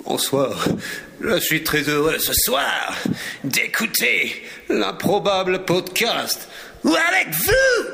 Bonsoir, je suis très heureux ce soir d'écouter l'improbable podcast avec vous.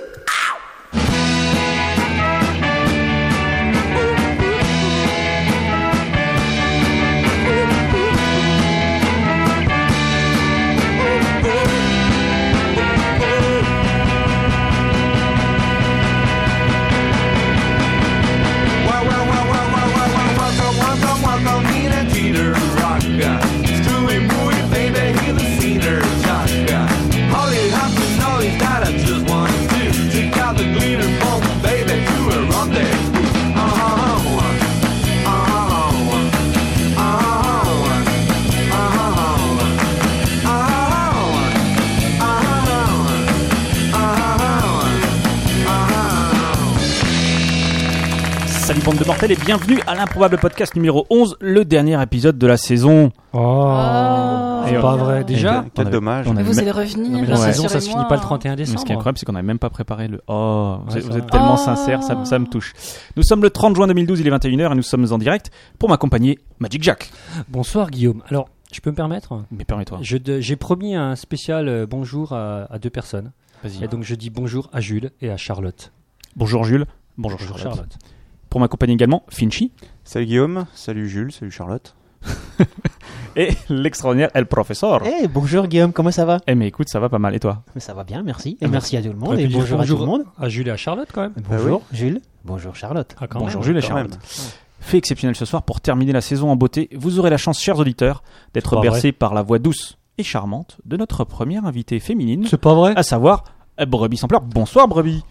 Salut bande de mortels et bienvenue à l'improbable podcast numéro 11, le dernier épisode de la saison. C'est pas vrai, déjà. Quel dommage. Mais vous allez revenir. La saison, ça se finit pas le 31 décembre. Mais ce qui est incroyable, c'est qu'on n'avait même pas préparé le... vous êtes tellement sincères, ça me touche. Nous sommes le 30 juin 2012, il est 21h et nous sommes en direct pour m'accompagner Magic Jack. Bonsoir Guillaume. Alors, je peux me permettre ? Mais permets-toi. J'ai promis un spécial bonjour à deux personnes. Vas-y. Et donc je dis bonjour à Jules et à Charlotte. Bonjour Jules. Bonjour Charlotte. Pour m'accompagner également, Finchy. Salut Guillaume, salut Jules, salut Charlotte. Et l'extraordinaire El Professeur. Bonjour Guillaume, comment ça va ? Mais écoute, ça va pas mal, et toi ? Ça va bien, merci. Et merci à tout le monde. Et bonjour à tout le monde. À Jules et à Charlotte quand même. Bonjour Jules, bonjour Charlotte. Bonjour Jules et Charlotte. Fait exceptionnel ce soir, pour terminer la saison en beauté, vous aurez la chance, chers auditeurs, d'être bercés par la voix douce et charmante de notre première invitée féminine. C'est pas vrai ? À savoir, Brebis sans pleurs. Bonsoir Brebis.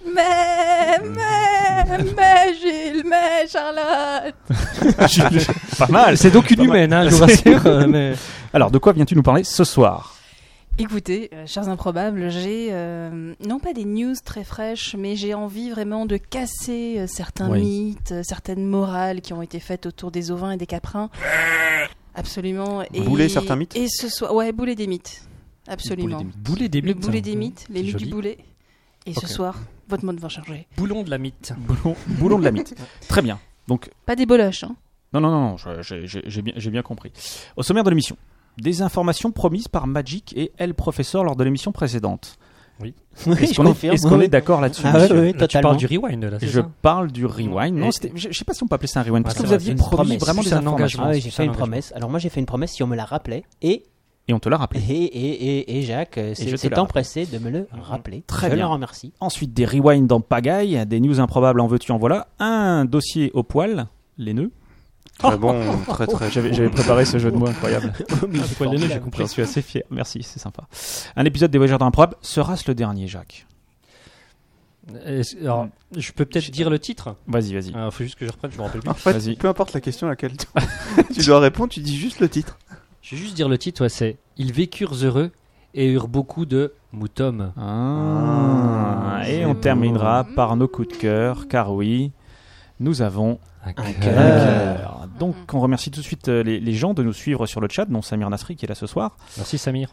Mais Gilles, mais Charlotte. Pas mal. C'est donc une humaine, je vous rassure. Mais... Alors, de quoi viens-tu nous parler ce soir ? Écoutez, chers improbables, j'ai non pas des news très fraîches, mais j'ai envie vraiment de casser certains mythes, certaines morales qui ont été faites autour des ovins et des caprins. Absolument. Bouler certains mythes ? Et ce soir, bouler des mythes. Absolument. Bouler des mythes. Le boulet des mythes, les mythes du boulet. Et ce soir, votre mode va changer. Boulon de la mythe. Boulon de la mythe. Très bien. Donc, pas des boloches, hein. Non, j'ai bien compris. Au sommaire de l'émission, des informations promises par Magic et El Professeur lors de l'émission précédente. Oui. Est-ce qu'on est d'accord là-dessus ? Oui, là, tu parles du rewind, là, c'est ça ? Je parle du rewind. Non, je ne sais pas si on peut appeler ça un rewind, parce que vous aviez promis vraiment des informations. Ah oui, j'ai fait une promesse. Alors moi, j'ai fait une promesse si on me la rappelait et on te l'a rappelé. Et Jacques s'est empressé de me le rappeler. Très bien. Je le remercie. Ensuite, des rewinds en pagaille, des news improbables en veux-tu en voilà, un dossier au poil, les nœuds. Très bon, très. J'avais préparé ce jeu de mots incroyable. Poil les nœuds, j'ai compris. J'en suis assez fier. Merci, c'est sympa. Un épisode des Voyageurs dans l'improbable. Sera-ce le dernier, Jacques ? Alors, je peux peut-être dire le titre ? Vas-y. Il faut juste que je reprenne, je me rappelle plus. En fait, peu importe la question à laquelle tu dois répondre, tu dis juste le titre. Je vais juste dire le titre, c'est « Ils vécurent heureux et eurent beaucoup de moutons ». Et on terminera par nos coups de cœur, car oui, nous avons un cœur. Donc on remercie tout de suite les gens de nous suivre sur le chat, dont Samir Nasri qui est là ce soir. Merci Samir.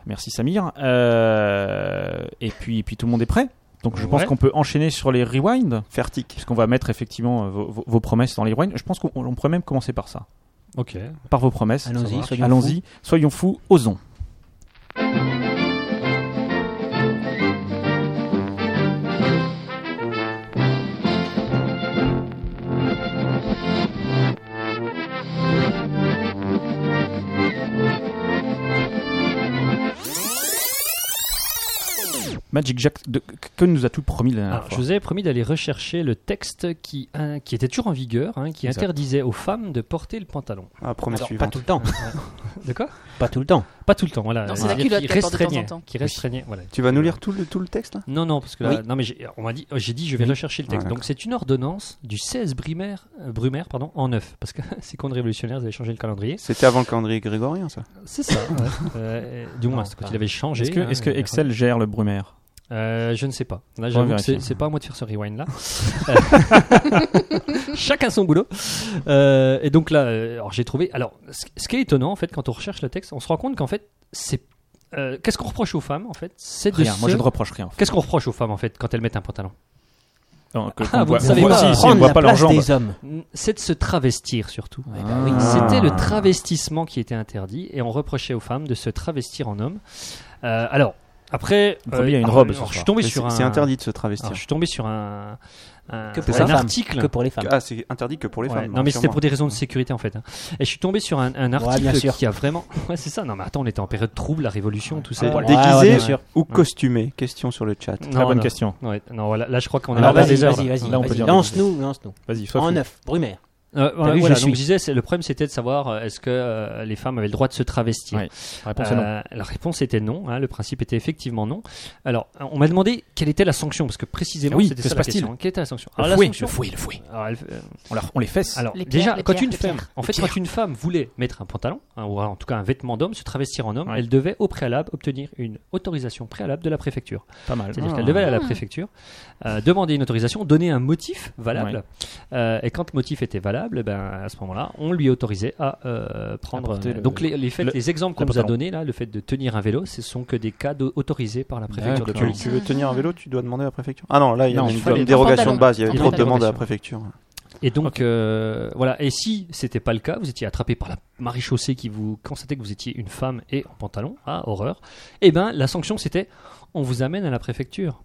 Et puis tout le monde est prêt. Donc je pense qu'on peut enchaîner sur les rewinds. Fertique. Puisqu'on va mettre effectivement vos promesses dans les rewinds. Je pense qu'on pourrait même commencer par ça. Ok. Par vos promesses. Allons-y, soyons fous, osons. Magic Jack, que nous as-tu promis la dernière fois ? Je vous avais promis d'aller rechercher le texte qui était toujours en vigueur, qui interdisait aux femmes de porter le pantalon. Promesse suivante. Pas tout le temps. De quoi ? Pas tout le temps. Pas tout le temps, voilà. Non, c'est la culotte qui porte de temps en temps. Qui restreignait, voilà. Tu vas nous lire tout le texte là ? Non, parce que là, non, mais j'ai dit je vais rechercher le texte. Ah, donc c'est une ordonnance du 16 Brumaire, en 9, parce que c'est contre-révolutionnaire, ils avaient changé le calendrier. C'était avant le calendrier grégorien, ça ? C'est ça, du moins, c'est quand il avait changé. Est-ce que Excel gère le Brumaire ? Je ne sais pas. Là, j'avoue que c'est pas à moi de faire ce rewind là. Chacun son boulot. Et donc là, alors j'ai trouvé. Alors, ce qui est étonnant en fait, quand on recherche le texte, on se rend compte qu'en fait, c'est qu'est-ce qu'on reproche aux femmes en fait ? C'est rien. Moi, je ne reproche rien. En fait. Qu'est-ce qu'on reproche aux femmes en fait quand elles mettent un pantalon ? Non, vous ne savez on pas. voit, si on Prendre voit la pas leurs place jambes. des hommes. C'est de se travestir surtout. Oui. C'était le travestissement qui était interdit et on reprochait aux femmes de se travestir en homme. Alors, après, Il y a une robe. je suis tombé sur un. C'est interdit de se travestir. Alors, je suis tombé sur un Que pour un les femmes. article. Que pour les femmes. Ah, c'est interdit que pour les Ouais, femmes. non mais c'était sûrement. pour des raisons de sécurité en fait. Hein. Et je suis tombé sur un bien article sûr. qui a vraiment. Ouais c'est ça. Non mais attends, on était en période trouble, la révolution, tout ça. C'est Ouais, déguisé bien sûr. ou costumé? Question sur le chat. Très bonne question. Ouais, non voilà, là je crois qu'on est Alors, là vas-y, des heures. vas-y. Là, on peut dire Lance-nous. Vas-y, sois En fou. 9, Brumaire. Voilà, vu, je donc suis. je disais, le problème c'était de savoir est-ce que les femmes avaient le droit de se travestir. Ouais. La réponse est non. La réponse était non. Hein, le principe était effectivement non. Alors, on m'a demandé quelle était la sanction parce que précisément Oui, c'était que ça se la passe-t-il question. Quelle était la sanction Le Alors, fouet, la sanction. le fouet. Alors, On les fesse. alors, Les déjà, pierres, quand les une pierres, femme, les en fait, pierres. quand une femme voulait mettre un pantalon, hein, ou en tout cas un vêtement d'homme, se travestir en homme, Ouais. elle devait au préalable obtenir une autorisation préalable de la préfecture. Pas mal. C'est-à-dire qu'elle devait aller à la préfecture, demander une autorisation, donner un motif valable. Et quand le motif était valable, ben, à ce moment-là, on lui autorisait à prendre. Apporter le- Donc les exemples qu'on le nous a pantalon. donnés, là, le fait de tenir un vélo, ce sont que des cas autorisés par la préfecture de D'accord. police. Tu veux tenir un vélo, tu dois demander à la préfecture. Ah non, là, il y a Non, une, il fallait une un dérogation pantalon. de base. Il y avait Il trop de fallait demandes à la dérogation. préfecture. Et donc, voilà. Et si c'était pas le cas, vous étiez attrapé par la maréchaussée qui vous constatait que vous étiez une femme et en pantalon, horreur, et ben la sanction c'était on vous amène à la préfecture.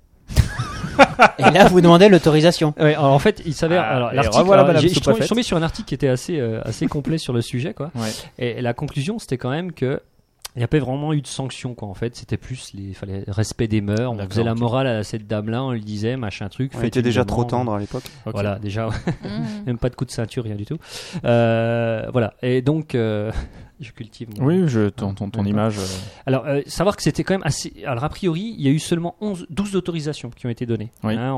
Et là, vous demandez l'autorisation. Ouais, alors en fait, il s'avère. Alors, et l'article, revoilà alors, Madame je suis Sous-préfète. tombé sur un article qui était assez complet sur le sujet, quoi. Ouais. Et la conclusion, c'était quand même que il n'y a pas vraiment eu de sanction, quoi. En fait, c'était plus fallait respect des mœurs. On D'accord, faisait la ok. morale à cette dame-là, on lui disait machin truc. On faites était une déjà trop demande. tendre à l'époque. Ok. Voilà, déjà, Mmh. même pas de coup de ceinture, rien du tout. Voilà. Et donc, je cultive. Oui, ton image. Alors, savoir que c'était quand même assez. Alors, a priori, il y a eu seulement 12 autorisations qui ont été données. Oui. Hein,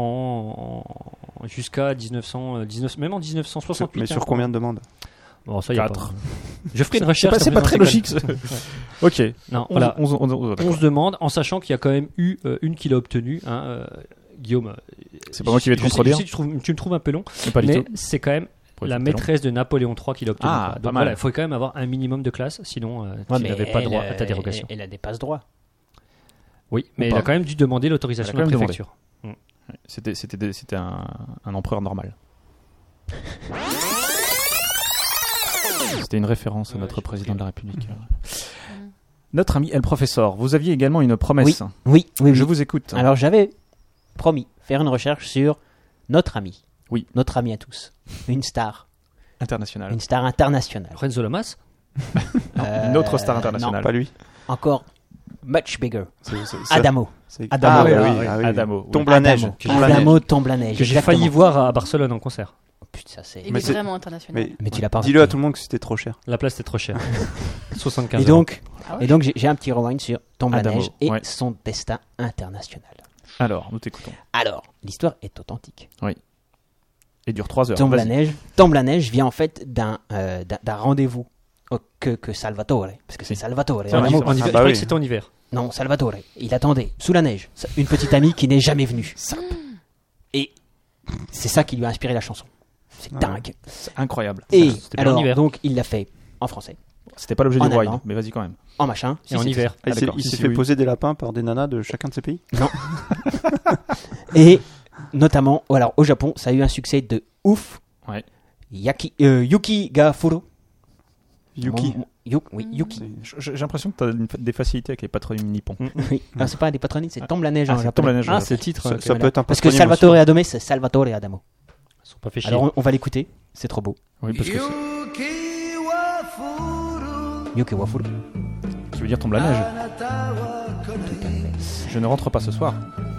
jusqu'à 1919, même en 1968. Mais sur combien de demandes? Bon, ça y a 4. pas. Je ferai une recherche. C'est pas très logique. Ok. Non, 11, voilà. 11 demandes, en sachant qu'il y a quand même eu une qui l'a obtenue. Guillaume. C'est pas moi qui vais te je sais- contredire. je sais que tu me trouves un peu long, Mais pas du mais tout. c'est quand même Pour la être long. maîtresse de Napoléon III qui l'a obtenue. Ah, quoi. pas Donc mal. voilà, il faut quand même avoir un minimum de classe, sinon Ouais, tu mais n'avais pas elle, droit à ta dérogation. Elle a des passe-droits. Oui, mais Ou elle pas. a quand même dû demander l'autorisation de Elle a la quand même préfecture. C'était un empereur normal. C'était une référence à notre président de la République. Notre ami El Professeur, vous aviez également une promesse. Oui. Je vous écoute. Alors, j'avais promis faire une recherche sur notre ami. Oui. Notre ami à tous. Une star. International. Une star internationale. Renzo Lamas. Une autre star internationale. Pas lui. Encore much bigger. C'est- Adamo. c'est- Adamo. Ah, ouais, Ah, oui, oui. ah oui. Adamo, oui. Tombe la neige. Adamo. Tombe la Adamo neige. tombe la neige. Que j'ai exactement. failli voir à Barcelone en concert. Oh, putain, ça c'est. Il Mais est c'est- vraiment international. Mais tu l'as pas Dis-le à remarqué. tout le monde que c'était trop cher. La place était trop chère. 75 Et donc, Ah ouais. j'ai un petit rewind sur Tombe la Adamo, neige et ouais. son destin international. Alors, nous t'écoutons. Alors, l'histoire est authentique. Et dure 3 heures. Tombe la Vas-y. neige vient en fait d'un rendez-vous que Salvatore, parce que c'est Salvatore. C'est en Adamo. hiver. En hiver. Ah Je bah croyais oui. que c'était en hiver. Non, Salvatore, il attendait sous la neige une petite amie qui n'est jamais venue. Et c'est ça qui lui a inspiré la chanson. C'est dingue. C'est incroyable. Et C'était bien en alors, hiver. donc, il l'a fait en français, C'était pas l'objet En du rewind, allemand. mais vas-y quand même. en machin. Et en Si, hiver. Ah, il Ah, s'est- d'accord. il Si, s'est si, fait oui. poser des lapins par des nanas de chacun de ces pays. Et notamment, alors au Japon, ça a eu un succès de ouf. Ouais. Yuki Gafuro. Yuki. Oui, Yuki. J'ai l'impression que t'as des facilités avec les patronymes nippons. Oui. Non, c'est pas des patronymes, c'est Tombe la neige en c'est japonais. Tombe la neige. Ah, c'est le titre. Ça, ok. ça peut être un Parce que patronyme Salvatore aussi. Adamo, c'est Salvatore Adamo. Ils sont pas fait chier. Alors on va l'écouter, c'est trop beau. Oui, parce que Yuki Wafuro. tu veux dire tombe la neige. Je ne rentre pas ce soir.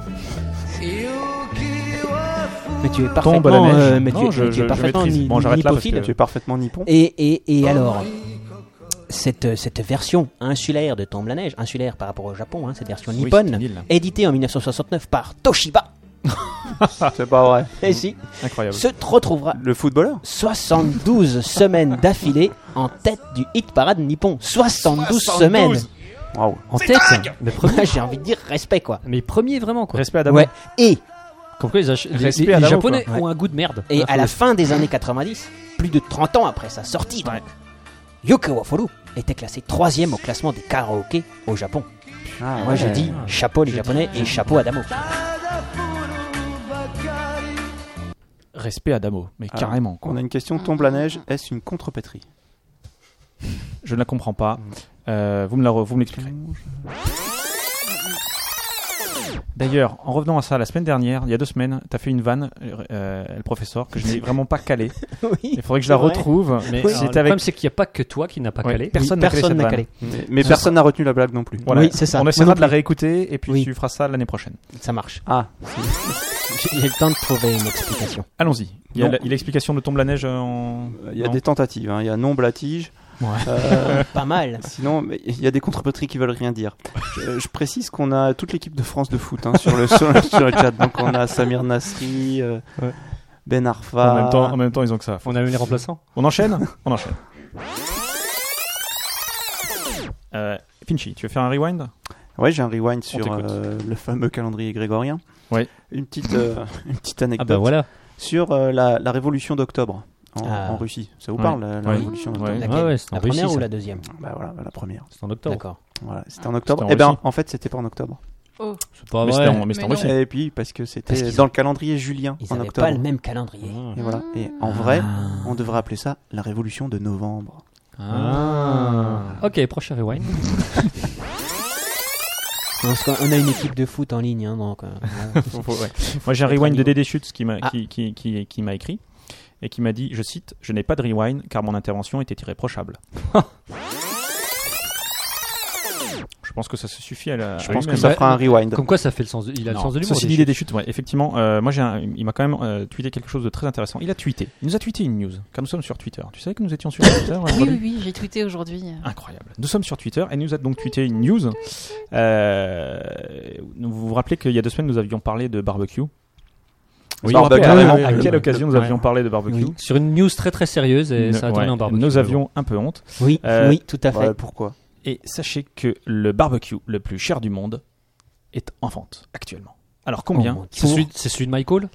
Mais tu es Tombe parfaitement, la neige. mais Non, tu es je parfaitement maîtrise. Bon, j'arrête là parce nippophile. que- Tu es parfaitement nippon. Et alors, cette version insulaire de Tombe la neige, insulaire par rapport au Japon, hein, cette version Oui, nippone, c'est une île. éditée en 1969 par Toshiba, C'est pas vrai. et si, Incroyable. se retrouvera Le footballeur 72 semaines d'affilée en tête du hit parade nippon. 72 semaines Waouh. En tête. Mais premier, J'ai envie de dire respect, quoi. mais premier vraiment quoi. Respect à Adamo. Ouais. Et Comme quoi les Respect les à Adamo, Japonais quoi. ont un goût de merde. Et à la fin des années 90, plus de 30 ans après sa sortie, donc, Yuki Wafuru était classé 3e au classement des karaokés au Japon. Ah, Moi je dis chapeau les Japonais et chapeau Adamo. Respect à Damo, mais Alors, carrément. Quoi. On a une question, tombe la neige, est-ce une contrepétrie? Je ne la comprends pas. Vous me l'expliquerez. D'ailleurs, en revenant à ça, la semaine dernière, il y a 2 semaines, tu as fait une vanne, le professeur, que je n'ai vraiment pas calé. Oui. Il faudrait que je la retrouve. Mais Oui. alors, C'était le avec... problème, c'est qu'il n'y a pas que toi qui n'a pas Ouais, calé. personne n'a calé cette vanne. Mais personne n'a retenu la blague non plus. Voilà. Oui, c'est ça. On Moi essaiera non de la plus. réécouter et puis Oui. tu feras ça l'année prochaine. Ça marche. Ah, J'ai le temps de trouver une explication. Allons-y. Il y a Non. l'explication de Tombe la neige en... il y a Non. des tentatives, hein. Il y a nombre à tige. Pas mal. Sinon, mais il y a des contrepétries qui veulent rien dire. Je précise qu'on a toute l'équipe de France de foot hein, sur le chat. Donc on a Samir Nasri, Ben Arfa. En même temps, ils ont que ça. On a eu les remplaçants. On enchaîne. Finchy, tu veux faire un rewind? Ouais, j'ai un rewind sur t'écoute. le fameux calendrier grégorien. Ouais. Une petite anecdote Ah bah voilà. sur la révolution d'octobre Ah. en Russie. Ça vous Ouais. parle, la Ouais. révolution d'octobre? Ouais. Laquelle ouais, c'est en la première Russie, ou ça. la deuxième? Bah voilà, la première. C'est en octobre. D'accord. Voilà, c'était en octobre. C'était en Eh ben, Russie. en fait, c'était pas en octobre. C'est pas Mais vrai. c'était en Mais Russie. Et puis, parce que Parce c'était qu'ils dans ont- le calendrier julien Ils en n'avaient octobre. pas le même calendrier. Et voilà. Et en vrai, on devrait appeler ça la révolution de novembre. Ok, prochain rewind. Parce qu'on a une équipe de foot en ligne, hein, donc. Ouais. Moi, j'ai un rewind de Dédé Schutz qui m'a Ah. qui m'a écrit et qui m'a dit, je cite, je n'ai pas de rewind car mon intervention était irréprochable. Je pense que ça se suffit à la. Je pense que même. ça fera un rewind. Comme quoi, ça fait le sens. Il a le Non. sens de l'humour. Ceci dit, Dédé Schutz, ouais, effectivement, moi il m'a quand même tweeté quelque chose de très intéressant. Il nous a tweeté une news car nous sommes sur Twitter. Tu savais que nous étions sur Twitter Oui, j'ai tweeté aujourd'hui. Incroyable. Nous sommes sur Twitter et il nous a donc tweeté une news. Vous vous rappelez qu'il y a 2 semaines, nous avions parlé de barbecue. Oui, Vous vous rappelez carrément. à quelle occasion nous avions parlé de barbecue? Oui. Sur une news très très sérieuse et ça a tourné en barbecue. Nous avions un peu honte. Oui, oui, tout à fait. Ouais, pourquoi? Et sachez que le barbecue le plus cher du monde est en vente actuellement. Alors combien? Oh, mon C'est celui de Michael.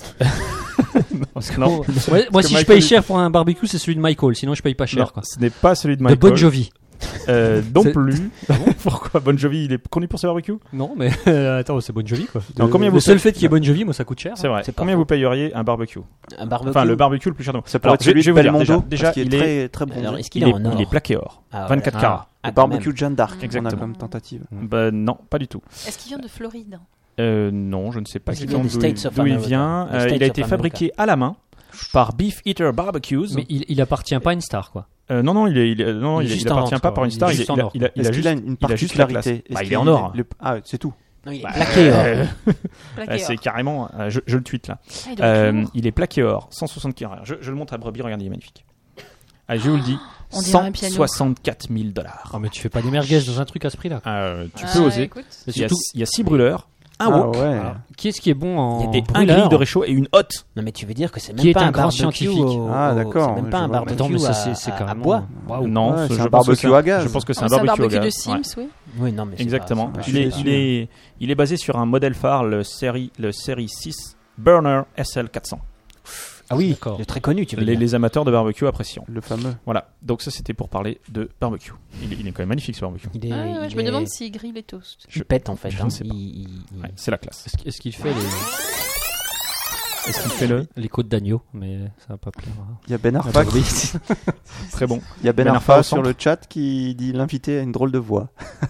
Non, Ouais, moi, que si je Michael- paye cher pour un barbecue, c'est celui de Michael. Sinon, je paye pas cher. non, Quoi. ce n'est pas celui de De Michael. Bon Jovi. Non C'est- plus. Pourquoi Bon Jovi, il est connu pour ses barbecues? Non, mais attends, c'est Bon Jovi quoi. Non, combien Le vous seul payez- fait qu'il y ait Bon Jovi, moi ça coûte cher. C'est vrai. C'est pas Combien faux. vous payeriez un barbecue? Un barbecue. Enfin, le barbecue le plus cher du monde. Ça pourrait Alors, être celui je vais de vous dire, Belmondo, déjà, parce qu'il il est est, très, très bon. Alors, est-ce qu'il il est est, en or? il est plaqué or. Ah ouais. 24 carats. Ah, quand Barbecue même. de Jeanne d'Arc, on a Exactement. comme tentative. Bah, non, pas du tout. Est-ce qu'il vient de Floride? Non, je ne sais pas Est-ce qu'il vient des d'où States of d'où il America? vient. Des States Il a of été America. fabriqué à la main par Beef Eater Barbecues. Mais il appartient pas à une star quoi. Non, il Il est juste en appartient or, pas quoi. par une Il est star. juste en or, Il a Est-ce qu'il a une il a juste la classe. particularité? Bah, Est-ce il est en qu'il or. Ah, c'est tout. Non, il est plaqué or. Plaqué C'est or. carrément. Je le tweet là. Ah, il doit être lourd. Il est plaqué or, 164. Je le montre à Brebis, regardez, il est magnifique. Allez, je vous le dis. On dirait un piano. 164 000 $. Oh, mais tu fais pas des merguez dans un truc à ce prix-là. Tu Ah, peux oser. écoute. Et Il y a surtout, 6 brûleurs, un Ah wok, ouais. alors, qui est-ce qui est bon en et un brûleur grill de réchaud et une hotte. Non, mais tu veux dire que c'est Qui même est pas un un grand barbecue scientifique. Ah, d'accord, C'est même pas je un vois. barbecue Attends, mais ça à- c'est à carrément. bois. Waouh. Non, Ouais, je c'est un pense que barbecue à gaz. Je pense que c'est Ah, un barbecue, au de gaz. Sims, Ouais. oui. Oui, non, mais c'est Exactement. pas- c'est Il pas- est basé sur un modèle phare, le série 6 Burner SL400. Ah oui, D'accord. c'est très connu, tu veux dire. Les amateurs de barbecue apprécient. Le fameux. Voilà. Donc ça, c'était pour parler de barbecue. Il est quand même magnifique ce barbecue. Il est- Ah, ouais, il je me est- demande s'il grille les toasts. Il pète en fait. je hein. ne sais pas. Il- Ouais, c'est la classe. Est-ce qu'il fait Est-ce qu'il fait le les côtes d'agneau Mais ça va pas plaire. hein. Il y a Ben Arfa, très bon? il y a Ben Ben Arfa Arfa au sur centre. le chat qui dit l'invité a une drôle de voix.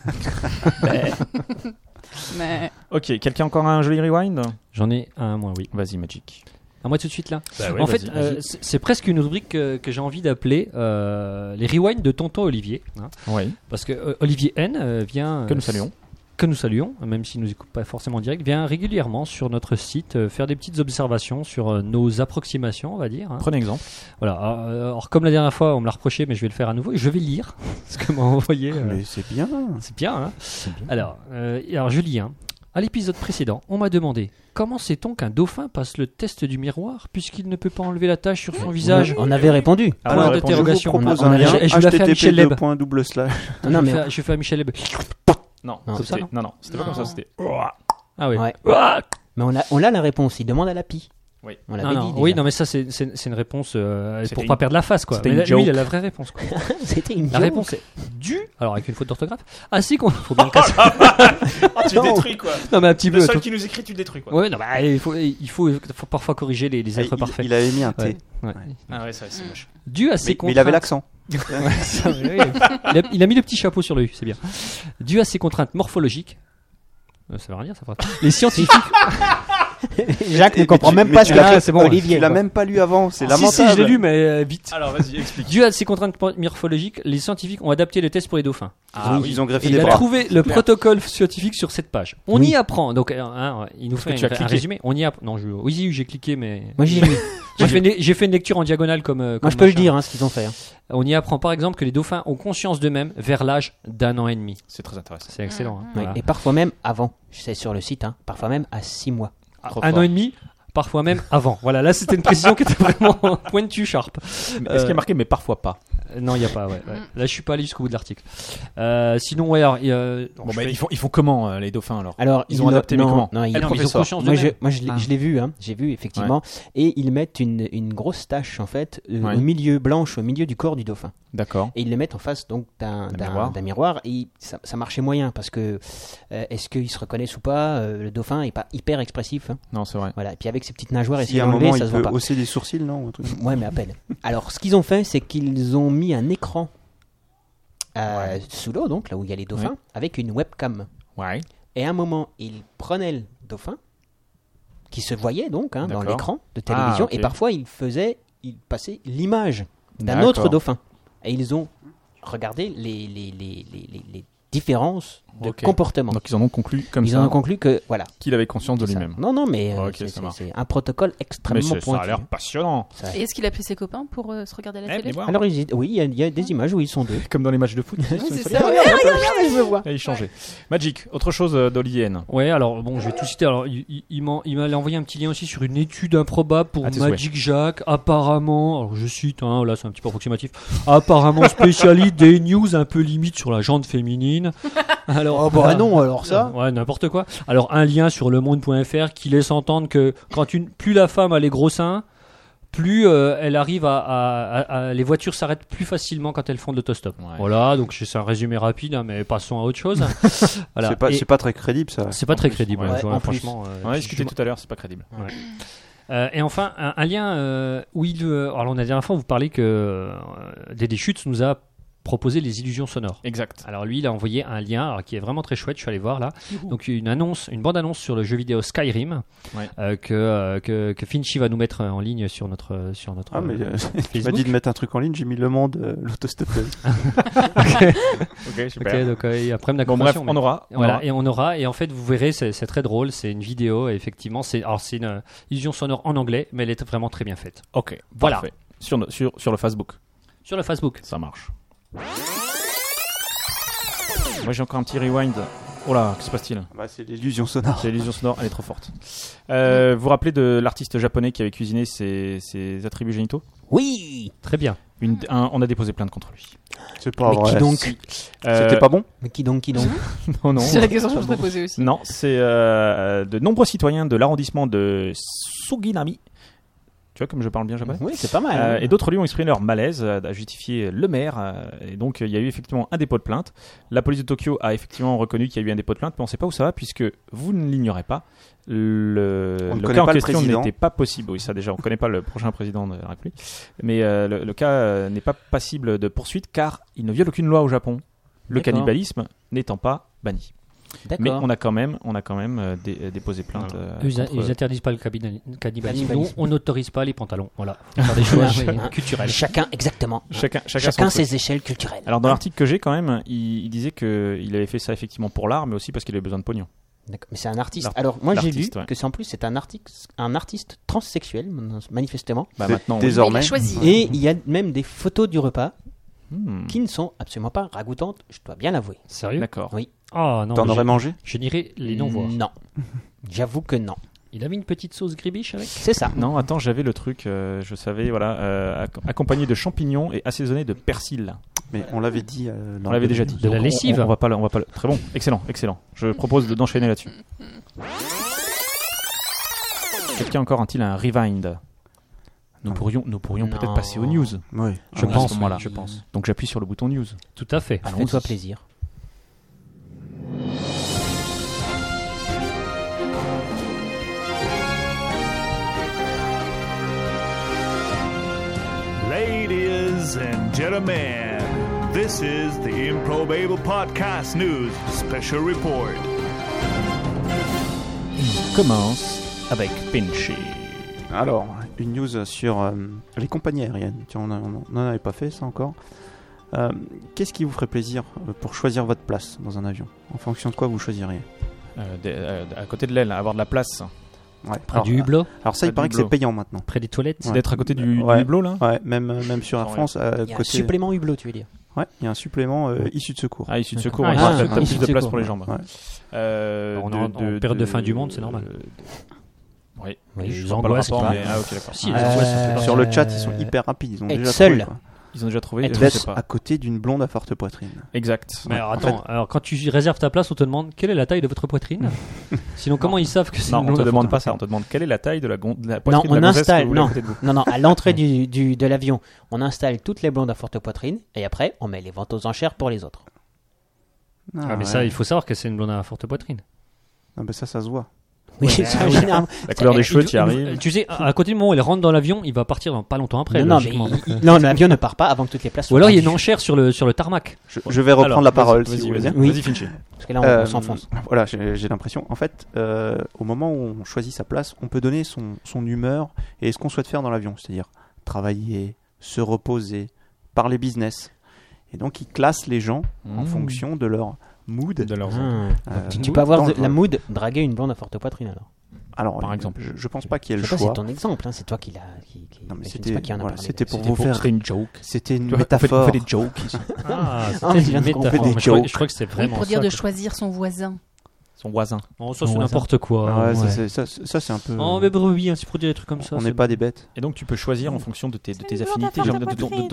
Mais Ok. Quelqu'un encore a un joli rewind? J'en ai un, moi, oui. Vas-y, Magic. À moi tout de suite là. Bah ouais, En fait, vas-y. c'est presque une rubrique que j'ai envie d'appeler les rewinds de Tonton Olivier. Hein. Oui. Parce que Olivier N vient. Que nous saluons. Que nous saluons, même s'il nous écoute pas forcément en direct, vient régulièrement sur notre site faire des petites observations sur nos approximations, on va dire. Hein. Prenez exemple. Voilà. Alors, comme la dernière fois, on me l'a reproché, mais je vais le faire à nouveau. Et je vais lire ce que m'a envoyé. Mais c'est bien. C'est bien, hein. Alors, je lis. Hein. À l'épisode précédent, on m'a demandé comment sait-on qu'un dauphin passe le test du miroir puisqu'il ne peut pas enlever la tache sur son visage. On avait répondu. Ah, Point on a d'interrogation. Je vous propose On a- un lien et je vous la fais à Michel Leb. http://. Non, mais Je fais à Michel Leb. Non, Non, c'était- ça, non non, c'était pas comme ça. C'était. Ah oui. Ouais. Mais on a la réponse. Il demande à la pie. Oui. On Ah l'avait non, dit. oui, déjà. non, mais ça, c'est une réponse C'était pour une- pas perdre la face, quoi. c'était Mais une là, lui, il a joke. la vraie réponse, quoi. C'était une La joke. réponse est dû alors avec une faute d'orthographe. Ainsi qu'on faut bien le casser. Tu le détruis quoi. Non mais un petit Le peu. seul qui nous écrit, tu le détruis quoi. Ouais, non, bah, il faut parfois corriger les lettres parfaites. Il avait mis un T. Ouais. Ah ouais, c'est moche. Dû à ces Mais il contraintes. avait l'accent. Ouais, ça, oui. Il a mis le petit chapeau sur le U, c'est bien. Dû à ces contraintes morphologiques, ça veut rien dire ça. Les scientifiques. Jacques ne comprend même mais pas tu ce qu'a l'as- fait c'est bon, Olivier. Tu l'as quoi. même pas lu avant, c'est Si, lamentable. je l'ai lu, mais vite. Alors vas-y, explique. Dû à ces contraintes morphologiques, les scientifiques ont adapté le test pour les dauphins. Ah oui, ils ont greffé Il des a bras. trouvé le protocole scientifique sur cette page. On Oui. y apprend. Donc, il nous fait que tu as un cliqué. résumé. On y apprend. Non, oui, j'ai cliqué, mais Moi, j'ai lu. j'ai fait une lecture en diagonale comme. Moi, comme je peux le machin. dire, hein, ce qu'ils ont fait. hein. On y apprend par exemple que les dauphins ont conscience d'eux-mêmes vers l'âge d'1 an et demi. C'est très intéressant. C'est excellent. hein. Ouais. Voilà. Et parfois même avant. C'est sur le site, hein. Parfois même à 6 mois. Trop Un fort. an et demi, parfois même avant. Voilà, là c'était une précision qui était vraiment pointue, sharp. Est-ce qu'il y a marqué mais parfois pas? Non, il n'y a pas, ouais. Là, je suis pas allé jusqu'au bout de l'article. Sinon, ouais, alors. Bon bah ils font comment les dauphins alors? Alors, Ils ont adapté, mais non, comment? non, ils- Non, mais ils ont professeur. conscience Moi, d'eux-mêmes. je l'ai vu, hein. J'ai vu effectivement, et ils mettent une grosse tache en fait Ouais. au milieu blanche, au milieu du corps du dauphin, D'accord. et ils le mettent en face donc miroir. d'un miroir, et ça marchait moyen parce que est-ce qu'ils se reconnaissent ou pas, le dauphin est pas hyper expressif, hein. Non, c'est vrai. Voilà, et puis avec ses petites nageoires, Si essayer à un d'enlever, moment ça il se voit peut pas. hausser les sourcils, non, un truc. Ouais, mais à peine. Alors, ce qu'ils ont fait, c'est qu'ils ont mis un écran sous l'eau, donc là où il y a les dauphins, avec une webcam. Ouais. Et à un moment, ils prenaient le dauphin, qui se voyait donc dans D'accord. l'écran de télévision, ok. et parfois ils passaient l'image d'un D'accord. autre dauphin. Et ils ont regardé les différences de Ok. comportement. Donc ils en ont conclu comme Ils ça en ont conclu que, voilà. qu'il avait conscience de c'est ça. lui-même. Non, non, mais Ok, ça marche. c'est un protocole Mais extrêmement ça a pointu. l'air passionnant. Ça- Et est-ce qu'il a pris ses copains pour se regarder la télé? Alors, oui, il y a des images où ils sont deux. Comme dans les matchs de foot. C'est ça. je me vois. Et il changeait. Magic, autre chose d'Olivier N. Ouais, alors bon, je vais tout citer. Alors, il m'a envoyé un petit lien aussi sur une étude improbable pour Ah, tes Magic Jack. Apparemment, alors je cite, hein, là c'est un petit peu approximatif. Apparemment spécialiste des news un peu limite sur la jante féminine. Alors, Oh, bah non, alors ça. Ouais, n'importe quoi. Alors, un lien sur lemonde.fr qui laisse entendre que plus la femme a les gros seins, plus elle arrive les voitures s'arrêtent plus facilement quand elles font de l'autostop. Ouais. Voilà, donc c'est un résumé rapide, hein, mais passons à autre chose. Voilà. Et C'est pas très crédible ça. c'est pas très crédible, ouais, hein, en plus. franchement. On a discuté tout à l'heure, c'est pas crédible. Et enfin, un lien où alors, la dernière fois, vous parlez que Dédé Schütz nous a proposé les illusions sonores. Exact. Alors lui, il a envoyé un lien alors, qui est vraiment très chouette, je suis allé voir là. Donc une bande-annonce sur le jeu vidéo Skyrim Ouais. que Finchy va nous mettre en ligne sur notre Ah mais tu m'as Facebook. dit de mettre un truc en ligne, j'ai mis Le Monde, l'autostoppeuse. Ok, super. Ok, donc après Bon bref, on aura. Voilà, et on aura, et en fait vous verrez, c'est très drôle, c'est une vidéo, et effectivement, c'est une illusion sonore en anglais, mais elle est vraiment très bien faite. Ok, Voilà. parfait. Sur le Facebook, Sur le Facebook. ça marche. Moi j'ai encore un petit rewind. Oh là, que se passe-t-il? Bah, c'est l'illusion sonore. C'est l'illusion sonore, elle est trop forte. Vous vous rappelez de l'artiste japonais qui avait cuisiné ses attributs génitaux? Oui. Très bien. On a déposé plainte contre lui. C'est pas Mais vrai. qui donc C'était pas bon. Mais qui donc Non, non. C'est la question que je me serais posée aussi. Non, c'est de nombreux citoyens de l'arrondissement de Suginami. Tu vois comme je parle bien japonais. Oui, c'est pas mal. hein. Et d'autres lieux ont exprimé leur malaise à justifier le maire. Et donc, il y a eu effectivement un dépôt de plainte. La police de Tokyo a effectivement reconnu qu'il y a eu un dépôt de plainte, mais on ne sait pas où ça va, puisque vous ne l'ignorez pas. On ne Le connaît cas en pas le question président. n'était pas possible. Oui, ça déjà, on ne connaît pas le prochain président de la République. Mais le cas n'est pas passible de poursuite, car il ne viole aucune loi au Japon. Le D'accord. cannibalisme n'étant pas banni. D'accord. Mais on a quand même déposé plainte. Ils n'interdisent pas le cannibalisme. Cannibalisme. Nous, on n'autorise pas les pantalons. Voilà. Faut faire des choix Hein. culturels. Chacun, exactement. Chacun Chacun son truc. ses échelles culturelles. Alors dans l'article que j'ai quand même, il disait qu'il avait fait ça effectivement pour l'art, mais aussi parce qu'il avait besoin de pognon. D'accord. Mais c'est un artiste. L'art- Alors moi j'ai vu l'artiste, ouais. que c'est en plus c'est un artiste transsexuel manifestement. Bah C'est maintenant, oui. Il désormais. a choisi. Et il y a même des photos du repas Hmm, qui ne sont absolument pas ragoûtantes, je dois bien l'avouer. Sérieux? D'accord. Oui. Ah non. T'en mais aurais mangé? je n'irai les non voir. Non. J'avoue que non. Il a mis une petite sauce gribiche avec? C'est ça. Non, attends, j'avais le truc, je savais, voilà, accompagné de champignons et assaisonné de persil. Mais on l'avait dit. On l'avait déjà dit. De la Donc, lessive. on va pas le. Très bon, excellent. Je propose d'enchaîner là-dessus. Quelqu'un encore a-t-il un rewind? Nous pourrions peut-être passer aux news. Oui. Je À pense, ce moment-là. je pense. Donc j'appuie sur le bouton news. Tout à fait. Allons-y. Fais-toi plaisir. Ladies and gentlemen, this is the Improbable Podcast News Special Report. On commence avec Pinchy. Alors, une news sur les compagnies aériennes. Tiens, on n'en avait pas fait ça encore. Qu'est-ce qui vous ferait plaisir pour choisir votre place dans un avion? En fonction de quoi vous choisiriez? À côté de l'aile, avoir de la place. Ouais. Près du hublot, Alors ça, il Près paraît du que c'est hublot. payant maintenant. près des toilettes. C'est d'être à côté du Ouais. hublot là. Ouais, même sur Air Ouais. France, Il y a un côté... supplément hublot, tu veux dire. Ouais, il y a un supplément issu de secours. Ah, issu de secours. Ah, ouais. ah, T'as issu plus de de place secours, pour les jambes. Ouais. On est en période de fin du monde, c'est normal. Oui. Oui, Je les vois pas le angoisses rapport, qui- mais- Ah, ok, d'accord. Si, les Ah, angoisses, ça fait Sur le chat, ils sont hyper rapides. Ils ont être déjà seul. trouvé, quoi. Ils ont déjà trouvé. Être Je sais D'être pas. à côté d'une blonde à forte poitrine. Exact. Mais alors, En attends, alors quand tu réserves ta place, on te demande quelle est la taille de votre poitrine. Sinon, comment ils savent que c'est Non, une on te blonde demande à pas forte ça. On te demande quelle est la taille de la Non, poitrine de on la gonzesse que installe. vous voulez Non, à côté de vous. non, à l'entrée de l'avion, on installe toutes les blondes à forte poitrine et après, on met les ventes aux enchères pour les autres. Ah, mais ouais. ça, il faut savoir que c'est une blonde à forte poitrine. Ah, bah ça se voit. Oui, ça, généralement. La couleur des cheveux, Et tu y arrives. Tu sais, à côté du moment où elle rentre dans l'avion, il va partir dans pas longtemps après. Non, mais logiquement. non, l'avion ne part pas avant que toutes les places soient Ou alors il y a une vendues. enchère sur le tarmac. Je vais reprendre Alors, la parole, vas-y, si vous vas-y, voulez vas-y. Oui. Vas-y, Finchy. Parce que là, on s'enfonce. Voilà, j'ai l'impression. En fait, au moment où on choisit sa place, on peut donner son humeur et ce qu'on souhaite faire dans l'avion, c'est-à-dire travailler, se reposer, parler business. Et donc, ils classent les gens en fonction de leur mood. De leurs Tu peux avoir dans le la vol. mood, draguer une blonde à forte poitrine alors. Alors, Par exemple. je pense pas qu'il y ait Je le sais pas, choix. c'est ton exemple, hein, c'est toi qui l'as. Non, mais je ne sais c'était pas qui en a voilà, parlé. c'était pour C'était vous faire. C'était une joke. C'était une Tu vois, métaphore. On fait des jokes ici. Ah, Ah, c'était je viens une de comprendre. métaphore. des Moi, je crois- jokes. Je crois que c'était Oui, vraiment pour dire ça, de quoi. choisir son voisin. Son voisin. Oh, ça, c'est Ouais, n'importe quoi. Ouais, Ouais. ça, c'est un peu. Oh, mais brebis, hein, c'est pour dire des trucs comme ça. on c'est n'est pas des bêtes. Et donc tu peux choisir en fonction de tes une affinités, blonde à genre, forte poitrine.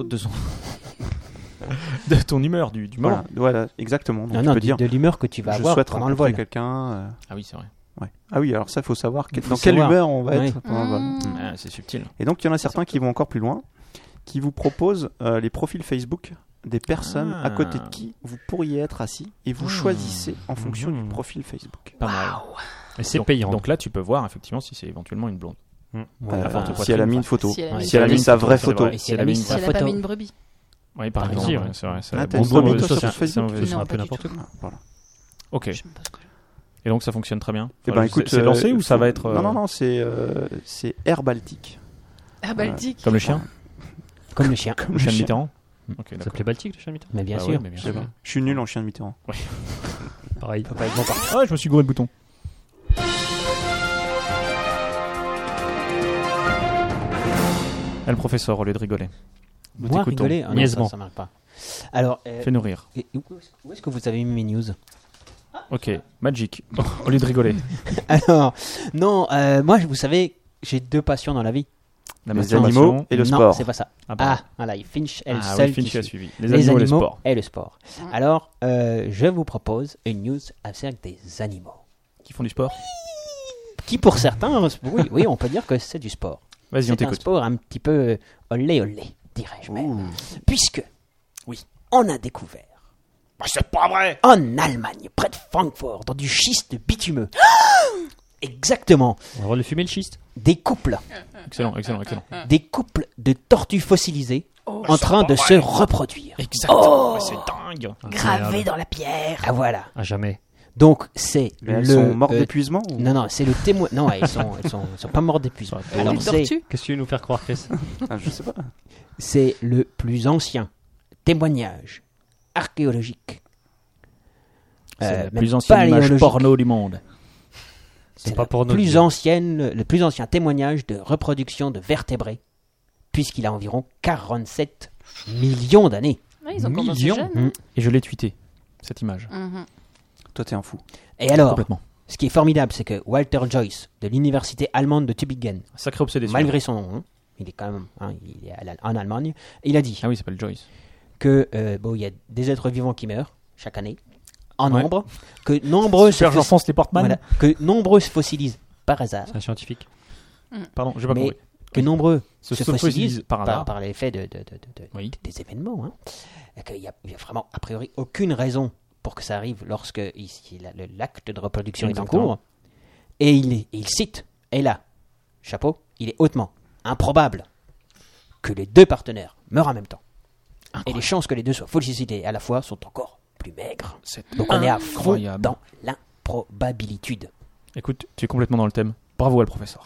de ton humeur, du moment. Voilà, exactement. Donc, Non, tu non, peux dire de l'humeur que tu vas je avoir souhaite pendant le rencontrer vol. quelqu'un. Ah oui, c'est vrai. Ouais. Ah oui, alors ça, il faut savoir Il faut dans quelle savoir. humeur on va Oui. être pendant le vol. Ah, c'est subtil. Et donc, il y en a certains qui vont encore plus loin, qui vous proposent les profils Facebook des personnes Ah. à côté de qui vous pourriez être assis et vous choisissez en fonction du profil Facebook. Pas mal. Et c'est Donc- payant. Donc là, tu peux voir effectivement si c'est éventuellement une blonde. À forte Si poitrine, elle a mis enfin. une photo. Si elle a mis Si elle a une mis sa vraie c'est photo. vrai. Et Si elle a mis une- Si elle a photo. pas mis une brebis. Oui, par Par exemple. exemple, ouais, c'est vrai. Ah, t'as Bon, une brebis, bon, toi, ça, sur c'est- Facebook c'est- C'est Non, un pas peu du n'importe tout. quoi. Voilà. Ok. Je sais pas ce que- Et donc ça fonctionne très bien. Eh ben, écoute, c'est lancé ou ça va être Non, c'est Air Baltique. Ah, Baltique. comme le chien, Comme le chien. le chien de chien. Mitterrand. Ok, Ça d'accord. s'appelait Baltique, le chien de Mitterrand. Mais bien Ah sûr. ouais, mais bien Je sais sûr. pas. Je suis nul en chien de Mitterrand. Pareil. Ah, je me suis gouré de bouton. Le professeur, au lieu de rigoler. Nous Moi, t'écoutons. rigoler, ah non, Niaisement. ça marche pas. Alors, Fais-nous rire. où est-ce que vous avez mis mes news? Ok, Magic. Au lieu de rigoler. Alors, non, moi, vous savez, j'ai deux passions dans la vie. La Les masturbation. animaux et le non, sport. c'est pas ça. Ah, Ah, pardon. voilà, il Finch est le Ah seul oui, Finch qui a suit. suivi. Les animaux et le sport. et le sport. Alors, je vous propose une news avec des animaux. Qui font du sport. Qui pour certains, oui, on peut dire que c'est du sport. Vas-y, on C'est un t'écoute. sport un petit peu olé olé, dirais-je même. Puisque, oui, on a découvert. C'est pas vrai. En Allemagne, près de Francfort, dans du schiste bitumeux. Exactement. On va voir le fumer le schiste. Des couples. Excellent, excellent, excellent. Des couples de tortues fossilisées en train de se reproduire. Exactement. Ouais, c'est dingue. Gravé dans la pierre. Ah voilà. À jamais. Donc c'est Mais le elles sont mortes d'épuisement ou... Non, c'est le témoin. Non, elles sont pas mortes d'épuisement. Alors Une c'est tortue. Qu'est-ce que tu veux nous faire croire, Chris? Ah, je sais pas. c'est le plus ancien témoignage archéologique. C'est la même plus ancienne image paléologique. porno du monde. C'est pas la porno, plus dis-donc. le plus ancien témoignage de reproduction de vertébrés, puisqu'il a environ 47 millions d'années. Ouais, ils ont commencé Millions. jeunes. Et je l'ai tweeté, cette image. Mhm. Toi, t'es un fou. Et alors, Complètement. ce qui est formidable, c'est que Walter Joyce, de l'université allemande de Tübingen, Sacré obsédé. celui-là. malgré son nom, hein, il est quand même il est en Allemagne, il a dit Ah oui, il s'appelle Joyce. que il y a des êtres vivants qui meurent chaque année, en Ouais. nombre, que nombreux Super Jean-François les Portman. voilà, que nombreux se fossilisent par hasard, C'est un scientifique. Pardon, j'ai pas mais compris. que nombreux Se se fossilisent fossilisent par hasard. par l'effet Oui. des événements. Hein. Et qu'il n'y a vraiment, a priori, aucune raison pour que ça arrive lorsque l'acte de reproduction est en Exactement. cours. Et il cite, et là, chapeau, il est hautement improbable que les deux partenaires meurent en même temps. Et les chances que les deux soient félicités à la fois sont encore plus maigres. Donc on est à fond incroyable. dans l'improbabilitude. Écoute, tu es complètement dans le thème. Bravo à le professeur.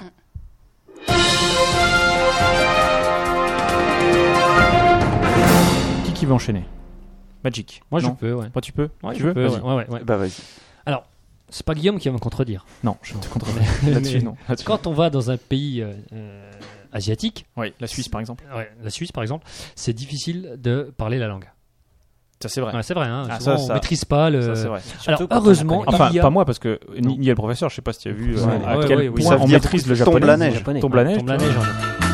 Qui veut enchaîner? Magic. Moi, je Non. peux, ouais. Toi, tu peux? Ouais, Tu je veux? peux, Vas-y. ouais. Bah vas-y. Alors, c'est pas Guillaume qui va me contredire. Non, je te contredis. Là-dessus, non. Là-dessus. Quand on va dans un pays asiatique, Oui, la Suisse, par exemple. la Suisse par exemple, c'est difficile de parler la langue. Ça, c'est vrai. Ouais, c'est vrai, hein, Ah, souvent, ça, on maîtrise pas le. Ça, c'est vrai. Alors, quand on la heureusement, connaît Enfin, il y a... pas moi, parce que ni le professeur, je sais pas si tu as vu à ouais, quel ouais, oui. point Ça veut on dire maîtrise le tombe japonais. la neige. Japonais. Tombe la neige. Tombe la neige,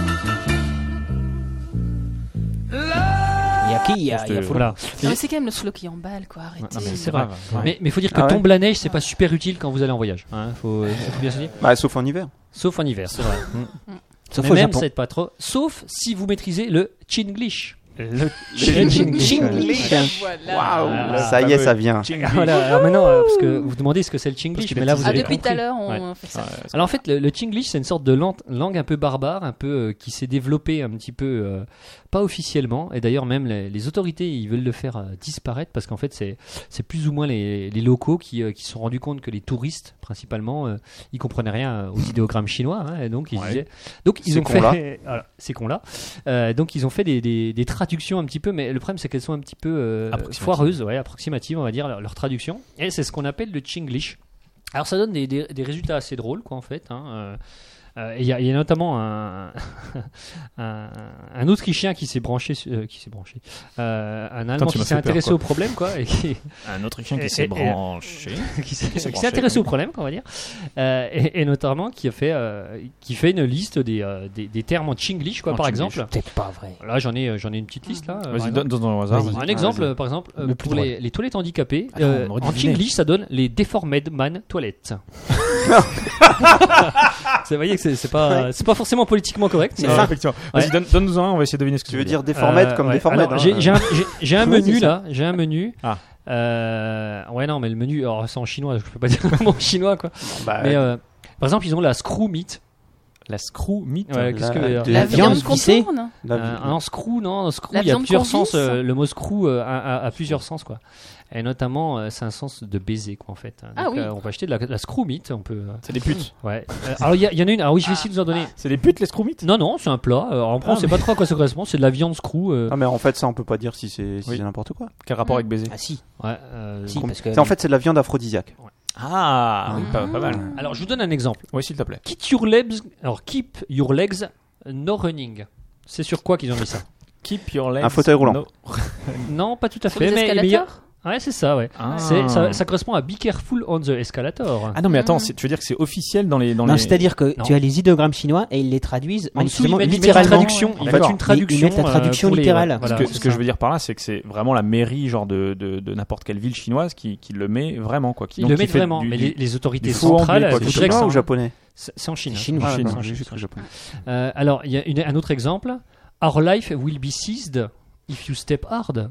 Il y a qui Il y a Juste, Folo. voilà. Non, mais c'est quand même le slow qui emballe, quoi. Arrêtez. Non, mais C'est vrai. grave. Mais il faut dire que Ah ouais tombe la neige, c'est pas super utile quand vous allez en voyage. Hein, faut bien se dire. Bah, sauf en hiver. Sauf en hiver, c'est vrai. Sauf Mais au même, Japon. ça aide pas trop. Sauf si vous maîtrisez le Chinglish. Le Chinglish. Voilà. Ça y est, ça vient. Voilà. Alors maintenant, parce que vous demandez ce que c'est le Chinglish, mais là vous Ah, avez depuis tout à compris. l'heure, on Ouais. fait ça. Alors en fait, le Chinglish, c'est une sorte de langue un peu barbare, un peu qui s'est développée un petit peu, pas officiellement. Et d'ailleurs, même les autorités, ils veulent le faire disparaître parce qu'en fait, c'est plus ou moins les locaux qui se sont rendus compte que les touristes, principalement, ils comprenaient rien aux idéogrammes chinois. Hein, et donc ils disaient, donc ils Ces ont fait, cons-là. voilà, ces cons-là. Donc ils ont fait des traductions un petit peu, mais le problème c'est qu'elles sont un petit peu Approximatives. foireuses, ouais, approximatives, on va dire leur traduction. Et c'est ce qu'on appelle le Chinglish. Alors ça donne des résultats assez drôles, quoi, en fait. Hein. Il y a notamment un Autrichien qui s'est branché, un Allemand tu qui m'as s'est fait peur, intéressé quoi. au problème, quoi, et qui Un Autrichien Et- qui s'est et- branché. qui s'est s'est qui s'est branché, intéressé au oui. problème, on va dire, et notamment qui fait une liste des termes en Chinglish, quoi, En par Chinglish. exemple. C'est pas vrai. Là, j'en ai une petite liste là. par Vas-y, exemple. donne au hasard. Vas-y. vas-y. Un exemple, Vas-y. par exemple, Le plus pour drôle. les toilettes handicapées, Ah non, on aurait en deviné. Chinglish, ça donne les Deformed Man Toilettes. Vous voyez que c'est pas forcément politiquement correct. C'est mais- ça, effectivement. Ouais. Vas-y, donne-nous un, on va essayer de deviner ce que Tu veux dire déformette comme ouais. déformette. Alors, hein. j'ai un Ouais, menu c'est ça. là, j'ai un menu. Ah. Ouais, non, mais le menu, alors c'est en chinois, je peux pas dire le mot chinois, quoi. Bah, Mais par exemple, ils ont la screw meat. La screw meat. Ouais, qu'est-ce que de La viande viande qu'on vissée. tourne. un screw, non, un screw, La il y a viande plusieurs qu'on sens. visse. Le mot screw a plusieurs sens, quoi. Et notamment, c'est un sens de baiser, quoi, en fait. Ah Donc, oui. on peut acheter de la screw meat, on peut. C'est des putes. Ouais. Alors, il y en a une. Alors oui, je vais essayer de vous en donner. C'est des putes, les screw meat? Non, c'est un plat. Alors, après, on sait pas trop à quoi ça correspond. C'est de la viande screw. Ah, mais en fait, ça, on peut pas dire si c'est Oui. n'importe quoi. Quel rapport avec baiser? Ah si, Ouais. si parce que En fait, c'est de la viande aphrodisiaque. Ah, oui, pas mal. Alors, je vous donne un exemple. Oui, s'il te plaît. Keep your legs no running. C'est sur quoi qu'ils ont mis ça? Keep your legs. Un fauteuil roulant. No- Non, pas tout à Sur fait. les Mais il y a- escalators. Ouais, c'est ça, ouais. Ah. Ça correspond à Be careful on the escalator. Ah non, mais attends, tu veux dire que c'est officiel dans les. non, c'est-à-dire que Non. tu as les idéogrammes chinois et ils les traduisent En dessous, ils justement mettent une littéralement. traduction. Ils D'accord. mettent une traduction. Ils mettent la traduction pour les- littérale. ouais, voilà, Ce c'est que je ça. veux dire par là, c'est que c'est vraiment la mairie genre de n'importe quelle ville chinoise qui le met vraiment, quoi. Ils Donc, le qui mettent fait vraiment, du- mais du- les autorités du faux centrales anglais, quoi. voudraient que Chinois ça- ou japonais? c'est en Chine. hein. Chinois. Ah, Chine, d'accord, en j'ai Chine. juste le japonais. Alors, il y a un autre exemple. Our life will be seized if you step hard.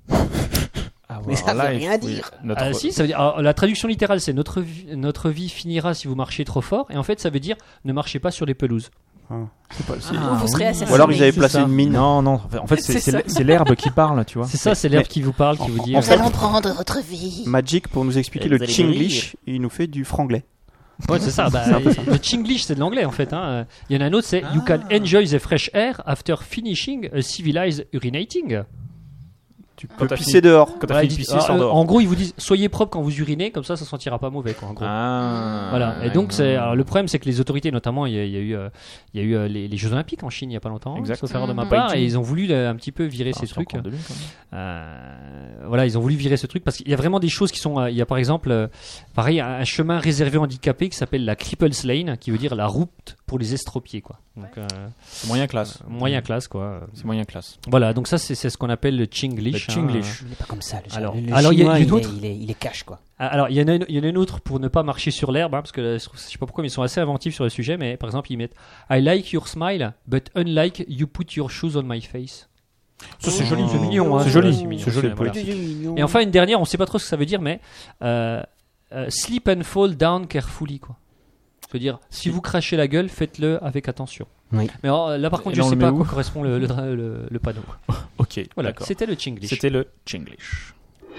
Ah, Mais ça veut life, rien oui. dire. Notre- Ah, si, ça veut dire. Alors, la traduction littérale, c'est notre vie finira si vous marchez trop fort. Et en fait, ça veut dire ne marchez pas sur les pelouses. Vous serez assassiné. Ou alors ils avaient c'est placé ça. une mine. Non, non. En fait, C'est ça. c'est l'herbe qui parle, tu vois. C'est ça, c'est l'herbe qui vous parle, qui vous dit. en fait- prendre votre vie. Magic, pour nous expliquer Vous le allez Chinglish, il nous fait du franglais. Ouais, c'est ça. Bah, le Chinglish, c'est de l'anglais en fait. Hein. Il y en a un autre, c'est You can enjoy the fresh air after finishing a civilized urinating. Tu Peut quand t'as pisser fini- dehors. Quand t'as Ouais, fini ils de disent- pisser, sors dehors. en gros, ils vous disent soyez propre quand vous urinez, comme ça sentira pas mauvais, quoi. En gros. Ah. Voilà. Et donc, alors, le problème, c'est que les autorités, notamment, il y a eu les Jeux Olympiques en Chine il y a pas longtemps, Exact. sauf erreur de ma Mhm. part, et ils ont voulu un petit peu virer Ah, ces c'est trucs. encore 2000, quand même. Voilà, ils ont voulu virer ce truc parce qu'il y a vraiment des choses qui sont. Il y a par exemple, pareil, un chemin réservé aux handicapés qui s'appelle la Cripples Lane, qui veut dire la route pour les estropiés, quoi. Donc, C'est moyen classe. moyen classe, quoi. C'est moyen classe. Voilà, donc ça, c'est ce qu'on appelle le Chinglish. Le Chinglish. Il est pas comme ça. Alors, le alors, il y a chinois, une autre. il est cash, quoi. Alors, il y en a une autre pour ne pas marcher sur l'herbe, parce que je sais pas pourquoi, mais ils sont assez inventifs sur le sujet. Mais par exemple, ils mettent I like your smile, but unlike you put your shoes on my face. Ça, c'est joli. C'est mignon, hein. C'est joli. mignon. C'est joli. Voilà. Et enfin, une dernière, on sait pas trop ce que ça veut dire, mais sleep and fall down carefully, quoi. C'est-à-dire, si vous crachez la gueule, faites-le avec attention. Oui. Mais alors, là, par contre, Et je on sais le pas à met quoi où correspond le panneau. Ok, Voilà, d'accord. c'était le Chinglish. C'était le Chinglish.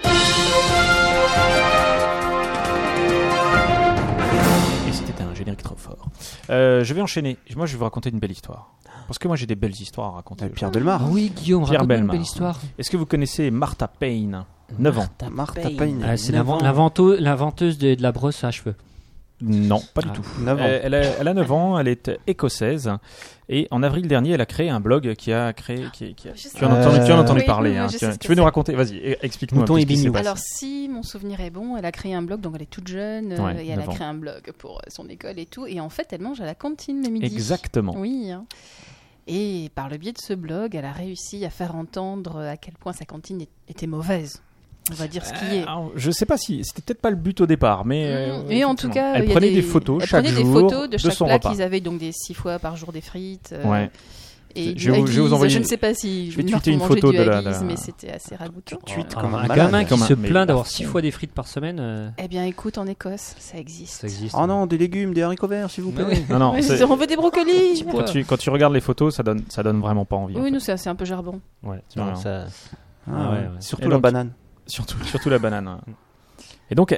Et c'était un générique trop fort. Je vais enchaîner. Moi, je vais vous raconter une belle histoire. Parce que moi, j'ai des belles histoires à raconter. Pierre Bellemare. Oui, Guillaume, Pierre raconte-nous une Bellemare. belle histoire. Est-ce que vous connaissez Martha Payne 9 ans. Martha Payne. Ah, c'est 9 ans. l'inventeuse de la brosse à cheveux. Non, pas du Ah. tout. 9 ans. Elle a 9 ans, elle est écossaise. Et en avril dernier, elle a créé un blog qui a créé. Je sais Tu en pas. as entendu Oui, parler. oui, hein. je sais ce que Tu veux nous c'est. raconter? Vas-y, explique-nous Mouton un peu et ce qui s'est Bignou. passé. Alors, si mon souvenir est bon, elle a créé un blog, donc elle est toute jeune, Ouais, et elle a 9 ans. créé un blog pour son école et tout. Et en fait, elle mange à la cantine le midi. Exactement. Oui. Hein. Et par le biais de ce blog, elle a réussi à faire entendre à quel point sa cantine était mauvaise. On va dire ce qui est. Alors, je sais pas si c'était peut-être pas le but au départ, mais Et en tout cas, elle il y a prenait des photos elle chaque prenait jour des photos de chaque son plat repas. qu'ils avaient, donc des 6 fois par jour des frites. Ouais. Et Je vais du vous haggis. envoyer Je une- ne sais pas si je vais Meurtre tweeter une mangeait photo du de la- haggis, de la- mais c'était assez ragoûtant. Tweet Un comme un gamin malade. qui Comme un- se mais plaint d'avoir à 6 fond. fois des frites par semaine, Eh bien, écoute, en Écosse, ça existe. ça existe. Oh non, des légumes, des haricots verts, s'il vous plaît. Mais oui. Non, Ouais, c'est- on veut des brocolis. quand tu regardes les photos, ça donne vraiment pas envie. en Oui, fait. nous, c'est un peu gerbon. Ouais. Non, Non, ça- Ah, Ah ouais, ouais. Surtout Et la donc- banane. Surtout la banane. hein. Et donc,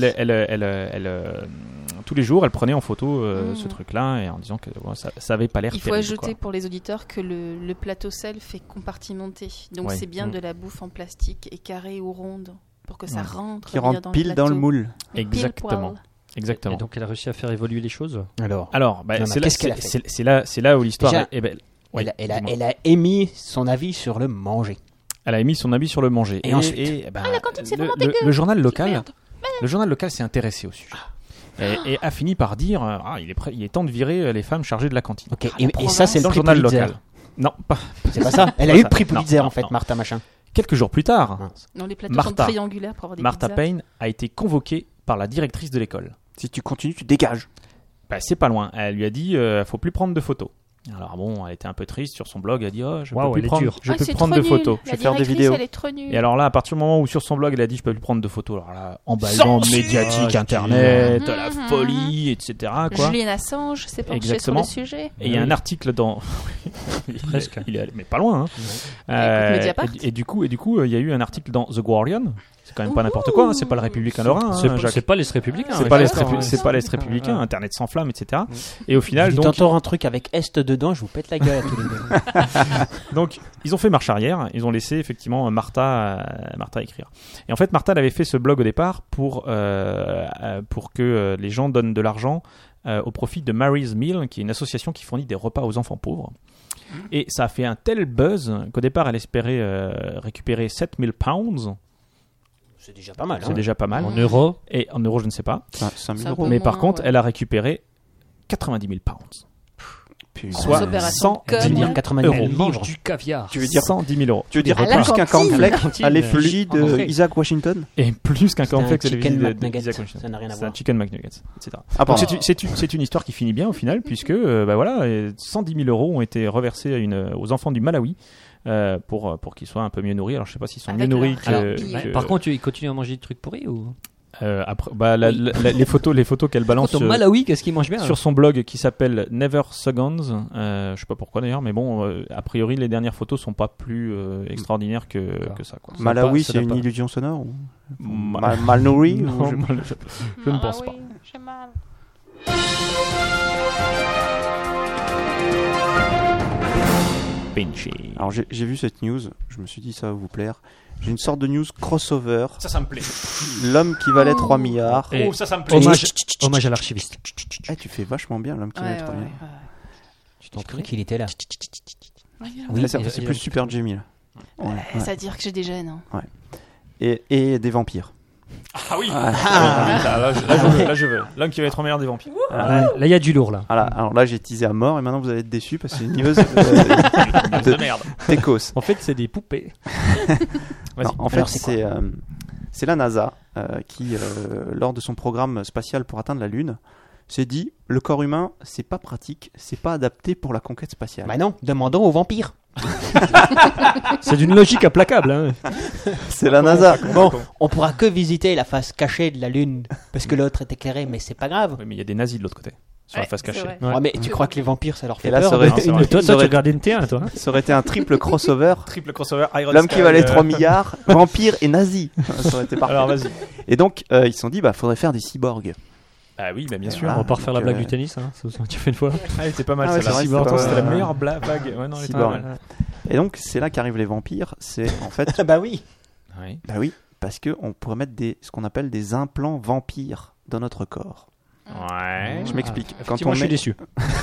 tous les jours, elle prenait en photo ce truc-là et en disant que bon, ça avait pas l'air Il faut terrible, ajouter quoi. pour les auditeurs que le plateau sel fait compartimenter. Donc, Ouais. c'est bien de la bouffe en plastique et carrée ou ronde pour que ça Ouais. rentre Qui bien rentre dans pile le dans le plateau. moule. Pile Exactement. poil. Exactement. Et donc elle a réussi à faire évoluer les choses. Alors, Alors, bah, Non, c'est qu'est-ce qu'elle a fait c'est là où l'histoire Déjà, est belle. Ouais, dis-moi. elle a émis son avis sur le manger. Elle a émis son avis sur le manger. Et ensuite la cantine, c'est vraiment le journal local, Merde. le journal local s'est intéressé au sujet. Et a fini par dire il est temps de virer les femmes chargées de la cantine. Ok, et ça, c'est le Dans le prix journal Pulitzer. local. Non, pas. C'est pas ça. Elle a pas eu ça. le prix Non, Pulitzer, non, en fait, non. Martha Machin. Quelques jours plus tard, Mince. Non, les plateaux Martha. sont triangulaires pour avoir des Martha pizzas. Payne a été convoquée par la directrice de l'école. Si tu continues, tu dégages. Bah, c'est pas loin. Elle lui a dit faut plus prendre de photos. Alors bon, elle était un peu triste sur son blog. Elle a dit je Waouh, peux elle plus est prendre, dure. je Ah, peux c'est plus prendre trop de nul. photos. Je La vais faire des directrice, vidéos. Elle est trop nulle. Et alors là, à partir du moment où sur son blog, elle a dit je peux plus prendre de photos. Alors là, emballement Censure. médiatique, internet, la folie, etc. Quoi. Julian Assange s'est penché sur Exactement. le sujet. Et il y a un article dans. Presque. Il est mais pas loin. Hein. Écoute, Mediapart. Et du coup, il y a eu un article dans The Guardian. C'est quand même pas n'importe quoi. Hein. C'est pas le Républicain Lorrain. Hein, Jacques. C'est pas les républicains. C'est ouais, pas l'Est d'accord, c'est pas l'Est républicain, Internet sans flamme, etc. Et au final, Vous dites donc, encore un truc avec Est dedans, je vous pète la gueule à tous les deux. donc, ils ont fait marche arrière. Ils ont laissé effectivement Martha écrire. Et en fait, Martha elle avait fait ce blog au départ pour que les gens donnent de l'argent au profit de Mary's Meal, qui est une association qui fournit des repas aux enfants pauvres. Et ça a fait un tel buzz qu'au départ, elle espérait récupérer 7000 pounds. C'est déjà pas mal. C'est déjà pas mal. En euros. Et en euros, je ne sais pas. 5 000 Ça euros. Au Mais moins, par contre, ouais. elle a récupéré 90 000 pounds. Putain. Soit opération 110 000 conne. 90 000 Elle mange livres. du caviar. Tu veux dire 110 000 euros. Tu veux dire À la plus qu'un cantine. cornflake à l'effigie En vrai. de Isaac Washington? Et plus qu'un C'était un cornflakes chicken de McNugget. Isaac Washington. Ça n'a rien à C'est voir. un chicken McNuggets, etc. Ah, Donc pardon. c'est une histoire qui finit bien au final, puisque bah voilà, 110 000 euros ont été reversés aux enfants du Malawi pour qu'ils soient un peu mieux nourris. Alors je sais pas s'ils sont Avec mieux nourris leur que, billet. que- Par contre, ils continuent à manger des trucs pourris ou après, bah, les photos qu'elle balance Au Malawi, qu'est-ce qu'ils mangent bien sur son blog qui s'appelle Never Seconds. Je sais pas pourquoi d'ailleurs, mais bon, a priori les dernières photos sont pas plus extraordinaires que ça. Quoi. Malawi, ça c'est doit une pas. illusion sonore ou Ma- mal nourri Non, ou je- je ne pense pas. J'ai mal. Pinchy. Alors j'ai vu cette news, je me suis dit ça va vous plaire. J'ai une sorte de news crossover. Ça me plaît. L'homme qui valait 3 milliards. Et ça me plaît. hommage à l'archiviste. Eh, tu fais vachement bien l'homme qui valait 3 milliards. Tu t'en cru qu'il était là. Là, c'est plus Super Jamie là. Ouais, ouais. C'est-à-dire que j'ai des gènes. Hein. Et des vampires. Ah oui. Là, je veux. L'homme qui va être en meilleur des vampires. Là, il y a du lourd là. Voilà, alors là j'ai teasé à mort et maintenant vous allez être déçus parce que c'est une news de merde. Techos. En fait, c'est des poupées. Vas-y. Non, en fait, Alors, c'est c'est la NASA qui, lors de son programme spatial pour atteindre la Lune, s'est dit le corps humain, c'est pas pratique, c'est pas adapté pour la conquête spatiale. Bah non, demandons aux vampires. C'est d'une logique implacable. Hein. C'est la NASA. Bon, on pourra que visiter la face cachée de la Lune parce que l'autre est éclairé, mais c'est pas grave. Oui, mais il y a des nazis de l'autre côté, sur la face c'est cachée. vrai. Ouais. Ouais, mais tu crois que les vampires ça leur fait Et là, peur ça aurait de- été- c'est vrai. Toi, Ça tu aurait- regardais NT1, toi. Ça aurait été un triple crossover. Triple crossover, Iron L'homme qui Sky, valait 3 milliards, vampire et nazi. Ça aurait été parfait. Alors vas-y. Et donc, ils se sont dit, faudrait faire des cyborgs. Ah oui, bien sûr. On va pas refaire la donc, blague du tennis. Hein. Ça, tu fait une fois. Ah, elle était pas mal Ah ouais, celle-là. c'est vrai, Cyborg, c'était pas c'était la mal. meilleure vague. Ouais, non, elle était pas Cyborg. mal. Et donc, c'est là qu'arrivent les vampires. C'est en fait, Bah oui. Oui. bah oui, parce que on pourrait mettre ce qu'on appelle des implants vampires dans notre corps. Ouais. Je m'explique. Quand Effectivement, on je suis met, déçu.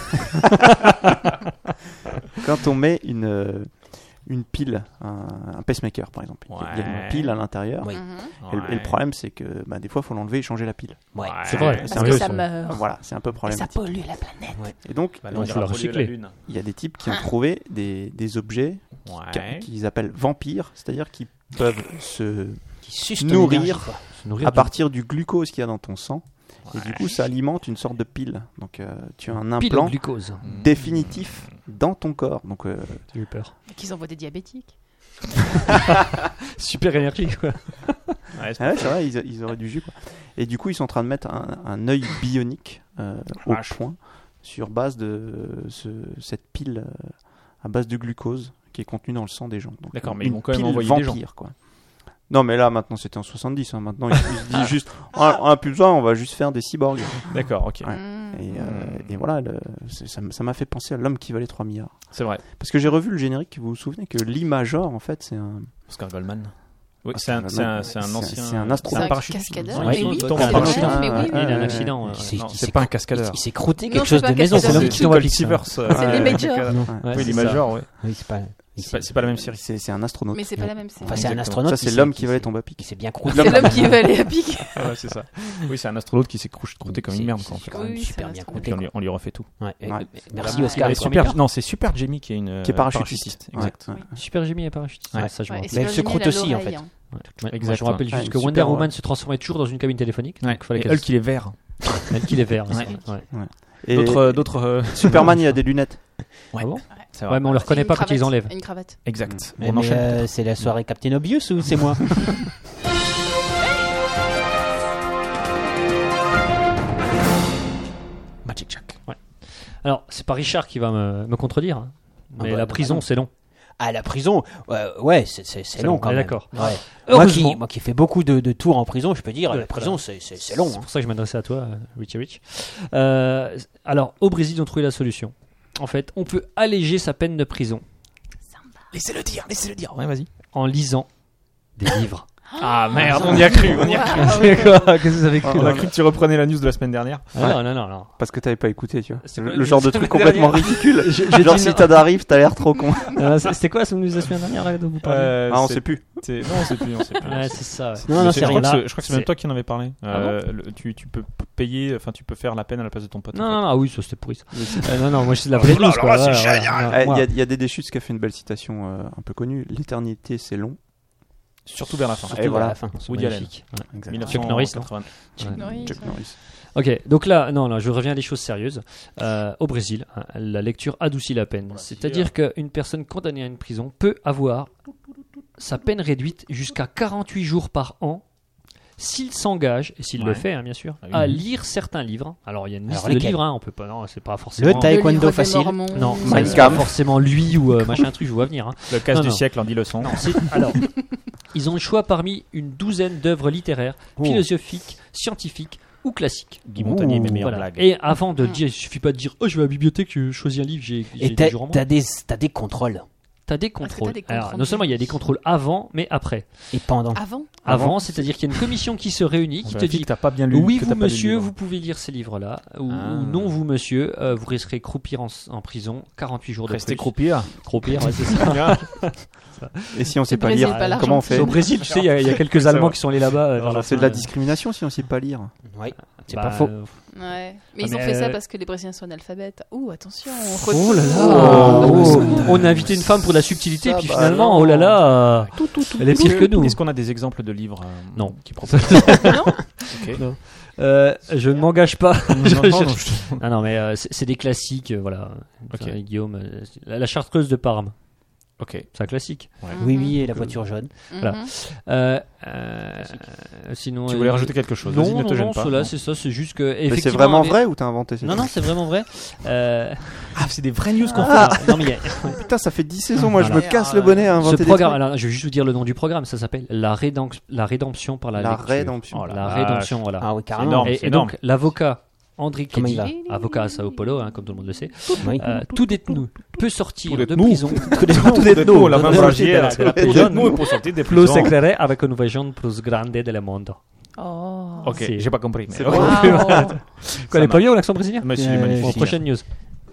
quand on met une pile, un pacemaker par exemple, il y a Ouais. une pile à l'intérieur. Oui. Et le problème, c'est que des fois, il faut l'enlever et changer la pile. Ouais. C'est vrai. Parce Sérieux, que ça ça. meurt. Voilà, c'est un peu Et ça problématique. pollue la planète. Et donc, Bah, Non, on faut ira la polluer recycler. la Lune. il y a des types qui ont trouvé des objets Ouais. qu'ils appellent vampires, c'est-à-dire qu'ils peuvent se Qui suce ton Nourrir. énergie, quoi. Se nourrir à de partir du glucose qu'il y a dans ton sang. Et du coup, ça alimente une sorte de pile. Donc, tu as un pile au implant glucose. définitif dans ton corps. Donc, J'ai eu peur. Qu'ils envoient des diabétiques. Super énergie, quoi. Ouais, c'est ah ouais, c'est vrai, ils auraient du jus. Quoi. Et du coup, ils sont en train de mettre un œil bionique au Vache. point sur base de cette pile à base de glucose qui est contenue dans le sang des gens. Donc, D'accord, mais ils une vont quand même pile envoyer des gens. vampire, quoi. Non, mais là, maintenant, c'était en 70. Hein. Maintenant, ils se disent juste on a plus besoin, on va juste faire des cyborgs. D'accord, ok. Ouais. Et voilà, ça m'a fait penser à l'homme qui valait 3 milliards. C'est vrai. Parce que j'ai revu le générique, vous vous souvenez que Lee Major, en fait, c'est un. Oscar Goldman. Oui, Ah, c'est un ancien. c'est un C'est un astronaute. cascadeur. Ouais, Mais il oui, tombe c'est en vrai, parachute. mais oui, Il a un oui. accident. Il s'est- Non, il c'est s'est pas un cro- cascadeur. Il s'est croûté Non, quelque c'est chose pas de un maison. cascadeur. C'est C'est lui Colt qui Seavers. C'est les Majors. Oui, les c'est ça. Majors, ouais. Oui, c'est pas. C'est pas la même série. C'est un astronaute. Mais c'est pas la même série. Enfin, c'est un Exactement. astronaute. Ça, c'est l'homme qui valait tomber à pic. Qui s'est bien croûté. C'est l'homme qui va aller à pic. Ouais, c'est ça. Oui, c'est un astronaute qui s'est croûté comme une merde, quoi, en fait. quand même Oui, super c'est bien un Et croûté. puis on lui refait tout. Ouais. Ouais. Merci Et Oscar. les les super, 3 non, c'est Super Jamie qui est une Qui est parachutiste. Exact. Ouais. Super Jimmy est parachutiste. Ouais. Ça, je me Ouais, et rappelle. Mais elle Super se Jimmy, croûte il a aussi, en l'oreille, fait. hein. Ouais. Exact, Moi, je me rappelle ouais. juste que Super, Wonder ouais. Woman se transformait toujours dans une cabine téléphonique. Ouais. Donc, fallait Et qu'elle Hulk, il est vert. elle qu'il est vert. Ouais. Ouais. Et D'autres. Superman, il a des lunettes. Ouais. Ah bon C'est Ouais, vrai. mais on le reconnaît Une pas quand cravate, ils enlèvent. Une cravate. Exact. Mais On enchaîne. c'est la soirée Captain Obvious ou c'est moi? Magic Jack. Alors, c'est pas Richard qui va me contredire. hein. Ah Mais bah, la non, prison, bah non. c'est long. À la prison, ouais, c'est long long, quand on est même. d'accord. Ouais. Moi Heureusement. qui fais beaucoup de tours en prison, je peux dire, Ouais, la prison c'est long. C'est hein. pour ça que je m'adressais à toi, Richie Rich. Alors, au Brésil, ils ont trouvé la solution. En fait, on peut alléger sa peine de prison Laissez-le dire, laissez-le dire. Ouais, vas-y. en lisant des livres. Ah merde, on y a cru, on y a cru. C'est quoi? Qu'est-ce que vous avez cru On a cru que tu reprenais la news de la semaine dernière. Ah, non. Parce que t'avais pas écouté, tu vois. C'est quoi, Le genre de la truc semaine complètement dernière ridicule. J'ai Genre, dit si non. t'arrives, t'as l'air trop con. C'était quoi ce news de la semaine dernière là, dont vous parlez Ah, on sait plus. Non, on sait plus, on sait plus. Ouais, c'est ça. ouais. Non, Mais c'est je crois rien. que je crois que c'est même toi qui en avais parlé. Tu peux payer, enfin tu peux faire la peine à la place de ton pote. Non, ah oui, ça c'était pourri. Ça. Non, moi c'est de la vraie news quoi. c'est Voilà, génial. voilà. Moi, Il y a Dédé Schütz qui a fait une belle citation un peu connue. L'éternité, c'est long. Surtout vers la fin. Surtout Et vers voilà. la fin. c'est Woody Allen. magnifique. Ouais. Exactement. Chuck Norris, non 1980. Chuck Norris. Chuck Norris. Ok, donc là, non, je reviens à des choses sérieuses. Au Brésil, hein, la lecture adoucit la peine. C'est-à-dire qu'une personne condamnée à une prison peut avoir sa peine réduite jusqu'à 48 jours par an s'il s'engage, et s'il le Ouais. fait, hein, bien sûr, Ah oui. à lire certains livres. Alors, il y a une liste Alors, de lesquels livres, hein, on peut pas, non, c'est pas forcément... Le Le taekwondo livre des facile. Mormons. Non, Mein c'est pas Kampf. forcément lui ou machin truc, je vois venir. Hein. Le casse Non, du non. siècle en dit leçon. Non, alors, ils ont le choix parmi une douzaine d'œuvres littéraires, Oh. philosophiques, scientifiques ou classiques. Guy Montagnier, mes meilleures Voilà. blagues. Et avant de dire, il suffit pas de dire, oh, je vais à la bibliothèque, je choisis un livre, j'ai Et des jours en moins. t'as des contrôles. t'as des contrôles. Alors, non seulement il y a des contrôles avant, mais après. Et pendant. Avant, C'est-à-dire qu'il y a une commission qui se réunit, qui On te vérifie dit que t'as pas bien lu. oui, que vous t'as pas lu le monsieur, livre. vous pouvez lire ces livres-là, ou Ah. non, vous monsieur, vous resterez croupir en prison 48 jours de Rester plus. croupir. Croupir, ouais, c'est ça. Et si on sait Le pas Brésil, lire, pas l'Argentine. comment on fait Au Brésil, tu sais, il y a quelques Allemands qui sont allés là-bas. vers la C'est de fin, la discrimination si on sait pas lire. Oui, c'est bah, pas faux. Ouais. Mais Ah, ils ont mais, fait ça parce que les Brésiliens sont analphabètes. Ouh, attention. Oh là là On a invité une femme pour la subtilité, Ça, puis bah finalement, non. oh là là elle est pire que nous. Est-ce qu'on a des exemples de livres Non. qui proposent Non. Ok. Non. Je ne m'engage pas. Non, Non, mais c'est des classiques, voilà. Ok. Guillaume, la chartreuse de Parme, Ok. c'est un classique. Oui, oui, et la voiture jaune. Voilà. Mhm. Sinon, Tu voulais rajouter quelque chose Vas-y, Non, ne te non, gêne non, pas. cela, c'est ça, c'est juste que. Mais c'est effectivement, vraiment avec- vrai ou t'as inventé ça? Non, non, c'est vraiment vrai. Ah, c'est des vraies news qu'on fait. Ah, non, mais il y a- Putain, ça fait 10 saisons, moi je Voilà. me casse le bonnet à ce inventer des programme, trucs. alors je vais juste vous dire le nom du programme, ça s'appelle la rédemption par la La lecture. rédemption. Oh la La vache. rédemption, voilà. Ah oui, carrément. énorme. Et, c'est et donc, l'avocat André Comment il Keddy, avocat à Sao Paulo, hein, comme tout le monde le sait, Oui. tout détenu peut sortir Tout de détenu. prison. Tout détenu, la même bragière. de la Tout prison. détenu pour sortir des Plus prisons. éclairé avec une vision plus grande de le monde. Oh. Ok, C'est- j'ai pas compris. Mais C'est ok. bon. Wow. Quoi, elle est pas bien l'accent brésilien Mais c'est magnifique. Bon, prochaine news.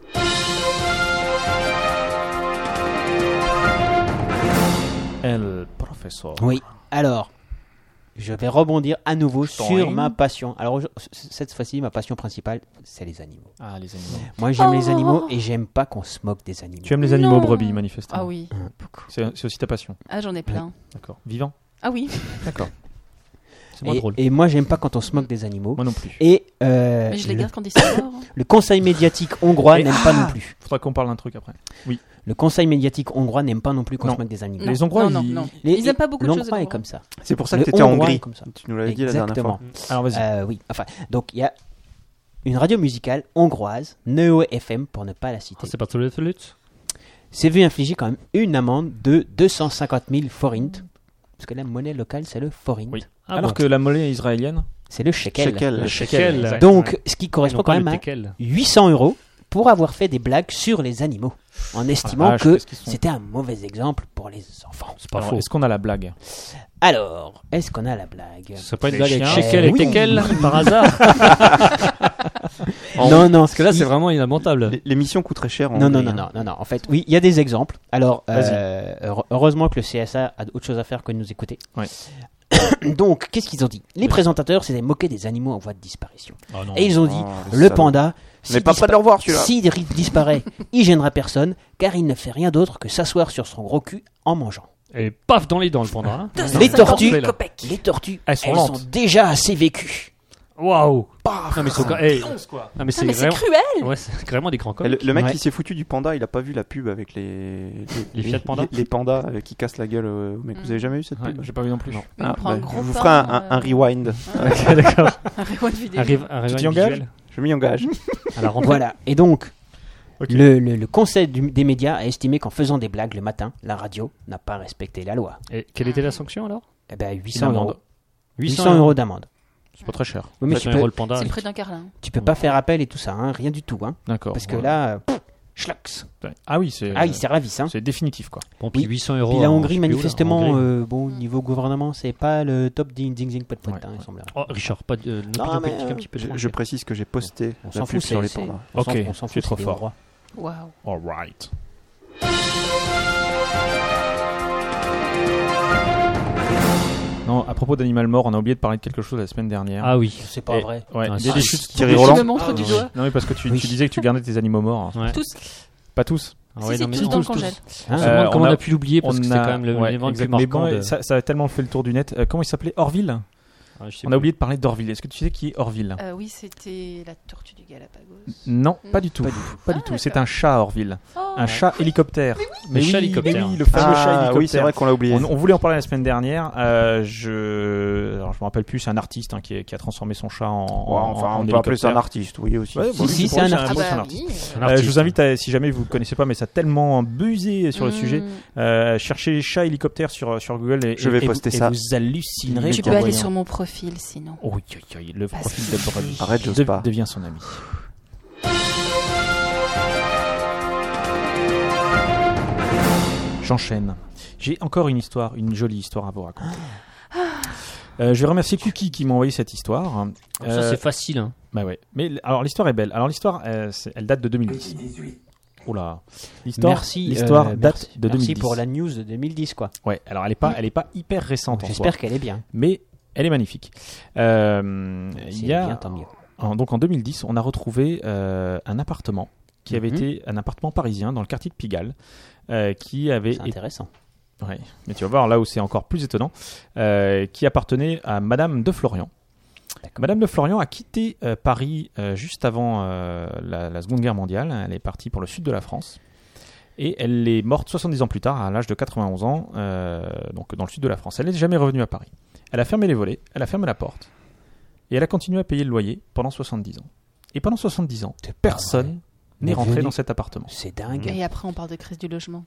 El professeur. Oui. Alors, je vais rebondir à nouveau sur Toing. ma passion. Alors, cette fois-ci, ma passion principale, c'est les animaux. Ah, les animaux. Moi, j'aime Oh. les animaux et j'aime pas qu'on se moque des animaux. Tu aimes les animaux Non. brebis, manifestement. Ah oui, beaucoup. C'est aussi ta passion. Ah, j'en ai plein. D'accord. Vivant. Ah oui. D'accord. C'est moins drôle. Et moi, j'aime pas quand on se moque des animaux. Moi non plus. Et Mais je les garde quand ils sont morts. le conseil médiatique hongrois Et- n'aime pas non plus. Faudra qu'on parle d'un truc après. Le conseil médiatique hongrois n'aime pas non plus qu'on Non. se moque des animaux. Non, Les Hongrois, non, non, ils- non. Les- Ils aiment pas beaucoup de choses. L'Hongrois les est Hongrois. comme ça. C'est pour ça que Le t'étais en Hongrois est Hongrie. comme ça. Tu nous l'avais dit la dernière Exactement. fois. Alors vas-y. Oui, enfin, donc il y a une radio musicale hongroise, Neo FM pour ne pas la citer, C'est pas tout le flûte. s'est vu infliger quand même une amende de 250 000 forints. Parce que la monnaie locale, c'est le forint. Oui. Ah Alors bon. que la monnaie israélienne. C'est le shekel. Shekel. Le shekel. exact. Donc, ce qui Ils correspond ont quand pas même le à teckel. 800 € pour avoir fait des blagues sur les animaux, en estimant Ah, vache, que qu'est-ce qu'ils sont- c'était un mauvais exemple pour les enfants. C'est pas Alors, faux. est-ce qu'on a la blague Alors, est-ce qu'on a la blague Ce serait pas une Les blague avec chiens. shekel et Oui. teckel par hasard Non, non, Parce que là, c'est vraiment inamontable. L'émission coûterait cher en Non, non, Hongrie, non, hein. non, non, non. En fait, oui, il y a des exemples. Alors, Vas-y. heureusement que le CSA a autre chose à faire que de nous écouter. Ouais. Donc, qu'est-ce qu'ils ont dit? Les présentateurs s'étaient moqués des animaux en voie de disparition. Oh non. Et ils ont dit, Oh, le salaud. panda, On n'est pas prêt de le revoir celui-là. s'il disparaît, il gênera personne, car il ne fait rien d'autre que s'asseoir sur son gros cul en mangeant. Et paf dans les dents le panda. hein. Les tortues, là. les tortues, Elles sont lentes. déjà assez vécues. Waouh. Non mais c'est hey. Non mais c'est Ah, mais c'est vraiment. cruel. Ouais, c'est vraiment des grands Et comiques. le mec Ouais. qui s'est foutu du panda, il a pas vu la pub avec Les Fiat Panda les pandas qui cassent la gueule au mec. Vous avez jamais vu cette Ouais, pub? j'ai pas vu non plus. Non. Mais il prend un gros je vous pain, ferai un rewind. Ok, d'accord. Un rewind vidéo. Un t'y engages visuel Je m'y engage. à la rentrée. Voilà. Et donc, Ok. le conseil des médias a estimé qu'en faisant des blagues le matin, la radio n'a pas respecté la loi. Et quelle était la sanction alors Eh ben, 800 Une amende. €. 800 € d'amende. C'est pas très cher. Oui, mais 800 tu € peux, le panda. C'est le prix d'un carlin. tu peux pas faire appel et tout ça, hein, rien du tout. Hein, D'accord. parce que Ouais. là, schlax. Ah oui, c'est. Ah, il s'est ravis. Hein. C'est définitif quoi. Bon, puis Oui. 800 €. Puis la en- Hongrie, je sais plus où, là, manifestement, en Hongrie. bon, niveau gouvernement, c'est pas le top ding ding ding pot pot, Ouais, hein, il ouais. semblerait. Oh, Richard, pas de Non, l'opinion mais, politique un petit peu. Je précise que j'ai posté On la s'en pub fout, sur les c'est- pandas. on s'en- Ok, on s'en tu es fout, trop c'est des fort. Hongrois. Waouh. Alright. Non, à propos d'Animal Mort, on a oublié de parler de quelque chose la semaine dernière. Ah oui. C'est pas Et- vrai. Ouais, Ah, il y a si. des chutes. Thierry Tu Roland. me montres du doigt. Non, oui, parce que tu Oui. disais que tu gardais tes animaux morts. Ouais. Tous. Pas tous. Ah Si, ouais, si, non, mais tous non. dans le tous. congèle. Hein, On se demande comment on on a- a pu l'oublier parce que c'était quand même ouais, l'événement le plus exact. Mais marquant. bon, de- ça a tellement fait le tour du net. Comment il s'appelait Orville Ah, je sais On a plus. oublié de parler d'Orville. Est-ce que tu sais qui est Orville Oui, c'était la tortue du Galapagos. Non, pas du tout. Pas Pas du Ah, tout. C'est d'accord. un chat à Orville. Oh. Un chat hélicoptère. Le chat hélicoptère. oui, le fameux chat Ah hélicoptère. oui, c'est vrai qu'on l'a oublié. On voulait en parler la semaine dernière. Alors je me rappelle plus. C'est un artiste hein, qui a transformé son chat en. Ouais, enfin, en on peut appeler ça un hélicoptère. artiste, oui aussi. Ouais, Si, bon, si, pour c'est lui, un Ah artiste. c'est un bah artiste. oui. Un artiste. Je vous invite, si jamais vous ne connaissez pas, mais ça a tellement buzzé sur le sujet, cherchez chat hélicoptère sur Google et, Je vais et poster vous, ça. et vous hallucinerez. Tu en peux aller voyant. sur mon profil sinon. Oh, oui, oui, oui, le Vas-y. profil de Brebis. Arrête, j'ose pas. Devient son ami. J'enchaîne. J'ai encore une jolie histoire à vous raconter. Je vais remercier Cookie qui m'a envoyé cette histoire. Ça, c'est facile. Hein. Bah ouais. Mais alors l'histoire est belle. Alors l'histoire, elle date de 2010. Oula. L'histoire date de 2010. Merci pour la news de 2010, quoi. Ouais. Alors elle est pas hyper récente. J'espère qu'elle est bien. Mais elle est magnifique. C'est bien, tant mieux. Donc en 2010, on a retrouvé un appartement qui avait été un appartement parisien dans le quartier de Pigalle, qui avait C'est intéressant. Ouais, mais tu vas voir là où c'est encore plus étonnant, qui appartenait à Madame de Florian. D'accord. Madame de Florian a quitté Paris juste avant la Seconde Guerre mondiale. Elle est partie pour le sud de la France. Et elle est morte 70 ans plus tard, à l'âge de 91 ans, donc dans le sud de la France. Elle n'est jamais revenue à Paris. Elle a fermé les volets, elle a fermé la porte. Et elle a continué à payer le loyer pendant 70 ans. Et pendant 70 ans, personne n'est rentré dans cet appartement. C'est dingue. Et après, on parle de crise du logement.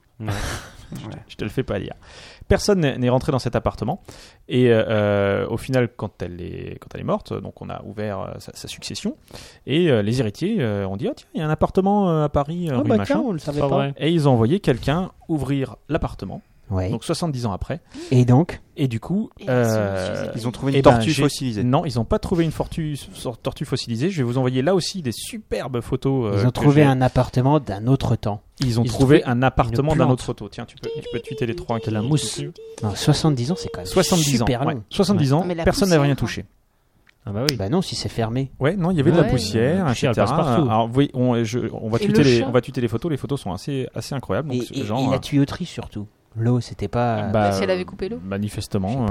Je te le fais pas dire. Personne n'est rentré dans cet appartement. Et au final, quand elle est morte, donc on a ouvert sa succession. Et les héritiers ont dit, tiens, il y a un appartement à Paris, rue machin. Tiens, on le savait Pas pas. vrai. Et ils ont envoyé quelqu'un ouvrir l'appartement. Ouais. Donc 70 ans après. Et donc Et du coup, Et là, Ils ont trouvé eh une ben, tortue fossilisée. Non, ils n'ont pas trouvé une tortue fossilisée. Je vais vous envoyer là aussi des superbes photos. ils ont que trouvé j'ai. un appartement d'un autre temps. Ils ont Ils ont trouvé trouvé un appartement une d'un plante. autre photo. Tiens, tu peux tweeter les trois. De la mousse. Non, 70 ans, c'est quand même 70 ans. super long. Ouais. 70 ans, Mais la personne n'a rien poussière, touché. Ah bah oui. Bah non, si c'est fermé. Ouais, non, il y avait de la Ouais, poussière, la poussière, etc. elle passe partout. Alors, oui, on va Et tweeter le chat. on va tweeter les photos. Les photos sont assez incroyables. Donc, Et genre, la tuyauterie surtout. L'eau, c'était pas. bah, si elle avait coupé l'eau. Manifestement,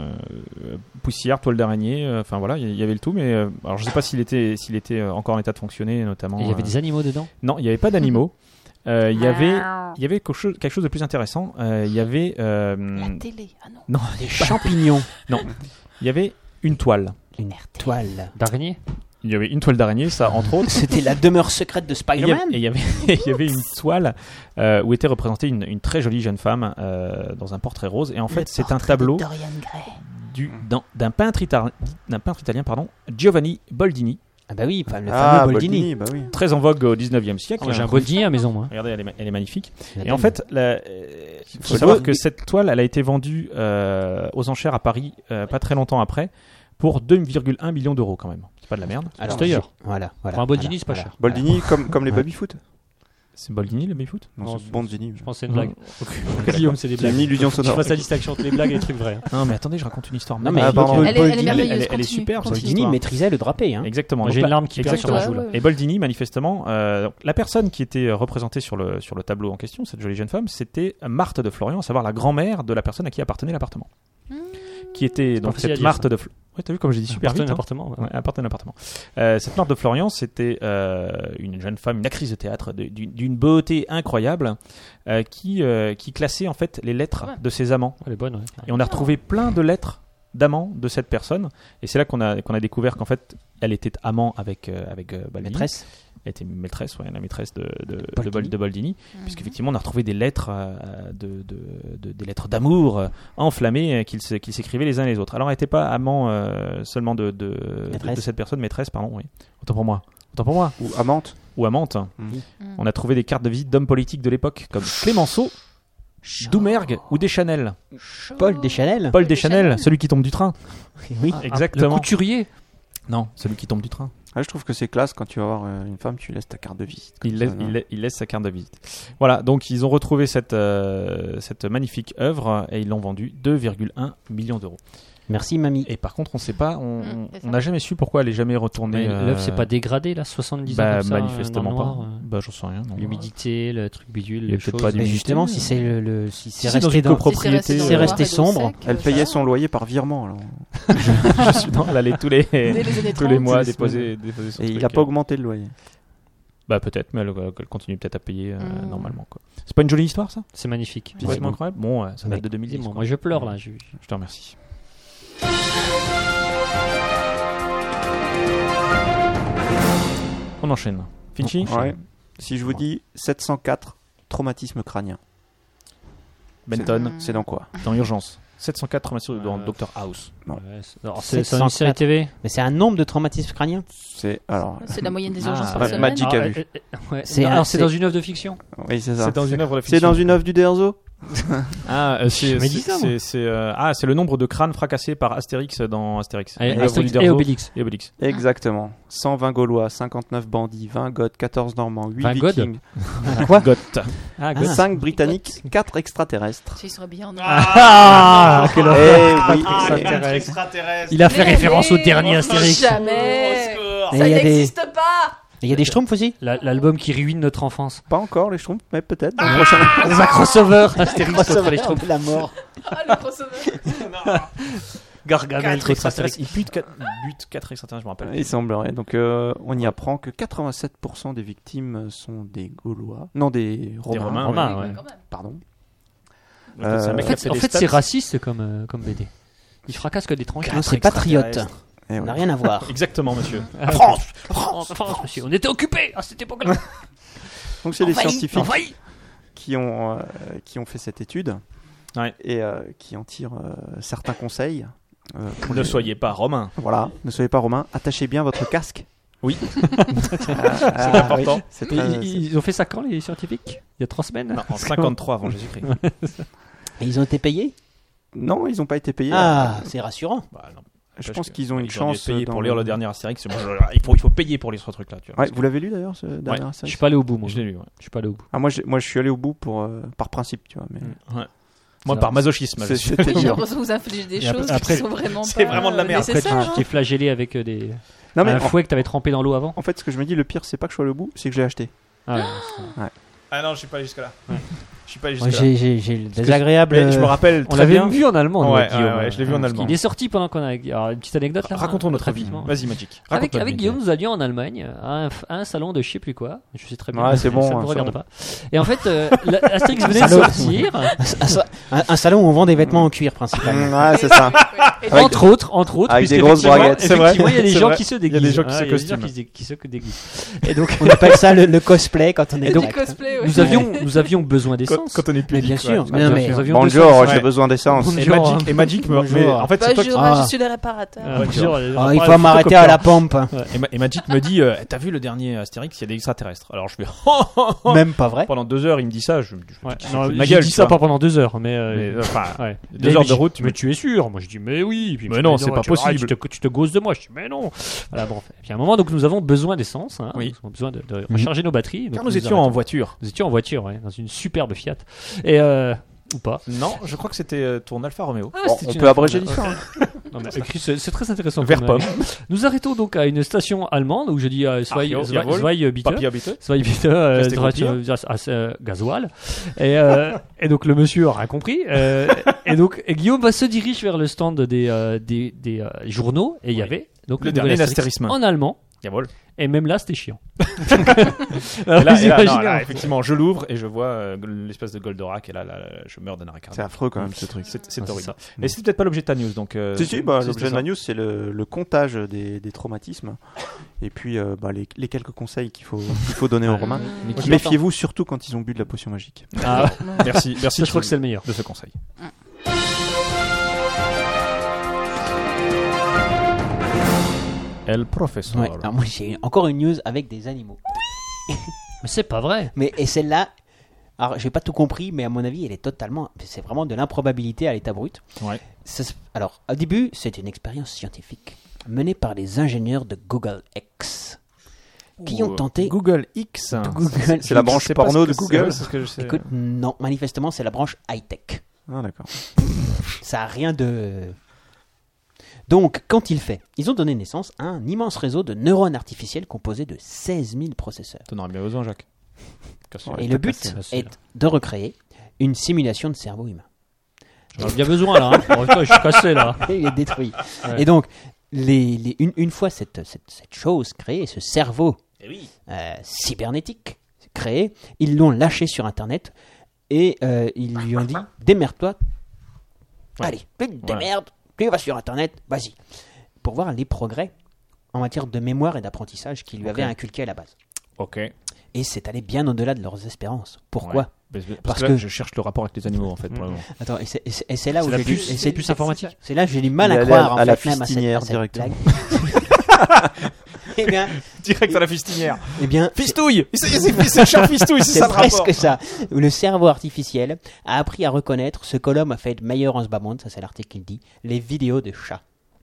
poussière, toile d'araignée. Enfin voilà, il y avait le tout. Mais alors, je sais pas s'il était encore en état de fonctionner, notamment. Et il y avait des animaux dedans. Non, il n'y avait pas d'animaux. Il y avait quelque chose de plus intéressant. Il y avait La télé. Ah non. non, Des champignons. il y avait une toile. Une toile. D'araignée. Il y avait une toile d'araignée, ça entre autres. C'était la demeure secrète de Et il y Spider-Man. avait- il y avait une toile où était représentée une très jolie jeune femme dans un portrait rose. Et en fait, c'est un tableau d'un peintre italien, Giovanni Boldini, Ah bah oui, enfin, le fameux Boldini. Bah oui. très en vogue au 19e siècle. J'ai un Boldini à la maison, moi. Regardez, elle est magnifique. La Et en peine. fait, il faut savoir que cette toile, elle a été vendue aux enchères à Paris pas très longtemps après pour 2,1 millions d'euros quand même. C'est pas de la merde. Alors, d'ailleurs. Voilà. Pour un Boldini, c'est pas cher. Boldini comme les baby-foot. C'est Boldini le baby-foot? Non, Non, c'est Boldini. Je pense que c'est une blague. Guillaume, c'est des C'est blagues. une illusion Je sonore. fasse la distinction entre les blagues et les trucs vrais. Non mais attendez, je raconte une histoire. Non, mais pardon. Elle est Boldini, merveilleuse. elle est continue, superbe, cette continue. Boldini maîtrisait le drapé. Hein. Exactement. Moi, Donc j'ai là- une larme qui perd sur la joue. Ouais, là. ouais. Et Boldini, manifestement, la personne qui était représentée sur le tableau en question, cette jolie jeune femme, c'était Marthe de Florian, à savoir la grand-mère de la personne à qui appartenait l'appartement. Qui était donc facile à cette dire, Marthe ça. de Florian. Ouais, t'as vu comme j'ai dit super Appartenait vite. à Hein. l'appartement. ouais. Ouais, appartenait à l'appartement. Cette Marthe de Florian, c'était une jeune femme, une actrice de théâtre d'une beauté incroyable, qui classait en fait les lettres de ses amants. Elle est bonne, ouais. Et on a retrouvé plein de lettres d'amants de cette personne. Et c'est là qu'on a découvert qu'en fait, elle était amant avec Boldini. Maîtresse. Elle était maîtresse, ouais, la maîtresse de Boldini. Boldini. Puisqu'effectivement, on a retrouvé des lettres, des lettres d'amour enflammées qu'ils s'écrivaient les uns les autres. Alors, elle n'était pas amant seulement de cette personne, maîtresse, pardon, oui. Autant pour moi. Ou amante. Ou amante. Mhm. On a trouvé des cartes de visite d'hommes politiques de l'époque, comme Clémenceau, Doumergue ou Deschanel. Paul Deschanel. Paul Deschanel, celui qui tombe du train. Oui. Le Exactement. couturier. Non, celui qui tombe du train. Ah, je trouve que c'est classe quand tu vas voir une femme, tu laisses ta carte de visite. comme Il ça, laisse, là. il laisse sa carte de visite. Voilà, donc ils ont retrouvé cette magnifique œuvre et ils l'ont vendue 2,1 millions d'euros. Merci, mamie. Et par contre, on sait pas, c'est ça. on n'a jamais su pourquoi elle est jamais retournée. Mais l'œuvre, c'est pas dégradé, là, 70 ans Bah, comme ça, manifestement dans le noir, pas. Bah, j'en sais rien. non. L'humidité, le truc bidule, Il y a les peut-être choses. pas Mais d'humidité. justement, si c'est si c'est Si, dans resté une dans copropriété, c'est resté sombre. Elle payait son loyer par virement. Alors. Je suis dans l'aller tous les Dès les années tous les 30. mois c'est déposer son Et il truc. n'a pas augmenté le loyer. Bah peut-être, mais elle continue peut-être à payer normalement quoi. C'est pas une jolie histoire ça? C'est magnifique. C'est complètement incroyable. Bon, ça date de 2010. Dis-moi, quoi. moi je pleure là. Je te remercie. On enchaîne. Finchi, Ouais. Si je vous dis 704 traumatisme crânien, Benton, c'est dans quoi? dans Urgence. 704 traumatismes dans Dr House. Ouais, c'est une série TV. Mais c'est un nombre de traumatismes crâniens. C'est alors. C'est la moyenne des urgences Ah, par ouais, semaine. Magic a vu. Ouais. C'est Alors, un- c'est dans une œuvre de fiction. Oui, c'est ça. C'est dans une œuvre de C'est dans fiction. une œuvre du Derzo? C'est jamais dit ça, moi. c'est le nombre de crânes fracassés par Astérix dans Astérix. Et L'œuvre Astérix d'Uderzo et Obélix. Et Obélix. Exactement. 120 Gaulois, 59 bandits, 20 Goths, 14 Normands, 8 20 Goths Vikings, Quoi Goth. Ah, 5 Britanniques, 4 extraterrestres. Ils seraient bien. Ah, quel Eh oui, extraterrestre. Il a fait référence au dernier Astérix. Jamais. Et Ça il y a des- n'existe pas. Il y a des Schtroumpfs aussi. L'album qui ruine notre enfance. pas encore les Schtroumpfs, mais peut-être. dans le prochain. Dans un crossover Astérix contre les Schtroumpfs. de la mort. Ah, le crossover. Gargamel contre Astérix. Il bute 4 extraterrestres, je me rappelle. Il semblerait. Donc, on y apprend que 87% des victimes sont des Gaulois. Non, des Romains. Romains, ouais. Quand même. Pardon. Donc, c'est un mec qui a En des fait, stats. c'est raciste comme BD. Il fracasse que des troncs. Non, c'est patriote. Et On n'a ouais. rien à voir. Exactement, monsieur. France, monsieur. On était occupés à cette époque-là. Donc, c'est des scientifiques Envahi. qui ont fait cette étude Ouais. et qui en tirent certains conseils. Ne soyez pas romain. Voilà, ne soyez pas romains. Attachez bien votre casque. Oui. C'est important. C'est Et très- Ils ont fait ça quand, les scientifiques? Il y a 3 semaines? Non, en 53 avant Jésus-Christ. Et ils ont été payés. Non, ils n'ont pas été payés. Ah, c'est rassurant. Bah, non. Je Parce pense que qu'ils ont une ils dû chance. payer dans pour lire le dernier Astérix. Moi, il faut payer pour lire ce truc-là. Tu vois, Ouais, vous l'avez lu d'ailleurs ce dernier Je Astérix suis pas allé au bout, moi. Je l'ai lu. Ouais. Je suis pas allé au bout. Ah, moi, je suis allé au bout par principe, tu vois. Mais... Ouais. Moi, Ça- par masochisme. je suis- C'était Oui, dur. heureusement, vous infligez des Et après- choses après, qui sont vraiment c'est pas vraiment de la merde. Après, nécessaires. tu t'es flagellé avec des... Non, mais un fouet que t'avais trempé dans l'eau avant. en fait, ce que je me dis, le pire, c'est pas que je sois allé au bout, c'est que je l'ai acheté. Ah, ouais. Ah non, je suis pas allé jusque-là. Je suis pas allé Moi, jusque-là. j'ai le désagréable. Mais je me rappelle On très l'avait bien. vu en allemand, nous, Ouais, avec Guillaume. ouais, je l'ai vu en Parce allemand. qu'il est sorti pendant qu'on a... Alors, une petite anecdote là. Racontons notre avis. rapidement. Vas-y, Magic. Avec Raconte-nous. Guillaume, nous allions en Allemagne à un salon de je sais plus quoi. Je sais très bien. Ouais, c'est bon, Ça ne un me regarde salon. pas. Et en fait, Astérix venait de Salaud. sortir. Un salon où on vend des vêtements en cuir principalement. Ouais, c'est ça. Et Avec- Entre autres, avec des puisqu'effectivement- grosses braguettes. C'est vrai, effectivement, il y a des c'est gens vrai. qui se Il y a déguisent. des gens qui hein, se il y a des gens costument. qui se déguisent. Et donc, On appelle ça le cosplay quand on est du direct. cosplay, ouais. nous avions besoin d'essence. Quand on est Mais public. bien sûr. ouais. Mais non, mais Nous avions Bonjour, besoin j'ai Ouais. besoin d'essence. Bonjour. Et Magic, Bonjour. mais en fait, c'est toi qui. Bonjour, Ah. je suis le réparateur. Bonjour, Il faut m'arrêter à la pompe. Et Magic me dit t'as vu le dernier Astérix, il y a des extraterrestres. Alors je fais Même pas vrai. pendant 2 heures, il me dit ça. Je me dis Ouais. qu'est-ce Non, que c'est, ma j'ai gueule, dit tu ça vois. pas pendant 2 heures, mais. Mais, enfin, Ouais. 2 heures de route, mais tu es sûr? Moi je dis mais oui. Puis il me Mais dit, non, c'est pas tu arrêtes, possible. Tu te gausses de moi. Je dis mais non. Voilà, bon. Et puis à un moment, donc nous avons besoin d'essence. Hein, Oui. Nous avons besoin de recharger nos batteries. Donc car nous étions en arrêtons. voiture. Nous étions en voiture, ouais, dans une superbe Fiat. Et ou pas. Non, je crois que c'était ton Alfa Romeo. Ah, Bon, c'était on une- peut abréger l'histoire. Non, mais écrit, c'est très intéressant. Vert comme, pomme. Nous arrêtons donc à une station allemande où je dis Ach, jawohl. bitte. Papier habiteux. Zwei bitte, Restez gasoil. Et donc le monsieur a rien compris. Et donc et Guillaume se dirige vers le stand des journaux et il y avait donc Le nouvel dernier Astérix Astérisme. en allemand. Jawohl. Et même là, c'était chiant. Et là, Vous imaginez, non, là, hein. effectivement, je l'ouvre et je vois l'espèce de Goldorak et là, je meurs d'un arrêt C'est cardiaque. affreux quand même ce truc. C'est Ah, c'est horrible. ça. Et c'est peut-être pas l'objet de ta news, donc. Si, l'objet de ma news, c'est le comptage des traumatismes. Et puis, les quelques conseils qu'il faut donner aux Romains. Mais qui Méfiez-vous surtout quand ils ont bu de la potion magique. Ah, Merci, ça, je crois que c'est le meilleur. de ce conseil. El professeur. Ouais. Alors moi j'ai encore une news avec des animaux. Mais c'est pas vrai. Mais et celle-là, alors j'ai pas tout compris, mais à mon avis elle est totalement, c'est vraiment de l'improbabilité à l'état brut. Ouais. Alors au début c'est une expérience scientifique menée par les ingénieurs de Google X qui ont tenté. Google X. Google C'est la X. branche Je sais pas porno ce de que Google. c'est, c'est ce que je sais. Écoute, non, manifestement c'est la branche high-tech. Ah, d'accord. Ça a rien de. Donc, quand il fait, ils ont donné naissance à un immense réseau de neurones artificiels composé de 16 000 processeurs. T'en aurais bien besoin, Jacques. Et le but est de recréer une simulation de cerveau humain. J'en ai bien besoin là. Hein. Bon, je suis cassé là. Et il est détruit. Ouais. Et donc, une fois cette chose créée, ce cerveau cybernétique créé, ils l'ont lâché sur Internet et ils lui ont dit démerde-toi. Ouais. Allez, démerde, tu vas sur Internet, vas-y. Pour voir les progrès en matière de mémoire et d'apprentissage qu'ils lui avaient inculqués à la base. Ok. Et c'est allé bien au-delà de leurs espérances. Pourquoi Ouais. Parce Parce que là, que- je cherche le rapport avec les animaux en fait pour le moment. Attends, et c'est là où C'est la j'ai puce- du- et c'est plus informatique. C'est là que j'ai du mal Il à est allé croire en à la fait même à fistinière cette directement. blague. Eh bien, Direct à la fistinière. eh bien, Fistouille. C'est cher fistouille, c'est c'est ça le rapport. presque ça. Où le cerveau artificiel a appris à reconnaître ce que l'homme a fait de meilleur en ce bas monde, ça c'est l'article qui le dit, les vidéos de chats.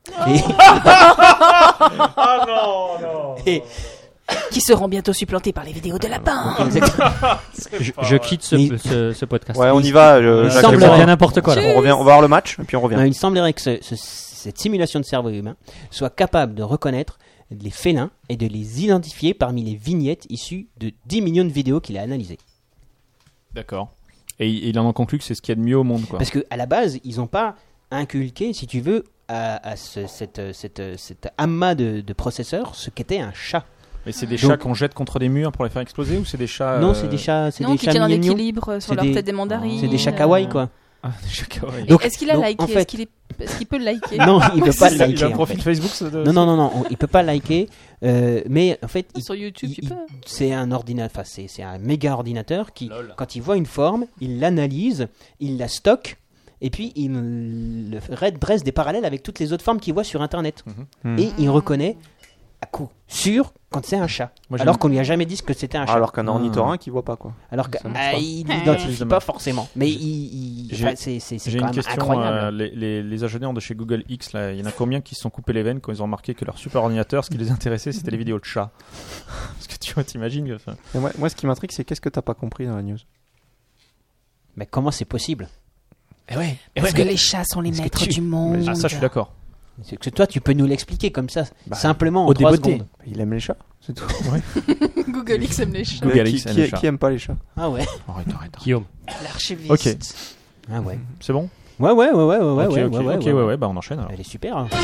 Et Qui seront bientôt supplantés par les vidéos de lapins. Je quitte Mais- ce podcast. Ouais, on y va. Jacques semble- et moi. C'est n'importe quoi. Là. On revient, on va voir le match et puis on revient. il semblerait que cette simulation de cerveau humain soit capable de reconnaître les félins et de les identifier parmi les vignettes issues de 10 millions de vidéos qu'il a analysées. D'accord. Et il en conclut que c'est ce qu'il y a de mieux au monde, quoi. Parce qu'à la base, ils n'ont pas inculqué, si tu veux, à cet amas de processeurs ce qu'était un chat. Mais c'est des Donc- chats qu'on jette contre des murs pour les faire exploser ou c'est des chats Non, c'est des chats, Non, qui tiennent en mignons. équilibre sur C'est leur des- tête des mandarines. C'est des chats kawaii, quoi. Ah, des chats kawaii. Donc- Est-ce qu'il a donc, liké en fait- Est-ce qu'il peut le liker Non, il ne peut pas le Il a liker. un en profil fait. Facebook ça, de- Non, il peut pas liker. Mais en fait, Sur YouTube, tu peux. c'est un ordinateur, enfin c'est un méga ordinateur qui, quand il voit une forme, il l'analyse, il la stocke. Et puis, il dresse des parallèles avec toutes les autres formes qu'il voit sur Internet. Mhm. Et il reconnaît à coup sûr quand c'est un chat. Moi, alors j'aime- qu'on lui a jamais dit ce que c'était un chat. Alors qu'un ornithorynque qui voit pas quoi. Alors qu'il ça marche pas. n'identifie pas forcément. Mais J'ai- c'est J'ai quand une même question. incroyable. Les ingénieurs de chez Google X, là, il y en a combien qui se sont coupés les veines quand ils ont remarqué que leur super ordinateur, ce qui les intéressait, c'était les vidéos de chats. Parce que tu vois, t'imagines que, enfin, Et moi, ce qui m'intrigue, c'est qu'est-ce que t'as pas compris dans la news. Mais comment c'est possible? Parce que les chats sont les maîtres du monde. ah, ça, je suis d'accord. C'est que toi, tu peux nous l'expliquer comme ça, simplement en au 3 débeauté. secondes. Il aime les chats, c'est tout. Google X aime les chats. Google qui, X aime les chats. qui aime pas les chats? Ah ouais. Arrête, arrête. Guillaume. L'archiviste. Ok. Ah ouais. C'est bon. Ouais. Ok, bah on enchaîne alors. Elle est super. Hein.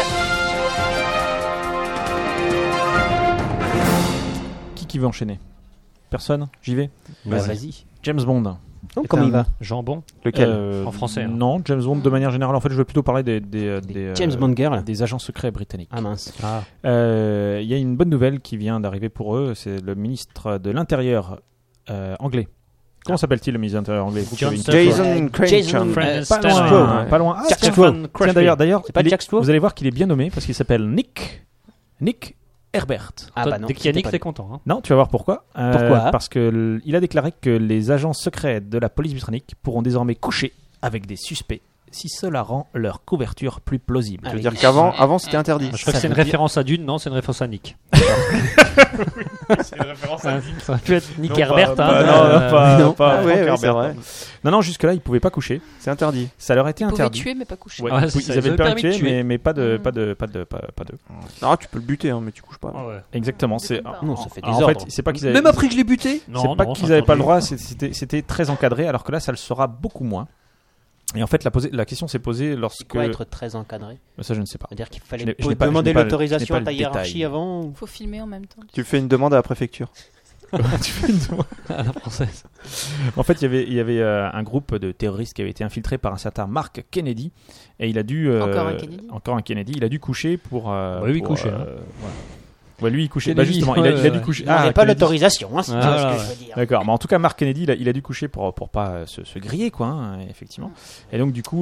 Qui veut enchaîner? Personne? J'y vais. Bah, vas-y. James Bond. Oh, comment il va? Jambon. Lequel? En français, hein. Non, James Bond de manière générale. En fait, je veux plutôt parler des James Bond Girl. des agents secrets britanniques. Ah mince. Ah. Il y a une bonne nouvelle qui vient d'arriver pour eux. C'est le ministre de l'Intérieur anglais. Comment s'appelle-t-il le ministre de l'Intérieur anglais? Vous qui avez une- Jason Cranston. Pas Jack loin, pas loin. Ah, Jack tiens, Straw. tiens, d'ailleurs, C'est pas il est- Jack Straw? vous allez voir qu'il est bien nommé parce qu'il s'appelle Nick Herbert. Ah Toi, bah non. dès qu'il y a c'était Nick, pas t'es lui. content. Hein. Non, tu vas voir pourquoi. Pourquoi? Parce que il a déclaré que les agents secrets de la police britannique pourront désormais coucher avec des suspects si cela rend leur couverture plus plausible. Ça veut Avec dire des- qu'avant c'était interdit. Je crois que Ça c'est une veut dire- référence à Dune, non, c'est une référence à Nick. Ça aurait pu être Nick Non, Herbert. pas- hein, non, pas- non. pas Ah ouais, Frank ouais, Herbert. c'est vrai. Non, jusque-là, ils pouvaient pas coucher. C'est interdit. Ça leur était Ils pouvaient interdit. tuer, mais pas coucher. Ouais, Ouais, c'est ils ça, avaient ils le permis avaient de le permis de tuer, tuer. mais pas de. Non, tu peux le buter, hein, mais tu couches pas. Ah ouais. Exactement. C'est pas. Non, ça fait des en ordres. fait, c'est pas qu'ils avaient. Même après que je l'ai buté C'est pas qu'ils n'avaient pas le droit, c'était très encadré, alors que là, ça le sera beaucoup moins. Et en fait, la question s'est posée lorsque. Quoi être très encadré? Ça, je ne sais pas. C'est-à-dire qu'il Je fallait n'ai- je n'ai pas- demander je n'ai pas- l'autorisation je n'ai à pas ta le hiérarchie détail. avant ou- Faut filmer en même temps. Tu fais une demande à la préfecture. Tu fais une demande. à la française. En fait, il y avait un groupe de terroristes qui avait été infiltré par un certain Mark Kennedy, et il a dû Encore un Kennedy. Il a dû coucher pour. lui, pour, coucher, hein. voilà. Ouais, lui, il couchait. Kennedy, Bah, justement, ouais, il a dû ouais. coucher. Il n'avait pas Kennedy. l'autorisation, hein, c'est Ah, ce voilà, que je veux dire. D'accord, mais en tout cas, Mark Kennedy, il a dû coucher pour pas se griller, quoi, hein, effectivement. Et donc, du coup,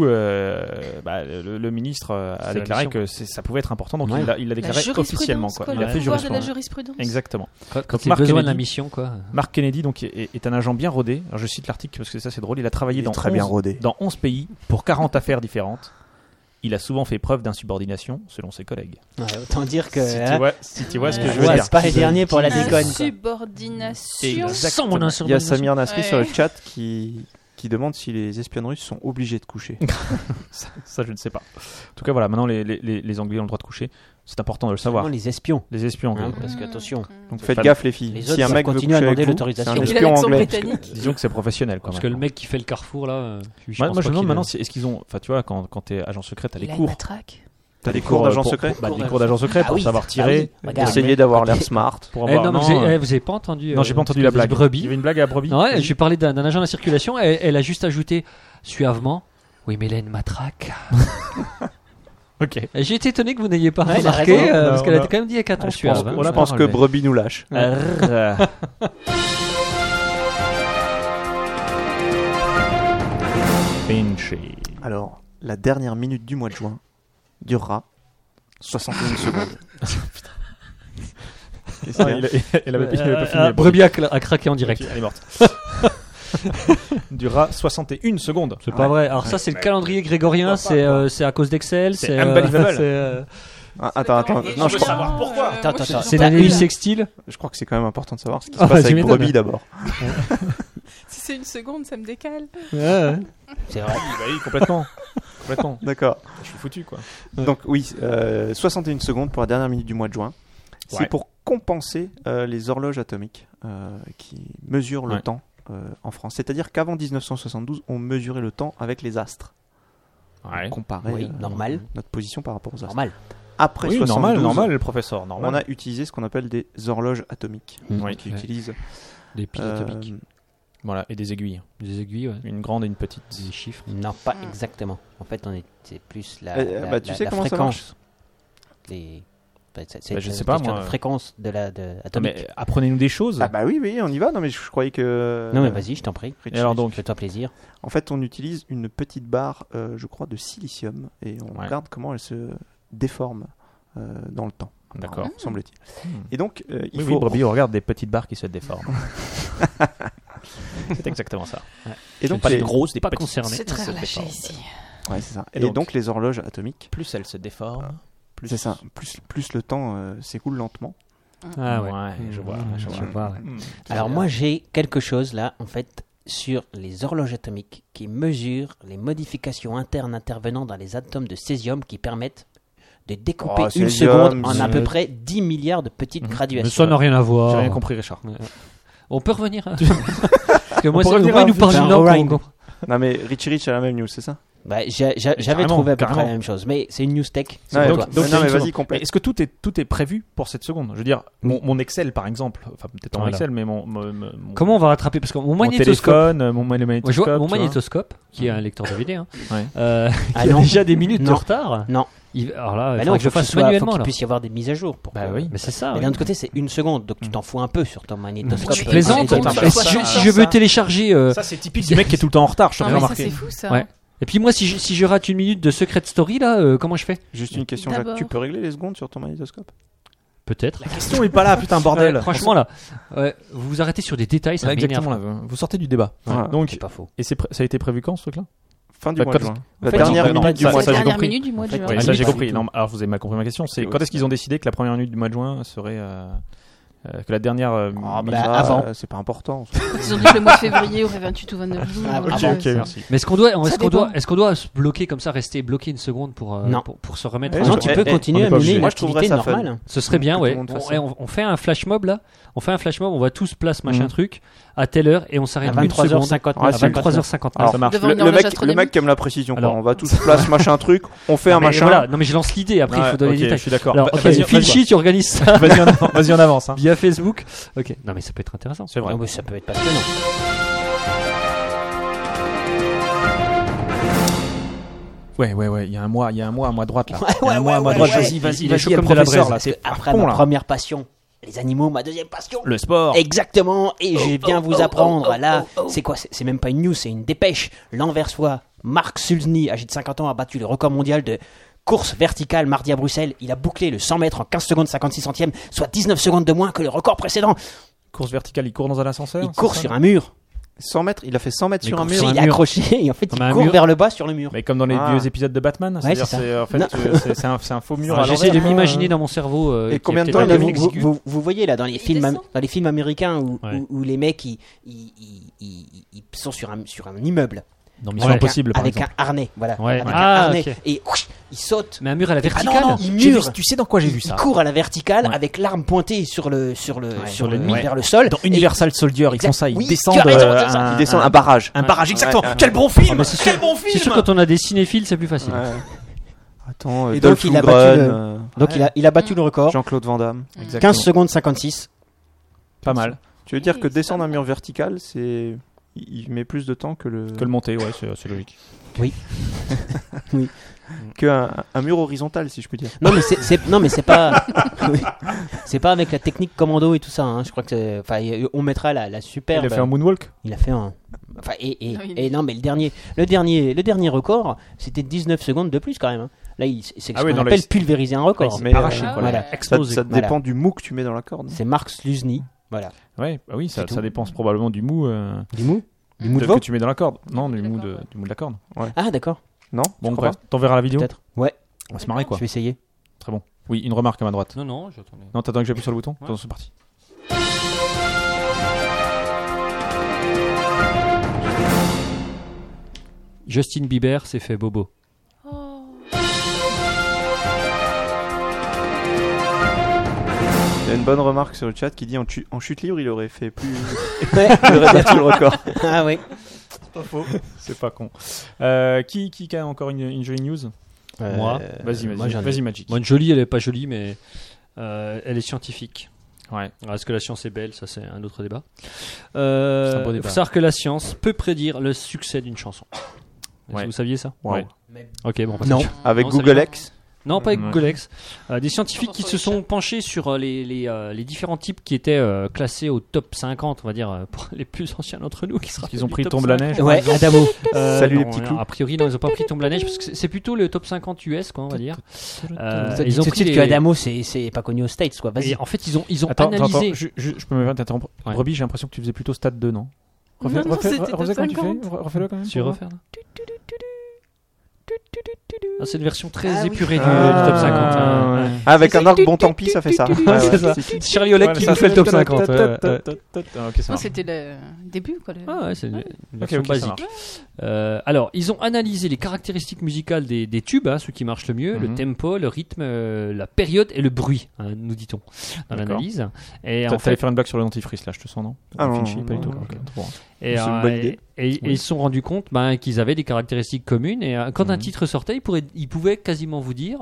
le ministre a C'est la déclaré mission. que ça pouvait être important, donc Ouais. il l'a déclaré officiellement, quoi. Il le a fait pouvoir de la jurisprudence. jurisprudence. Exactement. Quand Donc, il a Mark besoin de la Kennedy- mission, quoi. Mark Kennedy, donc, est un agent bien rodé. Alors, je cite l'article parce que ça, c'est drôle. Il a travaillé Il est dans très 11 bien rodé. dans 11 pays pour 40 affaires différentes. Il a souvent fait preuve d'insubordination selon ses collègues. Ouais, autant dire que. Si tu vois ce que je veux ouais, dire. c'est pas les derniers pour la déconne. quoi. Insubordination. Sans mon Il y a insubordination. Samir Nasri Ouais. sur le chat qui demande si les espions russes sont obligés de coucher. Ça, je ne sais pas. En tout cas, voilà. Maintenant, les Anglais ont le droit de coucher. C'est important de le savoir. Vraiment les espions. Les espions anglais. Hein, parce que attention, Donc, Faites pas- gaffe les filles. Les Si autres un doivent mec veut continuer à coucher avec demander vous, l'autorisation. c'est un Il a Il a espion l'accent anglais. britannique. Disons que c'est professionnel, quand Parce même. que le mec qui fait le carrefour, là. Moi, je me demande maintenant, est-ce qu'ils ont. Enfin, tu vois, quand t'es agent secret, t'as Il des a une cours. matraque. T'as des cours d'agents pour- secrets Bah, des cours d'agents secrets Ah pour oui, savoir ah tirer. oui, regarde. Essayer d'avoir l'air smart. Pour Eh avoir. non, mais non, vous avez pas entendu. non, j'ai pas entendu la blague. Il y Brebis. avait une blague à brebis. Ouais, je lui parlais d'un agent de la circulation. Elle a juste ajouté suavement. Oui, mais il a une matraque. Ok. Et j'ai été étonné que vous n'ayez pas Ouais, il a remarqué, raison. parce Non, qu'elle on a- a quand même dit avec un ton je suave. pense- hein. on Je a pense pas que relevé. Brebis nous lâche. Pinchy. Alors, la dernière minute du mois de juin durera 61 secondes. Elle avait pas fini. Brebis a craqué en direct. Elle est morte. Durera 61 secondes. C'est pas vrai. Alors ça, c'est le calendrier grégorien. C'est à cause d'Excel. C'est unbelievable. Attends. Non, je crois, savoir pourquoi. Attends. C'est l'année bissextile. je crois que c'est quand même important de savoir ce qui se passe tu avec m'étonnes. Brebis d'abord. Si c'est une seconde, ça me décale. C'est vrai. Bah oui, complètement. D'accord. Je suis foutu, quoi. Donc oui, 61 secondes pour la dernière minute du mois de juin. C'est Ouais. pour compenser les horloges atomiques qui mesurent le Ouais. temps en France. C'est-à-dire qu'avant 1972, on mesurait le temps avec les astres. Ouais. On comparait Oui, normal. notre position par rapport aux astres. Normal. Après Oui, 72, normal, le professeur, on normal. a utilisé ce qu'on appelle des horloges atomiques Oui. qui utilisent Des piles atomiques. Voilà, et des aiguilles. Des aiguilles, ouais. Une grande et une petite. Des chiffres. Non, pas exactement. En fait, c'est plus la, bah, tu sais la comment ça fréquence. C'est je une sais pas, question moi. de fréquence de Non, atomique. mais apprenez-nous des choses. Ah bah oui, on y va. Non mais je croyais que... Non, mais vas-y, je t'en prie. Richie, Et alors donc Fais-toi plaisir. En fait, on utilise une petite barre, je crois, de silicium et on Ouais. regarde comment elle se déforme dans le temps. D'accord. Semble-t-il. Hmm. Et donc, il Oui, faut... Brebis, on regarde des petites barres qui se déforment. C'est exactement ça. Et donc, Pas les... des grosses, des Pas petites. concerné. C'est très se relâché déforment. ici. Ouais, c'est ça. Et Et donc- donc, les horloges atomiques, Plus elles se déforment, plus. c'est ça. Plus le temps s'écoule lentement. Ah ouais. Je vois. Je vois, ouais. Alors moi j'ai quelque chose là en fait sur les horloges atomiques qui mesurent les modifications internes intervenant dans les atomes de césium qui permettent de découper Oh, une césium, seconde en à peu près 10 milliards de petites Mais graduations. ça n'a rien à voir. J'ai rien compris, Richard. On peut revenir. Hein. Parce que moi, peut c'est revenir moi, à il nous parle Enfin, d'une langue. Orion. Non mais Richie Rich a la même news, c'est ça? Bah, j'avais Carrément, trouvé à peu près carrément. la même chose, mais c'est une news tech. C'est Ouais, pour donc- toi. non, il y a mais une vas-y, seconde. complète. Mais est-ce que tout est prévu pour cette seconde? Je veux dire, mon Excel par exemple, enfin peut-être en Voilà. Excel, mais mon Comment on va rattraper? Parce que mon mon magnétoscope. téléphone, mon Moi, je vois, magnétoscope. mon tu vois. magnétoscope, qui est un lecteur DVD, hein, Ouais. qui Ah a non. déjà des minutes de Non. retard. Non. Alors là, Bah il non, faut que je qu'il fasse soit- manuellement. faut qu'il là. puisse y avoir des mises à jour. Pour Bah que- oui. Mais c'est ça. Mais ouais. d'un autre côté, c'est une seconde, donc tu t'en fous un peu sur ton magnétoscope. Tu plaisantes. Attends, Et si je veux télécharger. Ça c'est typique du mec qui est tout le temps en retard. Je Non, t'avais mais ça, remarqué. c'est fou, ça. Ouais. Et puis moi, si je rate une minute de Secret Story, là, comment je fais? Juste une question, Jacques. D'abord. Tu peux régler les secondes sur ton magnétoscope? Peut-être. La question est pas là, putain, bordel. Franchement, là, vous vous arrêtez sur des détails, ça Ouais, exactement. m'énerve. Là, vous sortez du débat. Voilà. Donc, C'est pas faux. et ça a été prévu quand ce truc-là? Fin du Bah, mois de quand- juin. en La fait, dernière ils- non, minute du ça, mois de ça, la j'ai juin. dernière compris. minute du mois de juin. Oui, Ah, ça oui, j'ai pas compris. du tout. Non, alors vous avez mal compris ma question. C'est Oui, quand est-ce qu'ils ont décidé que la première minute du mois de juin serait que la dernière Ah, bah, Bah, ça, avant. c'est pas important. Ils ont dit que le mois de février aurait 28 ou 29 jours. Ah, donc, ok, euh, ok, ça- merci. Mais est-ce qu'on doit, dépend. se bloquer comme ça, rester bloqué une seconde pour, Non. pour se remettre Eh, en Non, je- tu eh, peux eh, on continuer est à pas mener obligé. une Moi, je trouverais activité ça fun. normale. Ce serait bien, Que ouais. tout le monde fasse ça. On fait un flash mob là. On fait un flash mob, on va tous place machin truc à telle heure et on À s'arrête une seconde. 23h59. Ah, À c'est 23h59. Alors, Ça marche. Devant le, une le horloge mec, le astronomique. mec qui aime la précision, quoi. Alors- On va tous place machin truc, on fait un Mais machin. voilà, non mais je lance l'idée, après il faut donner Ouais, les ok, détails. je suis d'accord. Alors, Bah, ok, vas-y, Filchi, tu organises ça vas-y en avance. Hein. via Facebook. Ok, non mais ça peut être intéressant. C'est vrai. Ah oui, ça peut être passionnant. Ouais, il y a un mois à moi droite là. Ouais, Il y a un ouais, mois à moi ouais, droite. ouais. Vas-y, Il est chaud comme le de la professeur braise. là. Parce que C'est après fond, ma là. première passion, les animaux, ma deuxième passion. Le sport. Exactement, et je viens vous apprendre là, c'est quoi, c'est même pas une news, c'est une dépêche. L'Anversois Mark Sulzny, âgé de 50 ans, a battu le record mondial de course verticale mardi à Bruxelles. Il a bouclé le 100 mètres en 15 secondes 56 centièmes, soit 19 secondes de moins que le record précédent. Course verticale, il court dans un ascenseur. Il court sur un mur. 100 mètres, il a fait 100 mètres Mais sur un course mur. sur un Il est mur. accroché et en fait Comme il un court mur. vers le bas sur le mur. Mais comme dans les Ah. vieux épisodes de Batman, c'est-à-dire c'est ça. c'est en fait Non. c'est un faux mur Alors, à J'essaie de l'envers. m'imaginer dans mon cerveau. Et qui est combien de peut-être temps un il a peu mis exigu. Vous voyez là dans les films américains où, Ouais. où les mecs ils sont sur un immeuble Dans Mission Ouais. Impossible par avec exemple. un harnais, voilà, Ouais. avec Ah, un harnais ok. et ils sautent. Mais un mur à la Ah verticale. non, il J'ai vu- mure. Tu sais dans quoi j'ai vu Il ça? court à la verticale Ouais. avec l'arme pointée sur l'ennemi Ouais. vers le sol. Dans Et- Universal Soldier, ils font ça, ils Oui, descendent tu as raison, c'est ça. Il descend un barrage. un barrage. Exactement. Ouais, ouais. Quel bon film! Ah, mais c'est sûr- Quel bon C'est sûr film! quand on a des cinéphiles, c'est plus facile. Ouais. Attends, Et Dolph donc, il a Lundgren, battu le- Donc il a battu le record. Jean-Claude Van Damme. 15 secondes 56. Pas mal. Tu veux dire Oui, que c'est descendre pas un mal. mur vertical, c'est il met plus de temps que le Que le monter, ouais, c'est logique. qu'un mur horizontal, si je puis dire. Non mais c'est pas oui. C'est pas avec la technique commando et tout ça, hein. Je crois que enfin on mettra la super. Il a fait un moonwalk. Il a fait un. Enfin, Non, il et non, mais le dernier record, c'était 19 secondes de plus quand même. Hein. Là, c'est ce Ah oui, qu'on dans appelle les- pulvériser un record. Mais, arraché, euh, quoi. voilà. Ça, Explosé. ça Voilà. dépend du mou que tu mets dans la corde. C'est Mark Sluzny. Voilà. Ouais, bah oui, ça C'est tout. dépend probablement du mou, Du mou Du mou de que veau tu mets dans la corde. Non, du mou de la corde. Ah, d'accord. Non Bon, tu crois bref, t'enverras la vidéo. Peut-être. Ouais, On va se marrer quoi. je vais essayer. Très bon. Oui, une remarque à ma droite. Non, j'attendais. Non, t'attends que j'appuie sur le bouton. Ouais. Attends, c'est parti. Justin Bieber s'est fait bobo. Il y a une bonne remarque sur le chat qui dit en chute libre, il aurait fait plus. Ouais. il aurait battu le record. Ah oui. Pas faux. C'est pas con. Qui a encore une jolie news? Moi. Vas-y, moi, j'en ai. vas-y, Magic. Moi, une jolie, elle est pas jolie, mais elle est scientifique. Ouais. Alors, est-ce que la science est belle? Ça, c'est un autre débat. un beau Il débat. faut savoir que la science peut prédire le succès d'une chanson. Est-ce que Ouais. vous saviez ça? Waouh. Ouais. Ok, bon. Non. Avec Non, ça Google dépend. X. Non, pas avec Ouais. Google X. Des scientifiques qui se sont penchés sur les différents types qui étaient classés au top 50, on va dire, pour les plus anciens d'entre nous. Ils ont pris Tombe la neige. Ouais, Adamo. Salut les non, petits clous. A priori, non, ils ont pas pris Tombe la neige parce que c'est plutôt le top 50 US, quoi, on va dire. Vous Ils ont tout de pris suite que Adamo, c'est pas connu aux States, quoi. Vas-y. Et en fait, ils ont Attends, analysé. je peux me permettre d'interrompre. Ouais. Brebis, j'ai l'impression que tu faisais plutôt stade 2, non? Non, non, c'était top refais quand tu 50. fais. Refais-le quand même. Tu veux pour refaire là Ah, c'est une version très Ah oui. épurée du Ah, top 50. ouais. hein. Ah, avec un arc bon tant pis, ça fait ça. Ouais, ouais. C'est ça. C'est Charlie Olek qui nous fait le top 50. ouais, ouais. Ah, ok, ça Non, marche. c'était le début, quoi. Ah ouais, c'est une Ok, version ok, ça basique. marche. Alors, ils ont analysé les caractéristiques musicales des tubes, ceux qui marchent le mieux, le Mhm. tempo, le rythme, la période et le bruit, nous dit-on, dans D'accord. l'analyse. Et T'allais en fait, faire une blague sur le dentifrice là, je te sens, non? Ah, non, Finchy, pas du non, tout. non, Ok, non. trop bon. et, c'est une bonne idée. et ils se sont rendus compte qu'ils avaient des caractéristiques communes. Et quand un Mhm. titre sortait, ils pouvaient quasiment vous dire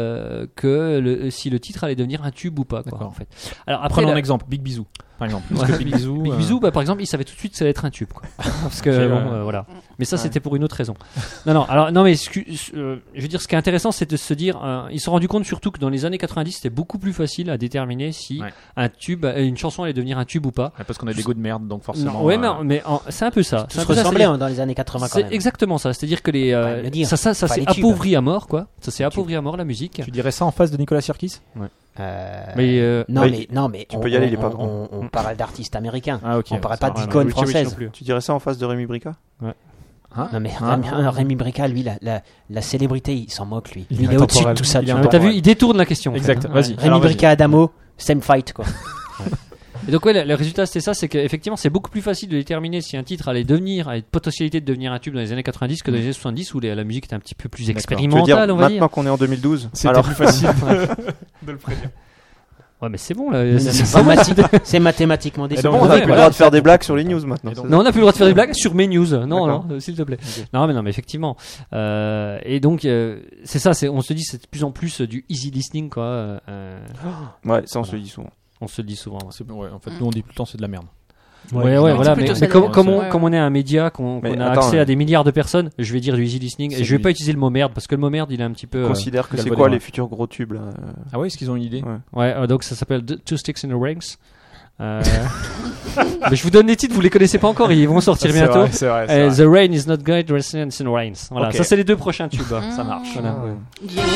si le titre allait devenir un tube ou pas. Quoi, D'accord. en fait. Alors après, Prenons un exemple, Big Bisou, par exemple. Parce que Big Bisou. Big Bisou, par exemple, il savait tout de suite que ça allait être un tube. Quoi. Parce que, Ok, bon, ouais. voilà. Mais ça, c'était pour une autre raison. Non, mais je veux dire, ce qui est intéressant, c'est de se dire, ils se sont rendus compte surtout que dans les années 90, c'était beaucoup plus facile à déterminer si Ouais. un tube, une chanson allait devenir un tube ou pas. Ouais, parce qu'on a des goûts de merde, donc forcément. Non, ouais, mais c'est un peu ça. Tout C'est un se peu ça, ressemblait c'est-à-dire- dans les années 80 quand c'est même. exactement ça. C'est-à-dire que les, Faut le dire. ça Pas s'est les tubes. appauvri à mort, quoi. Ça s'est appauvri à mort, la musique. Tu dirais ça en face de Nicolas Sirkis? Mais, Non, Ouais, mais tu peux y aller, il est pas grand. on parle d'artistes américains. Ah, ok. On parle Ça pas va, d'icônes Richie Rich françaises. non plus. Tu dirais ça en face de Rémi Brica? Non mais Hein Rémi Brica, lui, la célébrité, il s'en moque, lui. Il Il est est au-dessus de intemporel. tout ça. Il est tu vois. t'as vu, il détourne la question. en fait, Exact, hein. vas-y. Ouais. Rémi Alors, vas-y. Brica, Adamo, same fight, quoi. Et donc, ouais, le résultat, c'est ça, c'est qu'effectivement, c'est beaucoup plus facile de déterminer si un titre allait devenir, a une potentialité de devenir un tube dans les années 90 que dans les années 70 où la musique était un petit peu plus Tu veux dire, expérimentale, on va maintenant dire. qu'on est en 2012, C'était alors plus facile de le prédire. Ouais, mais c'est bon, là. C'est mathématiquement Et décidé. donc, on Ouais, n'a plus le voilà. droit de faire des blagues sur les news maintenant. Et donc- c'est Non, on n'a plus le droit de faire des blagues sur mes news. Non, D'accord. non, s'il te plaît. Non, mais effectivement. Et donc, c'est ça, on se dit, c'est de plus en plus du easy listening, quoi. ça Ouais, ça on se le dit souvent. On se le dit souvent. Ouais. Ouais, en fait, nous on dit tout le temps c'est de la merde. Ouais, non, voilà, c'est mais, plutôt mais ça, comme, ouais, comme, ouais, on, ouais. comme on est un média, qu'on Mais a attends, accès à des milliards de personnes, je vais dire du easy listening. Et C'est je vais lui. pas utiliser le mot merde parce que le mot merde, il est un petit peu. Considère que c'est galvaudé, quoi ouais. les futurs gros tubes là Ah ouais, est-ce qu'ils ont une idée? Ouais. Ouais, donc ça s'appelle Two Sticks in the Rings. Mais je vous donne les titres, vous les connaissez pas encore, ils vont sortir C'est bientôt. vrai, c'est vrai. The Rain is not good, Residence in Rains. Voilà, Ok. ça c'est les deux prochains tubes. Ça marche. Voilà. Guillaume.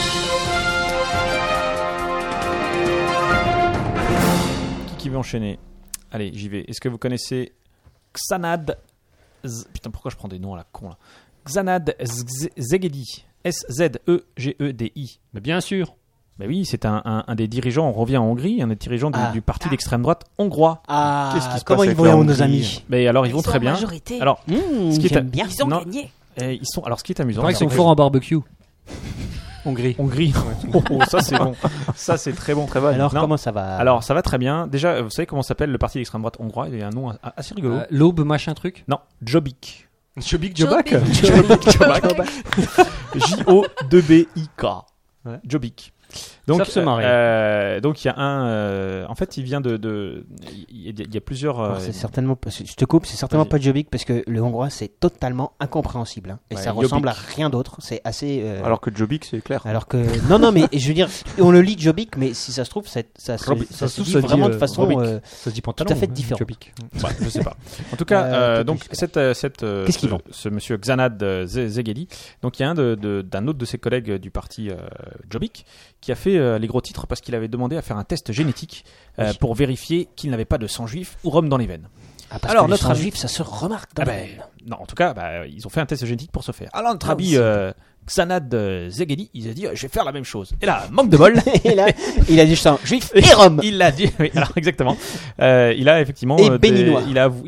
Qui veut enchaîner? Allez, j'y vais. Est-ce que vous connaissez Xanad Putain, pourquoi je prends des noms à la con là? Xanad Zegedi. S-Z-E-G-E-D-I. Mais bien sûr. Ben oui, c'est un des dirigeants, on revient en Hongrie, un des dirigeants du parti d'extrême droite hongrois. Ah, Qu'est-ce qui se comment passe ils avec vont la nos Hongrie amis? Mais alors, ils vont très bien. Majorité. Alors, ce qui est J'aime bien. Ils ont non. gagné. alors, ce qui est amusant, C'est vrai qu'ils sont c'est- forts en barbecue. Hongrie. Hongrie. Oh, ça c'est bon. Ça c'est très bon. Très bon. Alors, Non. comment ça va? Alors, ça va très bien. Déjà, vous savez comment s'appelle le parti d'extrême droite hongrois? Il a un nom assez rigolo. L'aube machin truc. Non, Jobbik. Jobbik Jobbik. Jobbik. J-O-2-B-I-K. Jobbik. Donc, savent se marrer. donc il y a un. En fait, il vient de. Il y a plusieurs. Alors, c'est certainement pas, je te coupe, c'est certainement Vas-y. pas Jobbik parce que le hongrois c'est totalement incompréhensible. Hein. Et Ouais, ça Jobbik. ressemble à rien d'autre. C'est assez. Alors que Jobbik, c'est clair. Alors que non mais je veux dire on le lit Jobbik mais si ça se trouve ça Ça se se dit dit, vraiment de façon Robic. euh, Ça se dit pantalon. tout à fait différent. Jobbik. Ouais, je sais pas. En tout cas, donc Qu'est-ce qu'ils vont ce monsieur Xanad Zegedi, donc il y a d'un autre de ses collègues du parti Jobbik qui a fait les gros titres parce qu'il avait demandé à faire un test génétique pour vérifier qu'il n'avait pas de sang juif ou rhum dans les veines. Ah, parce Alors, que le notre sang ami- juif ça se remarque dans Ah la ben, veine. non, en tout cas, ils ont fait un test génétique pour ce faire. Alors notre Ah, ami aussi. Xanad Zegedi, il a dit je vais faire la même chose. Et là, manque de bol. Et là il a du sang juif et rhum. Il l'a dit, oui, alors exactement. Il a effectivement. Et béninois.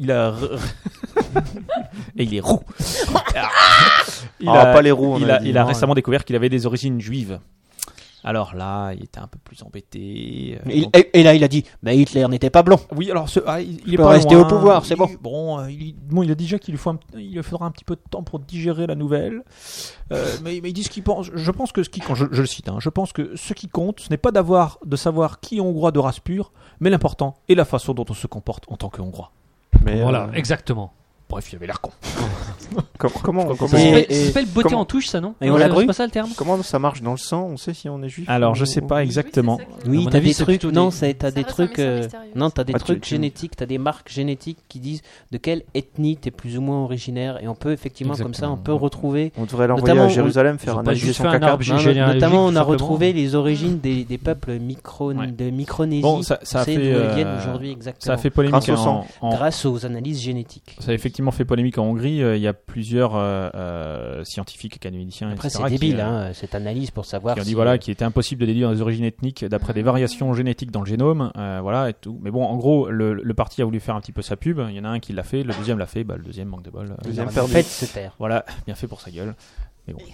Et il est roux. Pas les roux, on Il a a, dit, il a non, récemment découvert qu'il avait des origines juives. Alors là, il était un peu plus embêté. Donc- Et là il a dit mais Hitler n'était pas blond. Oui, alors il est peut pas rester loin. au pouvoir, c'est bon. Il a dit déjà qu'il lui faudra un petit peu de temps pour digérer la nouvelle. Mais il dit ce qu'il pense. Je pense que ce qui compte, je le cite, hein, je pense que ce qui compte, ce n'est pas de savoir qui est hongrois de race pure, mais l'important est la façon dont on se comporte en tant que hongrois. Mais Voilà, exactement. Bref, il avait l'air con. comment Ça s'appelle beauté comment- en touche, ça, non? Et on l'a C'est brûlé pas ça le terme? comment ça marche dans le sang? On sait si on est juif. Alors, ou- je sais pas exactement. À Oui, mon t'as avis, des c'est trucs. plutôt Non, des- t'as des reste un trucs. mystère mystérieux. Non, t'as des Ah, trucs tu- génétiques, t'as des marques génétiques qui disent de quelle ethnie t'es plus ou moins originaire, et on peut effectivement comme ça, on peut retrouver. On devrait l'envoyer Notamment, à Jérusalem Ils faire ont pas analyser juste son fait un caca. arbre Non, généalogique, notamment, on tout a simplement. retrouvé les origines des peuples Ouais. de Micronésie. Bon, ça a C'est fait, d'où elles viennent aujourd'hui exactement. Ça a fait polémique Grâce au sang. Grâce aux analyses génétiques. Ça a effectivement fait polémique en Hongrie. Il y a plusieurs scientifiques, académiciens, Après, etc. c'est débile, hein, cette analyse pour savoir. Qui ont dit si, voilà qu'il était impossible de déduire les origines ethniques d'après des variations génétiques dans le génome, voilà et tout. Mais bon, en gros, le parti a voulu faire un petit peu sa pub. Il y en a un qui l'a fait, le deuxième l'a fait, le deuxième manque de bol. Deuxième en perdu. fait, se taire. Voilà, bien fait pour sa gueule. Mais bon.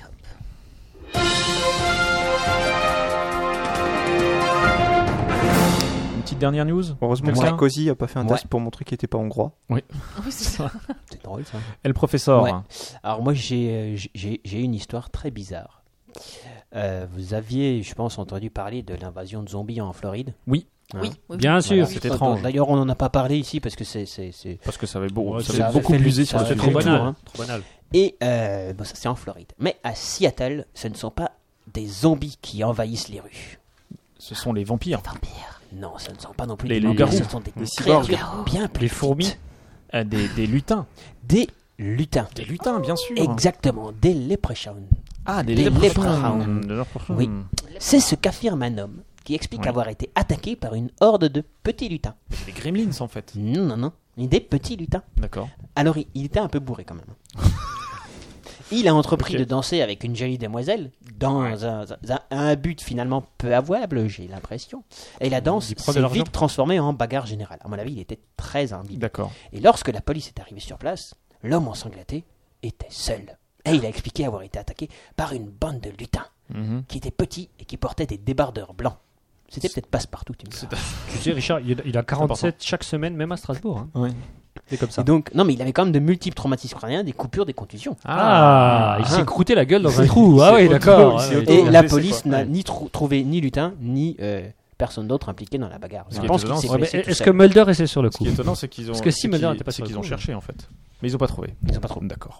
Une petite dernière news. Heureusement que Quelqu'un Sarkozy a pas fait un Ouais. test pour montrer qu'il était pas hongrois. Oui, c'est ça. C'est drôle ça. Et le professeur. Ouais. Alors moi j'ai une histoire très bizarre. Vous aviez, je pense, entendu parler de l'invasion de zombies en Floride. Oui. Hein. Oui, oui, Bien oui. sûr. Voilà. C'est étrange. D'ailleurs, on n'en a pas parlé ici parce que c'est Parce que ça avait, beau, Ouais, ça ça avait avait beaucoup fait plus le- sur ça le avait sujet. fait le Trop tour, banal. hein. Trop banal. Et bon, ça c'est en Floride. Mais à Seattle, ce ne sont pas des zombies qui envahissent les rues. Ce sont les vampires. Vampire. Non, ce ne sont pas non plus Les des vampires, loups-garous. ce sont des cyborgs. créatures bien plus Les fourmis. petites. Des lutins. Des lutins. Des lutins, bien sûr. Exactement, des leprechauns. Ah, Des leprechauns. leprechauns. Des leprechauns. Oui. C'est ce qu'affirme un homme qui explique Ouais. avoir été attaqué par une horde de petits lutins. Des gremlins, en fait. Non, des petits lutins. D'accord. Alors, il était un peu bourré quand même. Il a entrepris Ok. de danser avec une jolie demoiselle dans un but finalement peu avouable, j'ai l'impression. Et la danse Il prend de s'est l'argent. vite transformée en bagarre générale. À mon avis, il était très imbibé. D'accord. Et lorsque la police est arrivée sur place, l'homme ensanglanté était seul. Et il a expliqué avoir été attaqué par une bande de lutins Mhm. qui étaient petits et qui portaient des débardeurs blancs. C'était peut-être passe-partout, tu me diras. Tu sais, Richard, il a 47 chaque semaine, même à Strasbourg. Hein. Ouais. C'est comme ça. Et donc, non, mais il avait quand même de multiples traumatismes crâniens, des coupures, des contusions. Ah, il Ah. s'est croûté la gueule dans un trou. Ah oui, d'accord. il s'est Ouais, auto- Et il a la fait, police c'est quoi n'a Ouais. ni trouvé ni lutin, ni personne d'autre impliqué dans la bagarre. Ce Je qui est pense qu'il étonnant, s'est c'est- Ouais, mais blessé tout est-ce que seul. Mulder était sur le Ce coup? qui est étonnant, c'est qu'ils ont. Parce que si c'est Mulder qu'ils- n'était pas c'est sur qu'ils le ont coup. cherché, en fait. Mais ils n'ont pas trouvé. Ils ont pas trouvé. D'accord.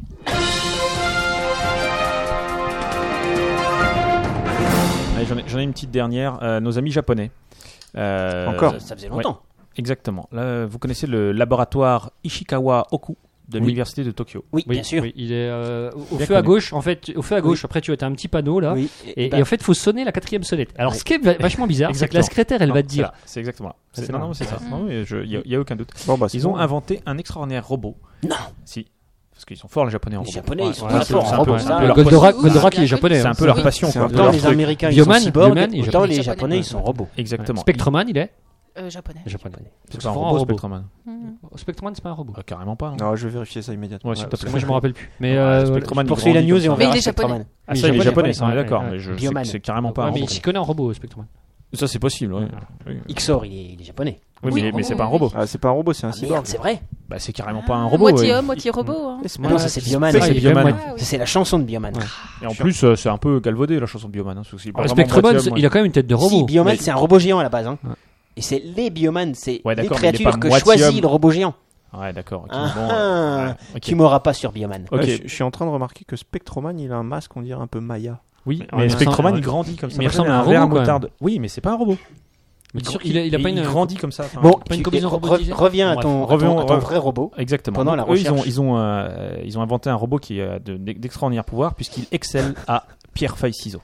Allez, j'en ai une petite dernière. Nos amis japonais. Encore Ça faisait longtemps. Exactement. Là, vous connaissez le laboratoire Ishikawa Oku de l'université de Tokyo. Oui, Oui, bien sûr. oui, il est au Bien feu à connu. gauche. En fait, au feu à gauche. Après, tu as un petit panneau là. Oui. Et bah, en fait, il faut sonner la 4e sonnette. Alors, Oui. ce qui est vachement bizarre, c'est que la Exactement. secrétaire, elle Non, va te c'est dire. là. C'est exactement là. C'est Non, ça. non, c'est ça. Non, mais il n'y a aucun doute. Bon, bah, c'est Ils ont bon. inventé un extraordinaire robot. Non. Si. Parce qu'ils sont forts, les Japonais, en Les robot. Japonais, ils sont Ouais, très c'est forts un en peu- robot. c'est ça. un peu leur Goldorak, Goldorak, il est oui, japonais. C'est hein. un peu leur Oui. passion, C'est quoi. un peu Autant leur les truc. Américains, ils Bioman, sont cyborgs, Bioman, il est autant japonais. les Japonais. Japonais, ils sont robots. Exactement. Spectreman, il est Japonais. japonais. C'est C'est pas un fort robot, en robot. Spectreman. Spectreman, c'est pas un robot. Carrément pas, non. Non, je vais vérifier ça immédiatement. Ouais, s'il te Parce que plaît. moi, je me rappelle plus. Mais Ouais, Spectreman, il Poursuis la grandit news comme et on ça. Mais verra il est japonais. Spectreman. Ah, ça, il est japonais, japonais, ça, on est ouais, d'accord. ouais. Mais je sais Bioman. que c'est carrément pas un Ouais, mais il robot. s'y connaît en robot, Spectreman. Ça, c'est possible, ouais. Oui. XOR, il est japonais. Oui, mais c'est pas un robot. Ah, c'est pas un robot, c'est un Ah, cyborg. merde, c'est vrai. Bah, c'est carrément pas un robot. Moitié ouais. homme, moitié robot. Hein. Non, ça c'est Bioman. C'est Bioman. Ah, oui. Ça, c'est la chanson de Bioman. Et en plus, c'est un peu galvaudé la chanson de Bioman. Hein, parce que c'est pas Le vraiment Spectreman, moitié homme, il a quand même une tête de robot. Si, Bioman, Mais- c'est un robot géant à la base. Hein. Ouais. Et c'est les Bioman, c'est Ouais, les d'accord, mais il est créatures pas que moitié choisit homme. le robot géant. Ouais, d'accord. ok, Ah, bon, ah. ouais, ok. Tu m'auras pas sur Bioman. Ok. Ouais, je suis en train de remarquer que Spectroman, il a un masque, on dirait un peu Maya. Oui, Mais mais il Spectroman, ressemble- il grandit comme ça. mais il Moi, j'avais ressemble à un verre robot, quand moutarde. Oui, mais c'est pas un robot. Mais sûr qu'il a pas il une. grandit comme ça. enfin, Bon, pas une tu- combinaison robotisée. reviens à Bref, ton, revenons- à ton vrai robot. Exactement. Pendant la Donc, eux, recherche. ils ont inventé un robot qui a d'extraordinaires pouvoirs puisqu'il excelle à pierre, feuille, ciseaux.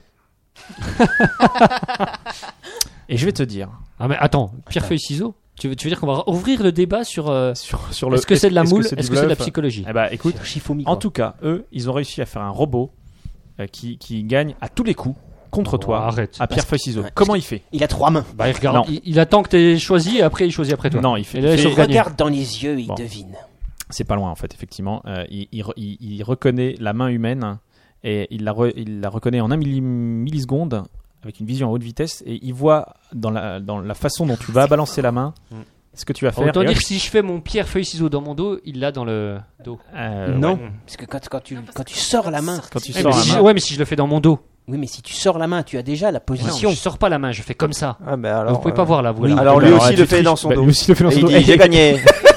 Et je vais te dire Ah, mais attends, pierre, feuille, ciseaux. Tu veux dire qu'on va ouvrir le débat sur. sur le. Est-ce que c'est de la moule du Est-ce que c'est de la bluff psychologie Eh bah, écoute, C'est Shifumi, en quoi. tout cas, eux, ils ont réussi à faire un robot qui gagne à tous les coups contre toi Arrête. à pierre, feuille, ciseaux. Ouais. Comment il fait Il a 3 mains. Bah, il regarde. Non. Il attend que t'aies choisi et après il choisit après toi. Non, il fait. Et là, il il fait- sauve gagner. Regarde dans les yeux, il Bon. devine. C'est pas loin en fait, effectivement. Il reconnaît la main humaine et il la reconnaît en 1 milliseconde avec une vision à haute vitesse et il voit dans la façon dont tu vas balancer la main ce que tu vas faire. Autant et dire hop, que si je fais mon pierre, feuille, ciseaux dans mon dos, il l'a dans le dos. Non, ouais. parce que quand tu sors la main, Quand tu Eh, sors mais la si main, je- ouais, mais si je le fais dans mon dos. oui, mais si tu sors la main, tu as déjà la Non, position. je sors pas la main, je fais comme ça. Ah, bah alors. Vous pouvez pas voir là, vous. oui. là. Alors lui Alors, aussi tu le fait triches. dans son Bah, dos. lui aussi le fait dans Et son il dos. dit j'ai gagné.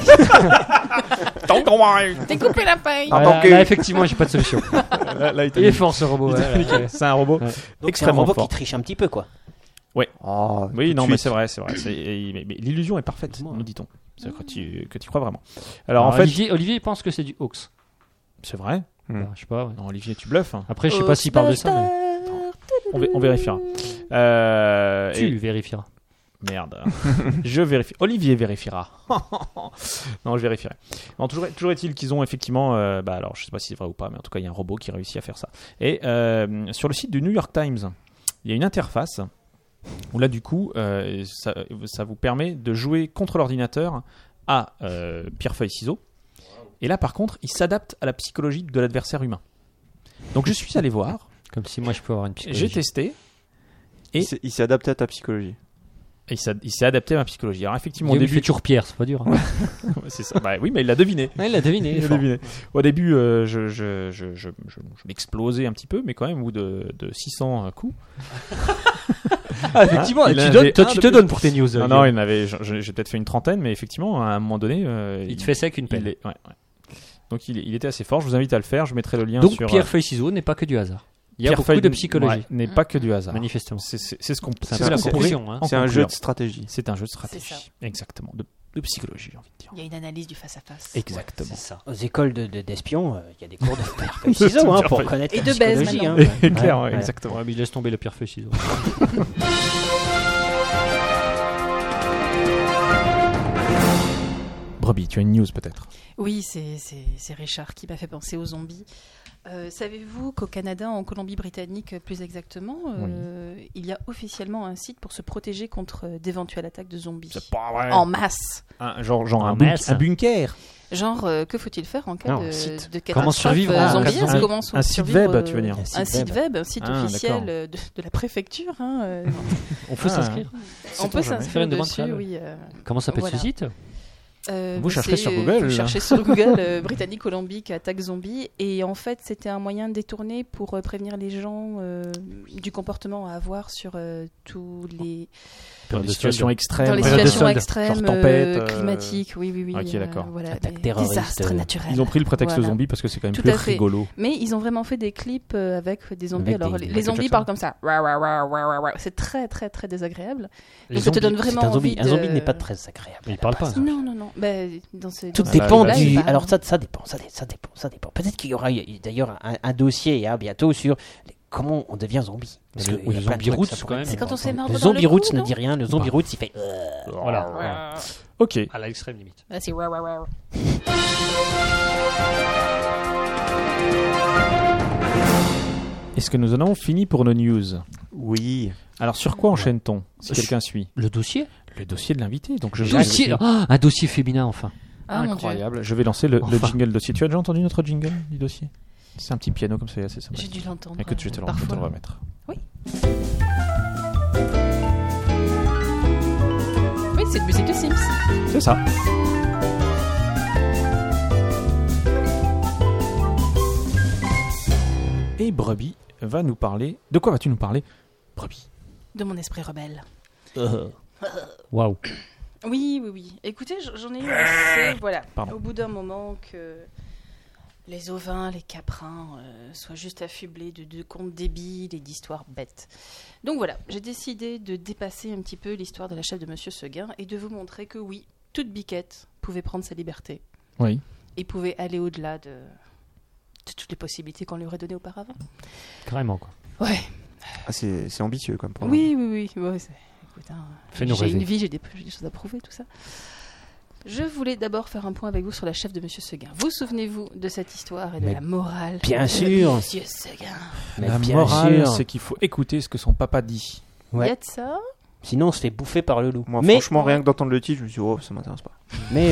T'es coupé la paille. Ah, Là, donc, là, effectivement, j'ai pas de solution. Là, il t'a Il est mis- fort ce robot. il t'a ouais, niqué. ouais. C'est un robot Ouais. Donc c'est un extrêmement robot fort. qui triche un petit peu, quoi. Oh, Oui, tout non, de mais suite. c'est vrai. Mais l'illusion est parfaite, nous dit-on. C'est que tu crois vraiment. Alors, Alors en fait, Olivier pense que c'est du hoax. c'est vrai. Alors, je sais pas. ouais. Non, Olivier, tu bluffes. Hein. Après, je sais pas s'il parle de ça, mais On vérifiera. tu Et- vérifieras. Merde. Je vérifie. Olivier vérifiera. Non, je vérifierai. Non, toujours est-il qu'ils ont effectivement. Alors, je sais pas si c'est vrai ou pas, mais en tout cas, il y a un robot qui réussit à faire ça. Et sur le site du New York Times, il y a une interface où là, du coup, ça vous permet de jouer contre l'ordinateur à pierre, feuille, ciseaux. Et là, par contre, il s'adapte à la psychologie de l'adversaire humain. Donc, je suis allé voir, Comme si moi je peux avoir une psychologie. j'ai testé. Et- Il s'est adapté à ta psychologie. Et il s'est adapté à ma psychologie. Alors, effectivement, Il au fait début. toujours pierre, c'est pas dur. hein. C'est ça. Bah, oui, mais il l'a deviné. Ouais, il l'a deviné. il est Il a fort. deviné. Au début, je m'explosais un petit peu, mais quand même, au bout de 600 coups. Ah, effectivement, Il tu en donnes- avait toi un tu de te plus. donnes pour tes news. Non, Guillaume. non, il y en avait, j'ai peut-être fait une trentaine, mais effectivement, à un moment donné, Il te fait ça avec une pelle. ouais. Donc il était assez fort. Je vous invite à le faire. Je mettrai le lien Donc sur. pierre, feuille, ciseaux n'est pas que du hasard. Il y a Pierre, beaucoup feuille, de psychologie. ouais, n'est pas que du hasard. Manifestement. C'est ce qu'on C'est un c'est peu la ce qu'on conclusion. pourrait hein. en C'est un jeu conclure. de stratégie. C'est un jeu de stratégie. C'est ça. Exactement. De psychologie, j'ai envie de dire. Il y a une analyse du face-à-face. Exactement. C'est ça. Aux écoles d'espions, il y a des cours de pierre, feuille, ciseaux hein, pour connaître Et la de baise, psychologie. maintenant. hein. Clair, Ouais. exactement. Ouais, mais il laisse tomber le pierre, feuille, ciseaux. Brebis, tu as une news peut-être. Oui, c'est Richard qui m'a fait penser aux zombies. Savez-vous qu'au Canada, en Colombie-Britannique plus exactement, il y a officiellement un site pour se protéger contre d'éventuelles attaques de zombies C'est pas vrai. en masse. Genre En un masse. bunker. Genre, que faut-il faire en cas Non, de, un site. de Comment catastrophe survivre en cas de zombiesque zombie. Comment Un site survivre, web, tu veux dire. Un site web, un site Ah, officiel d'accord. de la préfecture. Hein, On peut s'inscrire. on peut Faire s'inscrire une demande dessus, préalable. oui. Comment s'appelle Voilà. ce site Vous chercherez sur Google, Vous là. cherchez sur Google Britannique-Colombique attaque zombie. Et en fait, c'était un moyen détourné pour prévenir les gens du comportement à avoir sur tous les. Dans de des situations solde. extrêmes. Dans les période de situations solde, extrêmes, genre tempête, climatiques, oui. Ok, d'accord. Voilà, Attaque des terroriste, désastres naturels. Ils ont pris le prétexte Voilà. zombie parce que c'est quand même Tout plus à fait. rigolo. Mais ils ont vraiment fait des clips avec des zombies. Avec Alors, des- les Michael zombies Jackson. parlent comme ça. C'est très, très, très désagréable. Les Donc, ça te zombies. donne C'est vraiment un zombie. envie Un de... zombie n'est pas très agréable. Il parle pas. Non. Bah, dans ce, Tout dans ce dépend cas-là, du. il parle. Alors ça dépend. Peut-être qu'il y aura d'ailleurs un dossier bientôt sur comment on devient zombie. Parce Le- que ou il y a le plein de zombie trucs, roots, ça quand pourrait même. être C'est quand on se fait important. mordre Le dans le zombie cou, roots ne non dit rien. Le zombie roots il fait. Voilà. Ok. À l'extrême limite. Ah, c'est Est-ce que nous en avons fini pour nos news? Oui. Alors sur quoi enchaîne-t-on si quelqu'un suit? Le dossier Le dossier de l'invité. Donc je Dossier Ah, un dossier féminin enfin. Ah, mon Dieu. Incroyable. Je vais lancer le Enfin. jingle dossier. Tu as déjà entendu notre jingle du dossier? C'est un petit piano comme ça, assez sympa. J'ai dû l'entendre. Écoute, je vais te le parfois. remettre. Oui, cette musique de Sims. C'est ça. Et Brebis va nous parler... De quoi vas-tu nous parler, Brebis? De mon esprit rebelle. Waouh. Oui. Écoutez, j'en ai eu assez. Voilà. Pardon. Au bout d'un moment que les ovins, les caprins soient juste affublés de contes débiles et d'histoires bêtes. Donc voilà, j'ai décidé de dépasser un petit peu l'histoire de la chef de Monsieur Seguin et de vous montrer que oui, toute biquette pouvait prendre sa liberté Oui. et pouvait aller au-delà de toutes les possibilités qu'on lui aurait données auparavant. Carrément, quoi. Ouais. Ah, c'est ambitieux comme programme. Oui. Ouais, écoute, Fais-nous j'ai rêver. une vie, j'ai des choses à prouver, tout ça. Je voulais d'abord faire un point avec vous sur la chef de Monsieur Seguin. Vous souvenez-vous de cette histoire et de Mais la morale bien de sûr. Monsieur Seguin? Mais La bien morale, sûr. c'est qu'il faut écouter ce que son papa dit. Ouais. Il y a de ça? Sinon, on se fait bouffer par le loup. Moi, mais franchement, rien que d'entendre le titre, je me suis dit, oh, ça m'intéresse pas. mais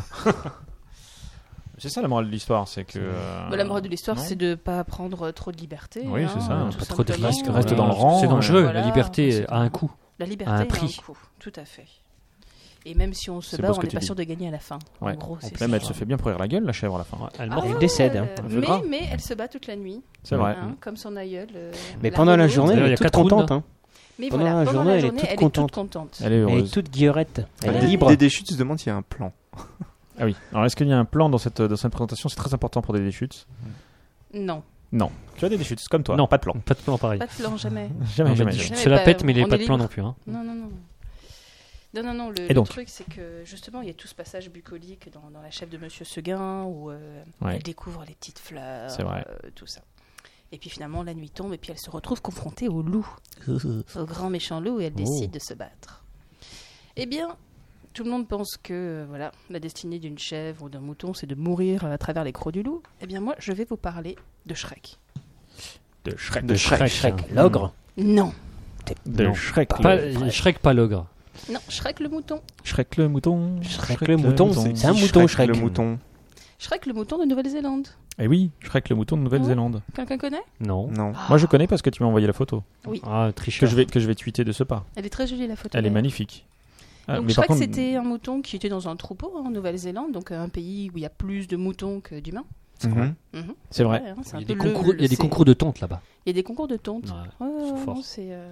C'est ça la morale de l'histoire, c'est que... Bah, la morale de l'histoire, non. c'est de ne pas prendre trop de liberté. Oui, c'est ça. tout Pas trop de simplement. risques. Reste dans le rang, C'est dangereux. voilà. La liberté a un coût. La liberté à un a prix. un coût, tout à fait. Et même si on se C'est bat, beau ce on que n'est tu pas dis. sûr de gagner à la fin. Ouais. En gros, c'est Même ça. elle se fait bien pourrir la gueule, la chèvre, à la fin. Elle Ah, meurt. Elle décède, hein. C'est grave. mais elle se bat toute la nuit, C'est vrai. hein, comme son aïeul. mais pendant la Renaud. journée, D'ailleurs, elle il y est a toute 4 rounds. contente. Hein. Mais pendant voilà, la pendant journée, la elle est journée, toute elle est contente. toute contente. Elle est Elle est heureuse. toute guillerette. Elle est Ouais. libre. Dédé Chute se demande s'il y a un plan. Ah oui. Alors, est-ce qu'il y a un plan dans cette présentation? C'est très important pour des déchutes. Non, Non. Tu as des déchutes, c'est comme toi. Non, pas de plan. Pas de plan pareil. pas de plan, jamais. Jamais, Non, mais jamais. tu- jamais. C'est la pas- pète, mais il n'y on a pas est de plan libre. non plus. Hein. Non. Non, Et le donc truc, c'est que justement, il y a tout ce passage bucolique dans la chef de Monsieur Seguin où Ouais. elle découvre les petites fleurs, C'est vrai. tout ça. Et puis finalement, la nuit tombe et puis elle se retrouve confrontée au loup, au grand méchant loup, et elle décide de se battre. Eh bien, tout le monde pense que voilà, la destinée d'une chèvre ou d'un mouton, c'est de mourir à travers les crocs du loup. Eh bien, moi, je vais vous parler de Shrek. De Shrek. De Shrek. Shrek, l'ogre. Non, De Non, Shrek. Pas- Shrek, pas l'ogre. non, Shrek le mouton. Shrek le mouton. Shrek le mouton, c'est un mouton, Shrek. Le mouton. Shrek le mouton de Nouvelle-Zélande. Eh oui, Shrek le mouton de Nouvelle-Zélande. Quelqu'un connaît? Non. Non. Moi je connais parce que tu m'as envoyé la photo. Ah, Que tricheur. je vais tweeter de ce pas. Elle est très jolie la photo. Elle est d'ailleurs. magnifique. Ah, Donc mais Shrek, par contre, c'était un mouton qui était dans un troupeau en Nouvelle-Zélande, donc un pays où il y a plus de moutons que d'humains. Mhm. Mhm. c'est vrai. Ouais, hein, c'est Il un y a peu des concours, il y a des c'est- concours de tontes là-bas. Il y a des concours de tontes. Ouais, Ouais, ils sont ouais, forts. non,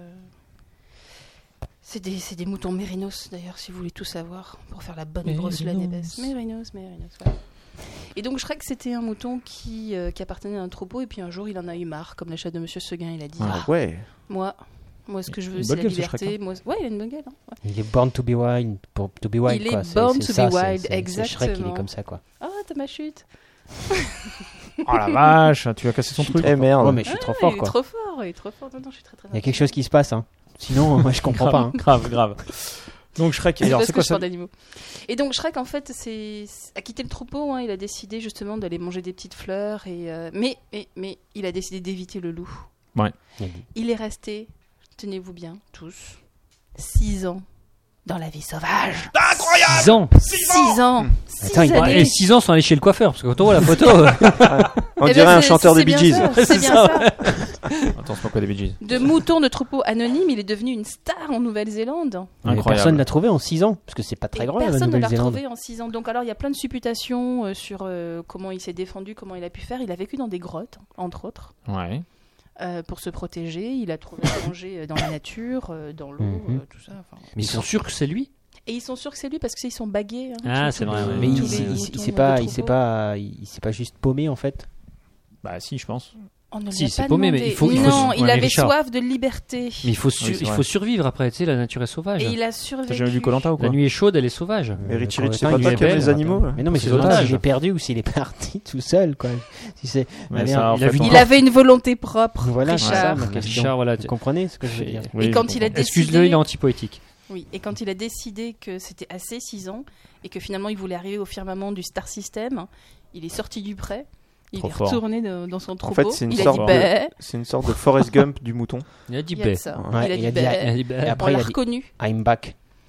c'est des moutons mérinos d'ailleurs, si vous voulez tout savoir, pour faire la bonne grosse laine épaisse. Mérinos, voilà. Et donc Shrek, c'était un mouton qui appartenait à un troupeau, et puis un jour il en a eu marre, comme la chef de Monsieur Seguin, il a dit Ouais. Ah, Ouais. moi, ce que je veux, Une c'est bonne la gueule, ce Shrek, liberté. Ouais, il a une bonne gueule. Hein. Ouais. Il est born to be wild. To be wild, Il est quoi. born c'est to ça, be wild, c'est Shrek, il exactement. est comme ça, quoi. Ah, t'as ma chute. Oh la vache, tu as cassé son truc. Eh merde. Oh, mais je suis trop Ah, fort, il est quoi. trop fort, il est trop fort. Non, je suis très très Il y a quelque chose qui se passe, hein. Sinon, moi, je comprends pas. Hein. Grave. Donc Shrek, alors parce c'est que quoi je ça? parle d'animaux. Et donc Shrek, en fait, a quitté le troupeau. Hein, il a décidé justement d'aller manger des petites fleurs. Mais il a décidé d'éviter le loup. Ouais. Il est resté, tenez-vous bien, tous, 6 ans dans la vie sauvage. 6 ans. 6 ans. 6 Attends, il- années. Et 6 ans sans aller chez le coiffeur, parce que quand on voit la photo, On Eh dirait ben, un chanteur de c'est Bee bien Gees. ça, c'est bien ça. Attends, c'est pas quoi des Bee Gees? De mouton de troupeau anonyme, il est devenu une star en Nouvelle-Zélande. Mais Incroyable. personne l'a trouvé en 6 ans, parce que c'est pas très Et grand, la personne ne l'a Nouvelle-Zélande. retrouvé en 6 ans. Donc alors il y a plein de supputations sur comment il s'est défendu, comment il a pu faire. Il a vécu dans des grottes, entre autres, Ouais. pour se protéger. Il a trouvé à manger dans la nature, dans l'eau, Mhm. tout ça. Enfin. mais ils sont sûrs que c'est lui. Et ils sont sûrs que c'est lui parce qu'ils sont bagués. Hein, Ah, tous c'est vrai, les- ouais. Mais tous il les s'est moutons pas, de il s'est troupeau. pas, il s'est pas juste paumé, en fait. Bah si, je pense. On ne Si, lui a c'est pas paumé, mais demandé. il faut- Non, ouais, il mais avait Richard. soif de liberté. Mais il faut, c'est il vrai. faut survivre après, tu sais, la nature est sauvage. Et il a survécu. T'as jamais vu Koh-Lanta ou quoi? La nuit est chaude, elle est sauvage. Mais Richie Quand Rich, c'est le pas temps, toi il qui est aimes belle, les animaux là Mais non, mais C'est c'est autant dommage. s'il est perdu ou s'il est parti tout seul, quoi. Si c'est. Mais Ah, ça, merde, en il a fait, vu on- Il avait une volonté propre. Voilà, c'est ça Richard. ma Ouais, question. Richard, voilà. Vous comprenez ce que je veux dire? Oui, Et quand je il a comprends. décidé- Excuse-le, il est antipoétique. Oui, et quand il a décidé que c'était assez 6 ans et que finalement il voulait arriver au firmament du Star System, il est sorti du pré, il Trop est fort. retourné dans son En troupeau. fait, c'est une il a sorte dit de- bah, C'est une sorte de Forrest Gump du mouton. Il a dit il y a de B. ça. Ouais, il a il dit a dit- bah. Il a dit B. Et On après, il l'a a dit reconnu. I'm back.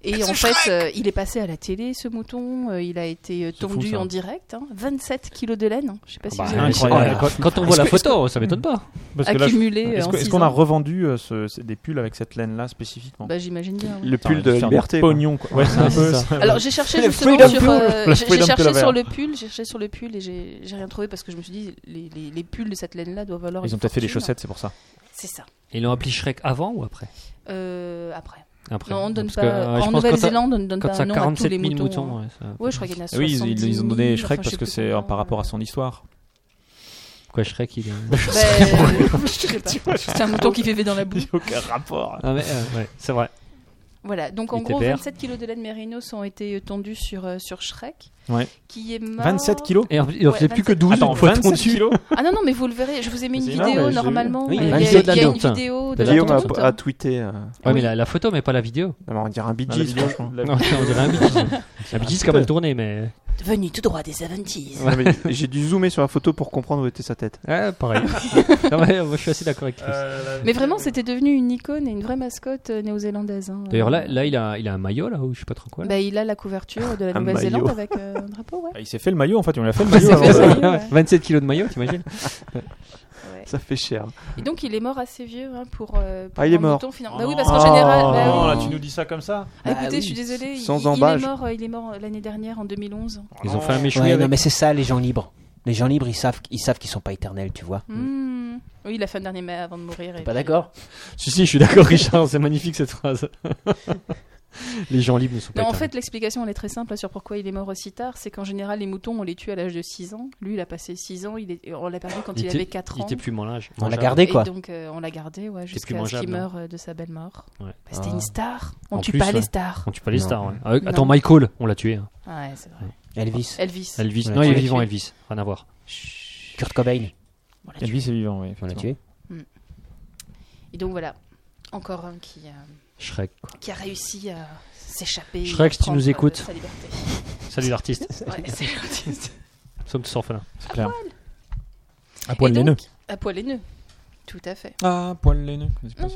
Et en fait, il est passé à la télé, ce mouton. Il a été tondu fou, ça. en direct. 27 kilos de laine. Je sais pas si vous avez incroyable. Quand on voit la photo, ça m'étonne pas. Parce que là, accumulé est-ce en que- est-ce 6 qu'on a ans. revendu des pulls avec cette laine-là spécifiquement? Bah, j'imagine bien. oui. Le pull de Faire liberté. du quoi. pognon, quoi. Ouais, c'est un peu ça. Alors j'ai cherché Le justement freedom sur, pull. Le j'ai freedom cherché pull sur vert. le pull et j'ai rien trouvé parce que je me suis dit les pulls de cette laine là doivent valoir. Ils une ont peut-être fait des fortune. chaussettes, c'est pour ça. C'est ça. Ils l'ont appelé Shrek avant ou après Après. Après. Non, on donne Parce pas. que, En je pense que Nouvelle-zélande, on ne donne quand pas ça un a nom à tous 47 les 000 moutons. moutons. Ouais, ça- Ouais, je crois qu'il y en a 70 Oui, 000. ils ont donné Shrek enfin, parce je que sais c'est plus par rapport à son histoire. Quoi, Shrek, il est. Je sais pas. C'est un mouton qui vivait dans la boue. Aucun rapport. Ah, mais, ouais, c'est vrai. Voilà, donc en Il était gros, vert. 27 kilos de laine mérinos ont été tondus sur Shrek, Ouais. qui est mort. 27 kilos. Et il en faisait plus que 12. Attends, une fois 27 tondu. kilos. Ah non, mais vous le verrez, je vous ai mis une C'est vidéo énorme, j'ai normalement. vu. Oui, Il y a- 27 il y a une kilos. vidéo de la Guillaume tonte. a tweeté. Ouais, mais la photo, mais pas la vidéo. On dirait un Bee La Gees, vidéo, franchement. Non, on dirait un Bee Gees. Un Bee Gees qui a mal tourné, mais. Venu tout droit des Aventies. Non, mais j'ai dû zoomer sur la photo pour comprendre où était sa tête. Ouais, pareil. Non, mais, moi, je suis assez d'accord avec Chris. Mais vraiment, c'était devenu une icône et une vraie mascotte néo-zélandaise. hein. D'ailleurs, là, il a un maillot, là, ou je sais pas trop quoi. là. Bah, il a la couverture de la Un Nouvelle-Zélande maillot. avec un drapeau, ouais. Ah, il s'est fait le maillot en fait, on lui a fait le Il s'est maillot. fait avant. ça. maillot, ouais. 27 kilos de maillot, t'imagines Ouais. Ça fait cher. Et donc, il est mort assez vieux pour Ah, il est un mort. mouton, finalement. Bah oui, parce qu'en général. Bah non, oui. là tu nous dis ça comme ça. Ah, écoutez, oui. je suis désolée. Sans il embâche. il est mort l'année dernière, en 2011. Ils ont fait un méchoui Ouais, avec. non, mais c'est ça, les gens libres. Les gens libres, ils savent qu'ils sont pas éternels, tu vois. Oui, il a fait un dernier mai avant de mourir. T'es pas d'accord? Si, je suis d'accord, Richard, c'est magnifique cette phrase. Les gens libres ne sont pas Non, en éternels. fait, l'explication elle est très simple sur pourquoi il est mort aussi tard. C'est qu'en général, les moutons, on les tue à l'âge de 6 ans. Lui, il a passé 6 ans. On l'a perdu quand il avait 4 Il ans. était plus mangeable. On l'a gardé, quoi. Et donc, on l'a gardé plus jusqu'à ce mangeable, qu'il non meure de sa belle mort. Ouais. Bah, c'était une star. On En tue plus, pas ouais. les stars. On tue pas les Non. stars. Ouais. Non. Attends, Michael, on l'a tué. Hein. Ouais, c'est vrai. Elvis. Elvis. Elvis. Ouais. Non, il est On l'a vivant, tué. Elvis. Rien à voir. Kurt Cobain. On l'a tué. Elvis est vivant, oui. On l'a effectivement. tué. Et donc voilà, encore un Shrek. Quoi. qui a réussi à s'échapper. Shrek, et si tu prendre, nous écoutes. sa liberté. Salut l'artiste. Ouais, c'est l'artiste. Nous sommes tous orphelins. C'est clair. À poil Et les donc, nœuds. À poil les nœuds. Tout à fait. Ah, poil les nœuds. C'est pas ça.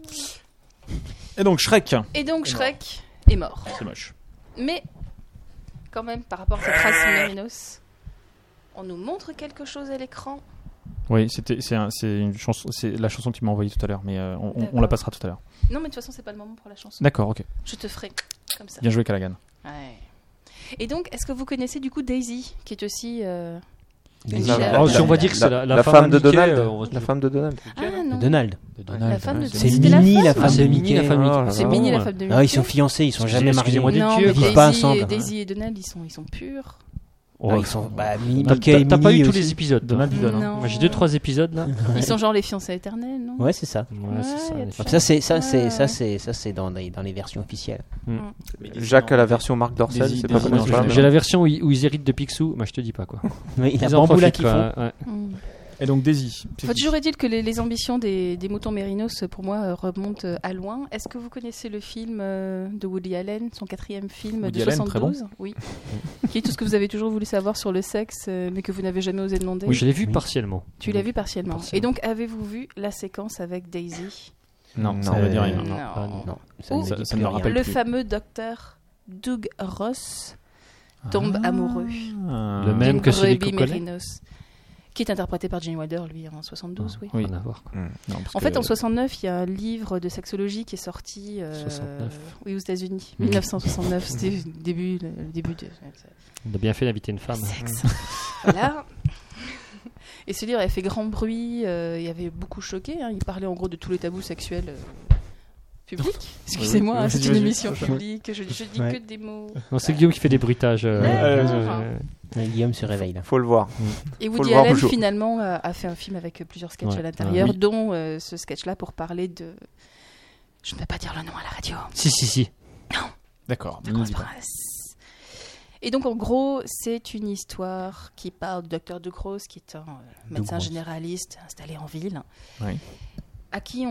Et donc Shrek. Et donc Shrek est mort. C'est moche. Mais quand même, par rapport à cette race mérinos, on nous montre quelque chose à l'écran. Oui, c'est une chanson, c'est la chanson que tu m'as envoyée tout à l'heure, mais on D'accord. la passera tout à l'heure. Non, mais de toute façon, c'est pas le moment pour la chanson. D'accord, ok. Je te ferai comme ça. Bien joué, Callaghan. Ouais. Et donc, est-ce que vous connaissez du coup Daisy, qui est aussi Daisy. Alors, si on va dire que c'est la femme de Mickey, Donald. on va se La femme de Donald. Ah non, Donald. la femme de C'est C'était Minnie, la femme. femme c'est de Minnie, la Mickey. femme de Oh là Mickey. C'est là. Minnie la Ouais. femme de Ah, ils sont Mickey. fiancés, ils sont jamais mariés. Excusez-moi du Non, Dieu. mais Ils vivent pas Daisy, ensemble. Daisy et Donald, ils sont purs. Oh, Ah, ils sont, bah, T'as Mickey et t'as pas Minnie eu tous aussi. les épisodes, toi. Donald il donne. Non. Moi, j'ai 2-3 épisodes là. Ils sont genre les fiancés éternels, non Ouais, c'est ça. Ouais, c'est ça. Ouais, en y a effet. de Ça, c'est Ouais. ça, c'est dans les versions officielles. Jacques a la version Marc Dorcel, Daisy, c'est pas Daisy, mal. non, c'est pas J'ai mal. la version où ils héritent de Picsou, je te dis pas quoi. Mais il y a Ils en Bamboula profitent, qui font. quoi, ouais. Et donc Daisy. Enfin, toujours est-il que les ambitions des moutons mérinos, pour moi, remontent à loin. Est-ce que vous connaissez le film de Woody Allen, son 4e film Woody de Allen, très 72 Oui. Qui est tout ce que vous avez toujours voulu savoir sur le sexe, mais que vous n'avez jamais osé demander. Oui, je l'ai vu Oui. partiellement. Tu l'as vu partiellement. Partiellement. Et donc, avez-vous vu la séquence avec Daisy Non, ça Non. ne veut dire rien. Non. Ah, non. Non, Ouh. ça ne Ça dit ne plus me rien. rappelle Le plus. fameux docteur Doug Ross tombe amoureux Le même d'une que celui brebis qu'on connaît. mérinos, qui est interprété par Gene Wilder, lui, en 72, oui. Oui. Rien à voir, quoi. Non, parce En fait, que- en 69, il y a un livre de sexologie qui est sorti 69. oui, aux États-Unis. Mhm. 1969, c'était le début de On a bien fait d'inviter une femme. sexe. Voilà. Et ce livre avait fait grand bruit, il avait beaucoup choqué. Il parlait en gros de tous les tabous sexuels publics. Excusez-moi, oui, hein, c'est une j'imagine. émission publique. Je dis Ouais. que des mots. Non, c'est Guillaume qui fait des bruitages. D'accord. Ouais, Guillaume se réveille là. Faut le voir. Et Faut Woody le voir, Allen, Bouchot. finalement, a fait un film avec plusieurs sketchs Ouais. à l'intérieur, Ah oui. dont ce sketch-là pour parler de. Je ne peux pas dire le nom à la radio. Si. D'accord. De Grosse Prince. Et donc, en gros, c'est une histoire qui parle du docteur De Grosse, qui est un médecin Grosse. généraliste installé en ville, Oui. à qui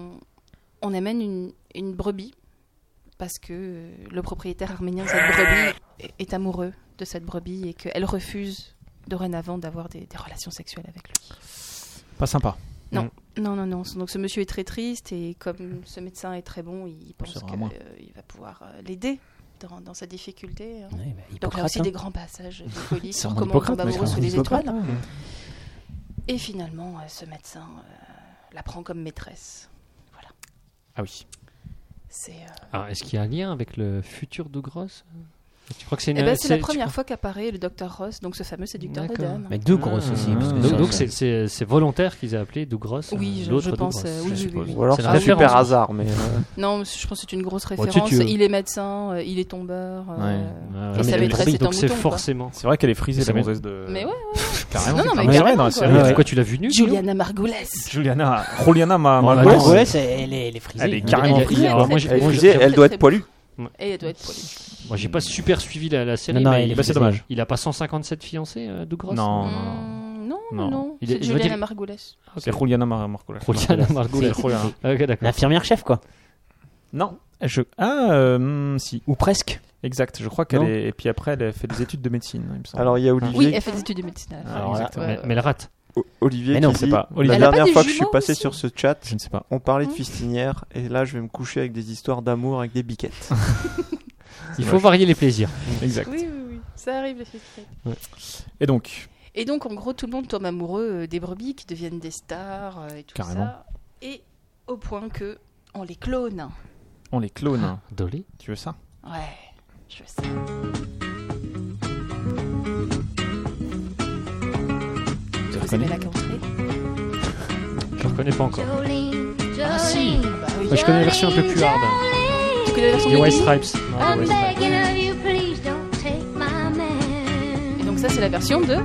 on amène une brebis, parce que le propriétaire arménien de cette brebis est amoureux de cette brebis et qu'elle refuse dorénavant d'avoir des relations sexuelles avec lui. Pas sympa. Non. Non. Donc ce monsieur est très triste et comme ce médecin est très bon, il pense C'est qu'il vraiment. va pouvoir l'aider dans sa difficulté. Hein. Ouais, bah, Donc là Hippocrate, aussi hein. des grands passages de folie C'est sur vraiment comment Hippocrate, tomber mec, amoureux sous c'est les Hippocrate, étoiles. hein. Et finalement, ce médecin la prend comme maîtresse. Ah oui. C'est Alors, est-ce qu'il y a un lien avec le futur Douglas? Tu crois que c'est une... eh ben, c'est la tu première crois- fois qu'apparaît le Dr Ross, donc ce fameux séducteur des D'accord. dames. Mais deux grosses aussi. parce que Donc ça- c'est volontaire qu'ils aient appelé Douglas. Oui, l'autre je pense. Douglas, Oui, je oui, suppose. oui. Ou alors C'est c'est la un super référence. hasard, mais Non, je pense que c'est une grosse tu- référence. tu- Il est médecin, il est tombeur. Ah, Et sa mais maîtresse est un donc c'est mouton, quoi. forcément. C'est vrai qu'elle est frisée, Ça la met- gonzesse de. Mais ouais, Carrément. Non, non, mais Ah, c'est vrai, carrément, dans la quoi. série. Ouais. Pourquoi tu l'as vu nu? Guillaume Juliana Margules. Juliana Ouais, Margules. ouais, elle est frisée. Elle est hein. carrément Elle est frisée. Alors, moi, très, j'ai- elle est moi, frisée, très, elle très, doit très être poilue. Et elle doit être polie. Moi, j'ai pas super suivi la série, Non, non, mais il est c'est dommage. il a pas 157 fiancés, Douglas? Non. Non. Il est- C'est je veux Juliana dire- Margules. C'est Juliana Margules. Juliana Margules. C'est Juliana. Ok, d'accord. L'infirmière chef, quoi. Non. Si. Ou presque. Exact. Je crois qu'elle Non. est. Et puis après, elle a fait des études de médecine, il me semble. Alors il y a Oui, Olivier, elle fait des études de médecine. Alors là, exactement. Mais elle rate. Olivier Mais non, qui c'est dit pas. Olivier. la Elle a pas dernière des fois que je suis jumeaux passé aussi sur ce chat, Je ne sais pas. on parlait de fistinière et là je vais me coucher avec des histoires d'amour avec des biquettes. Il faut varier les plaisirs. Exact. Oui. Ça arrive, effectivement. Et donc, Et donc, en gros, tout le monde tombe amoureux des brebis qui deviennent des stars et tout Carrément. ça. Et au point que on les clone. on les clone. Dolly? Tu veux ça? Ouais, je sais. Vous aimez la country? Je reconnais pas encore. Ah si. Bah oui. Moi, je connais la version un peu plus hard. Tu connais la version Les de White Dolly? Stripes. Non, Ah, les White Stripes. Et donc ça, c'est la version de...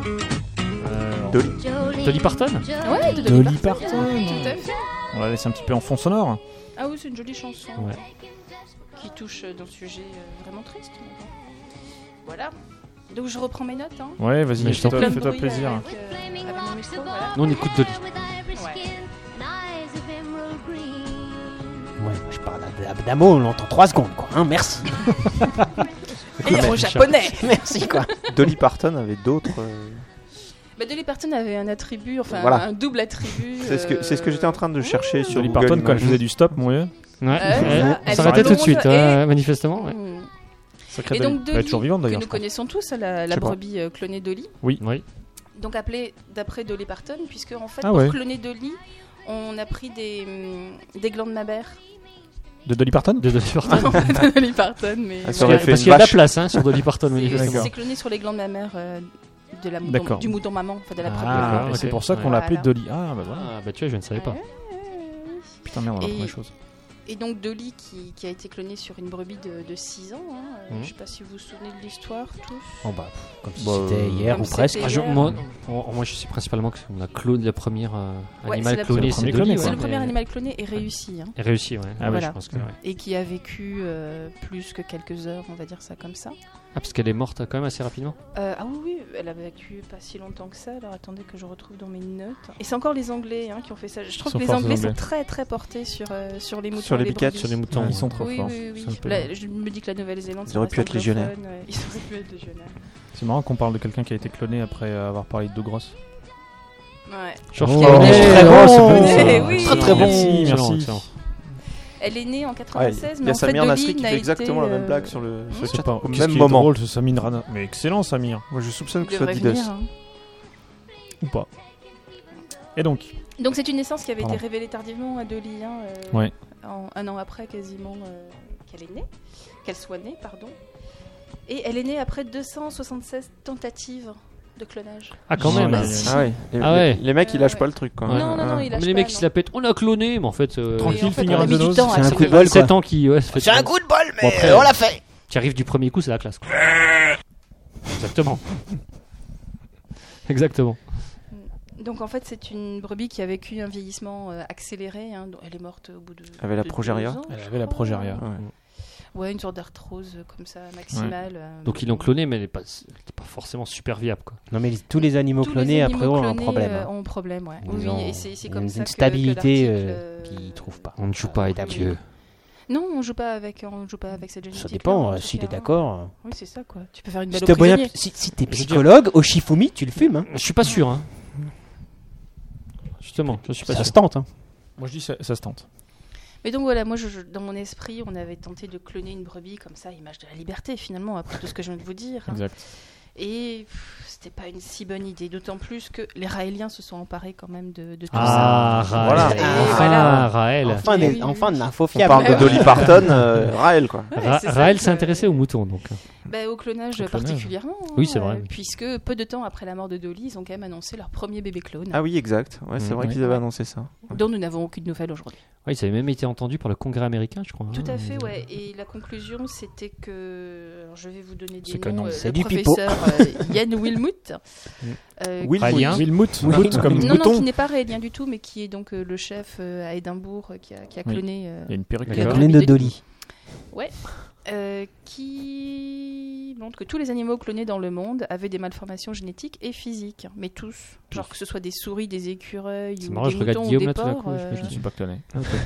Dolly Parton? Ouais, de Dolly Dolly Parton. Tout à fait. On la laisse un petit peu en fond sonore. Ah oui, c'est une jolie chanson Ouais. qui touche d'un sujet vraiment triste. mais bon. Voilà. Donc je reprends mes notes. Hein. Ouais, vas-y, Mais je t'en fais-toi Plein de fais-toi bruit plaisir. avec mon micro, voilà. Nous, on écoute Dolly. Ouais, je parle d'amour, on l'entend 3 secondes, quoi. Hein, merci. Et en japonais. Merci, quoi. Dolly Parton avait d'autres. Bah, Dolly Parton avait un attribut, enfin Voilà. un double attribut. C'est ce que j'étais en train de chercher sur Dolly Google Parton, quand elle Images. faisait du stop, mon vieux. Ouais. elle Ça s'arrêtait tout de blonde suite, et- manifestement. Ouais. Mm. Sacrée Et Dolly. donc Elle est Dolly, toujours vivante que d'ailleurs. nous je crois. connaissons tous, la Je sais pas. brebis clonée Dolly. Oui. Donc appelée d'après Dolly Parton, puisque en fait Ah pour ouais. cloner Dolly, on a pris des glandes mammaires De Dolly Parton De Dolly Parton. de Dolly Parton, mais Ah, ça voilà. aurait fait Parce une qu'il y a de la vache. place sur Dolly Parton, manifestement. c'est cloné sur les glandes mammaires de la D'accord. du mouton maman, enfin de la Ah, D'accord, et ok. c'est pour ça qu'on Ouais. l'a appelée Voilà. Dolly. Ah, bah voilà. Ah, bah tu vois, je ne savais pas. Putain, merde, on Et- apprend des choses. Et donc Dolly qui a été clonée sur une brebis de 6 ans. Hein. Mhm. Je sais pas si vous vous souvenez de l'histoire tous. Oh, bah, comme si Bah, c'était hier comme ou presque. c'était- Ah, moi, je sais principalement que la clone, la première Ouais, animal c'est la cloné, première- c'est premier Dolly. cloné, C'est quoi. le premier mais- animal cloné et réussi. Hein. Et réussi, ouais. Ah, Voilà. Je pense que, ouais. Et qui a vécu plus que quelques heures, on va dire ça comme ça. Ah, parce qu'elle est morte quand même assez rapidement. Ah oui, elle a vécu pas si longtemps que ça. Alors attendez que je retrouve dans mes notes. Et c'est encore les Anglais qui ont fait ça. Je trouve Ils sont que les forts, ces Anglais sont Anglais. très très portés sur les moutons, Sur les biquettes, brebis. Sur les moutons. Ils sont trop Oui, forts. oui. Ça me plaît. Là, je me dis que la Nouvelle-Zélande, Ils ça auraient reste pu être légionnaires. anglophone, ouais. Ils auraient pu être légionnaires. C'est marrant qu'on parle de quelqu'un qui a été cloné après avoir parlé de Douglas. Ouais. Genre, Oh, Qui avait des très cheveux bon, longs. c'est bon, Oui. très très bon. Merci, Excellent, merci. excellent. Elle est née en Ouais, 96, il y mais a en fait Samir Nasri Dolly qui n'a fait exactement été, la même blague sur le C'est chat pas au qu'est-ce même qui est moment. drôle, ce Samir Rana. Mais excellent, Samir. Moi je soupçonne que Il ce soit devrait Didos. venir, hein. Ou pas. Et donc, Donc c'est une naissance qui avait été Pardon. révélée tardivement à Dolly, Ouais. un an après quasiment qu'elle soit née, pardon. Et elle est née après 276 tentatives de clonage. Ah, quand Oh même. là là. Ah ouais. Ah ouais. Les mecs ils lâchent Ouais. pas le truc quoi. Non, non, non, il Mais lâche les pas, mecs, ils se la pètent. On a cloné, mais en fait. Tranquille, Et en fait, finir on a en mis du zoonose, temps à c'est un se coup de révéler. bol, quoi. 7 ans qui. Ouais, ça fait- C'est un coup de bol, mais Bon, après, on l'a fait. Tu arrives du premier coup, c'est la classe. Quoi. Exactement. Exactement. Donc en fait, c'est une brebis qui a vécu un vieillissement accéléré. Hein, elle est morte au bout de. Elle avait la de progéria. 2 ans, elle je avait la crois. progéria. Ouais. Ouais, une sorte d'arthrose comme ça, maximale. Donc ils l'ont clonée, mais elle n'est pas forcément super viable. Quoi. Non, mais tous les animaux Tous clonés, les après, animaux ont un clonés, problème. hein. ont un problème, ouais. Ils Oui, ont- et c'est ils comme ont ça une que stabilité l'article, qu'ils trouvent pas. On ne joue pas avec établi. Dieu. Non, on joue pas avec cette génétique. Ça dépend, s'il est d'accord. Oui, c'est ça quoi. Tu peux faire une belle Si t'es au prisonnier. si t'es psychologue, au Shifumi, tu le fumes. Hein. Je suis pas sûr. Hein. Justement, je suis pas Ça sûr. se tente. Hein. Moi je dis ça se tente. Mais donc voilà, moi, dans mon esprit, on avait tenté de cloner une brebis comme ça, image de la liberté finalement, après tout ce que je viens de vous dire. Exact. Et c'était pas une si bonne idée, d'autant plus que les Raéliens se sont emparés quand même de tout Ah, ça. Raël. Voilà. Et voilà. Raël. Enfin, Mais oui, enfin de oui. l'info On fiable. parle de Dolly Parton, Raël, quoi. Ouais, c'est ça, Raël que- s'est intéressé aux moutons, donc. Au clonage Au clonage. particulièrement. Oui, c'est vrai. Puisque peu de temps après la mort de Dolly, ils ont quand même annoncé leur premier bébé clone, Ah oui, exact. Ouais, c'est vrai Ouais. qu'ils avaient annoncé ça. dont nous n'avons aucune nouvelle aujourd'hui. Ouais, ils avaient même été entendus par le Congrès américain, je crois. Tout hein. à fait, ouais. Et la conclusion, c'était que... Alors, je vais vous donner des C'est que noms. non, c'est Le du pipeau. professeur Yann Wilmuth. Raélien. Wilmut, comme Non, non, mouton. qui n'est pas raélien du tout, mais qui est donc le chef à Édimbourg, qui a Oui. cloné... Il y a une perruque. D'accord. La clone de Dolly. Qui montre que tous les animaux clonés dans le monde avaient des malformations génétiques et physiques, mais tous. Genre que ce soit des souris, des écureuils, C'est ou marrant, des je regarde moutons ou Guillaume des là tout d'un porcs. coup. Je ne suis pas cloné.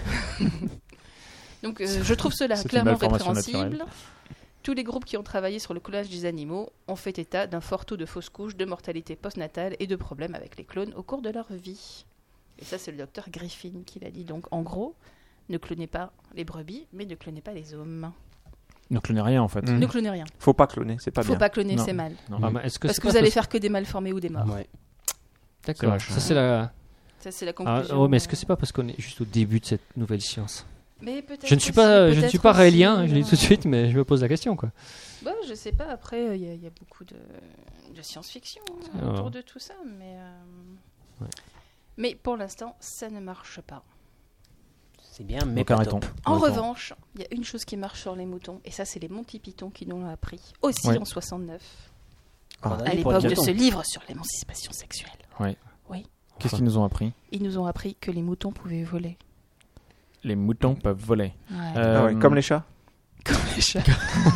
Donc je trouve cela C'est une clairement malformation répréhensible. naturelle. Tous les groupes qui ont travaillé sur le clonage des animaux ont fait état d'un fort taux de fausses couches, de mortalité postnatale et de problèmes avec les clones au cours de leur vie. Et ça, c'est le docteur Griffin qui l'a dit. Donc en gros, ne clonez pas les brebis, mais ne clonez pas les hommes. Ne clonez rien en fait. Mm. Ne clonez rien. Faut pas cloner, c'est pas Faut bien. pas cloner, Non. c'est mal. Non. Ah, mais est-ce que Parce c'est que pas vous allez faire que des malformés ou des morts. Ouais. D'accord. vache. Ça c'est la. Ça, c'est la Ah, conclusion. oh, mais est-ce que c'est pas parce qu'on est juste au début de cette nouvelle science? Mais peut-être Je ne suis aussi, pas, je ne peut-être suis pas aussi, raélien, je le dis tout de suite, mais je me pose la question, quoi. Bah, je sais pas, après, il y a beaucoup de science-fiction Ah. autour de tout ça, mais... Ouais. Mais pour l'instant, ça ne marche pas. C'est bien, mais Donc pas arrêtons. top. En Arrêtons. revanche, il y a une chose qui marche sur les moutons, et ça, c'est les Monty Python qui nous l'ont appris, aussi Ouais. en 69, Condamné à pour l'époque les de moutons. ce livre sur l'émancipation sexuelle. Qu'est-ce qu'ils nous ont appris? Ils nous ont appris que les moutons pouvaient voler. Les moutons peuvent voler. Ouais. Ah ouais, comme les chats. Comme les chats.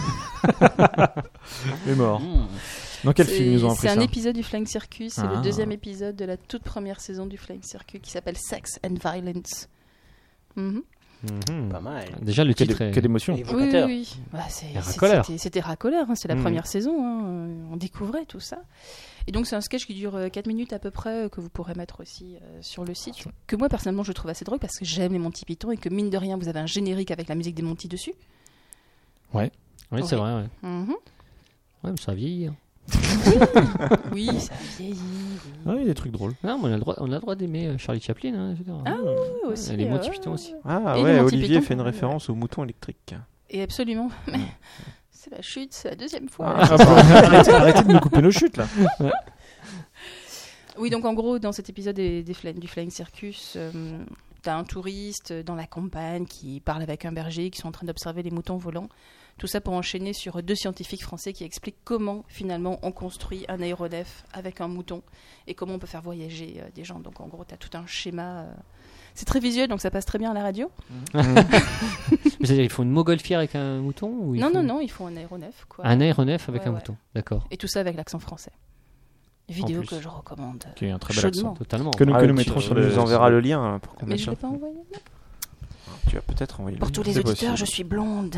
Les morts. Mmh. Dans quel film ils nous ont appris C'est un ça? épisode du Flying Circus, c'est Ah. le deuxième épisode de la toute première saison du Flying Circus qui s'appelle Sex and Violence. Mhm. Pas mal. Déjà, le Quelle titre est... émotion. Oui, oui, Évocateur. oui. Bah, Et racoleur. c'était racoleur, hein, c'est la Mhm. première saison, hein, on découvrait tout ça. Et donc c'est un sketch qui dure 4 minutes à peu près, que vous pourrez mettre aussi sur le site, que moi personnellement je trouve assez drôle parce que j'aime les Monty Python et que mine de rien vous avez un générique avec la musique des Monty dessus. Oui, c'est Oui. vrai, ouais. Mhm. Ouais, mais ça vieillit. Hein. Oui, ça vieillit. Oui. Ah, il y a des trucs drôles. Non, mais on a le droit d'aimer Charlie Chaplin. Hein, je veux dire. Ah oui, aussi. Et les Monty Python aussi. Ah Et ouais, les Monty Olivier Python, fait une ouais. référence au mouton électrique. Et absolument. Mais c'est la chute, c'est la deuxième fois. Arrêtez de nous couper nos chutes là. Oui, donc en gros, dans cet épisode du Flying Circus, t'as un touriste dans la campagne qui parle avec un berger qui sont en train d'observer les moutons volants. Tout ça pour enchaîner sur 2 scientifiques français qui expliquent comment finalement on construit un aéronef avec un mouton et comment on peut faire voyager des gens. Donc en gros, t'as tout un schéma. C'est très visuel, donc ça passe très bien à la radio. Mais c'est-à-dire, ils font une montgolfière avec un mouton ou ils Non, font non, non, ils font un aéronef. Quoi. Un aéronef avec Ouais, un ouais. mouton. D'accord. Et tout ça avec l'accent français. Vidéo plus. que je recommande. Qui est un très bel Chaudement. accent. Totalement. Que nous Ah, mettrons tu sur nous enverras le lien hein, pour qu'on Mais mette je ça. ne l'ai pas envoyé. Tu vas peut-être envoyer le Pour lien. tous les c'est auditeurs, possible. je suis blonde.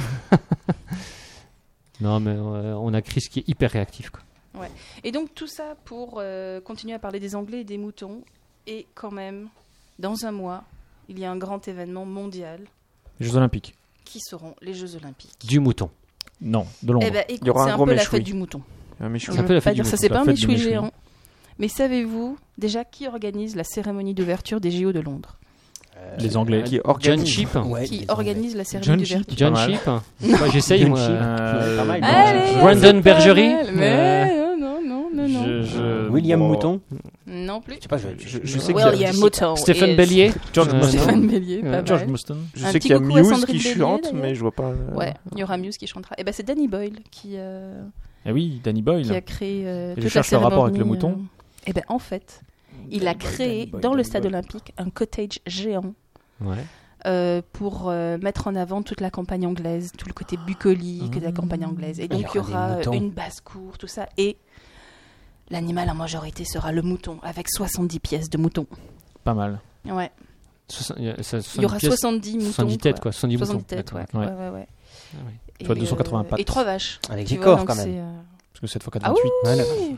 Non, mais on a Chris qui est hyper réactif. Quoi. Et donc tout ça pour continuer à parler des Anglais et des moutons. Et quand même, dans un mois, il y a un grand événement mondial Les Jeux Olympiques. qui seront les Jeux Olympiques. Du mouton. Non, de l'ombre. Eh ben, écoute, Il y aura c'est un un gros peu la méchoui. fête du mouton. Un méchoui. Je un veux peu la pas fête du dire ça, mouton. c'est La pas un fête du méchoui méchoui. géant. Mais savez-vous déjà qui organise la cérémonie d'ouverture des JO de Londres? Les Anglais. Qui John organise. Chip. Ouais, Qui les organise la cérémonie John d'ouverture? John Pas mal. Chip. Moi, j'essaye, moi. Pas mal. Allez, Brandon c'est pas Bergerie. mal, mais non. William Bon. Mouton. Non plus. Je sais pas, Je sais qu'il y a- William Mouton. Stephen is- Bellier. George Muston. Stéphane Bellier, pas George mal. Muston. Je Un sais petit qu'il y a coucou à Muse Sandrine qui Bellier, chante, d'ailleurs. mais je vois pas. Ouais, il y aura Muse qui chantera. Et ben c'est Danny Boyle qui Eh oui, Danny Boyle. a créé je toute la cherche le rapport avec le cérémonie, mouton. Et ben en fait, il a créé Danny Boyle, dans le Danny stade Boyle. olympique un cottage géant Ouais. pour mettre en avant toute la campagne anglaise, tout le côté bucolique de la campagne anglaise. Et donc il y aura des moutons. une basse-cour, tout ça. Et l'animal en majorité sera le mouton, avec 70 pièces de mouton. Pas mal. Ouais. Il Il y aura 70 moutons. 70 têtes, quoi. 70 moutons. 70 têtes, ouais. D'accord. Ouais. Ah ouais. Et, Soit 280 pattes. Et 3 vaches. Avec Tu des vois, corps donc quand même. c'est, Parce que 7 x 4, Ah 28. oui, Voilà.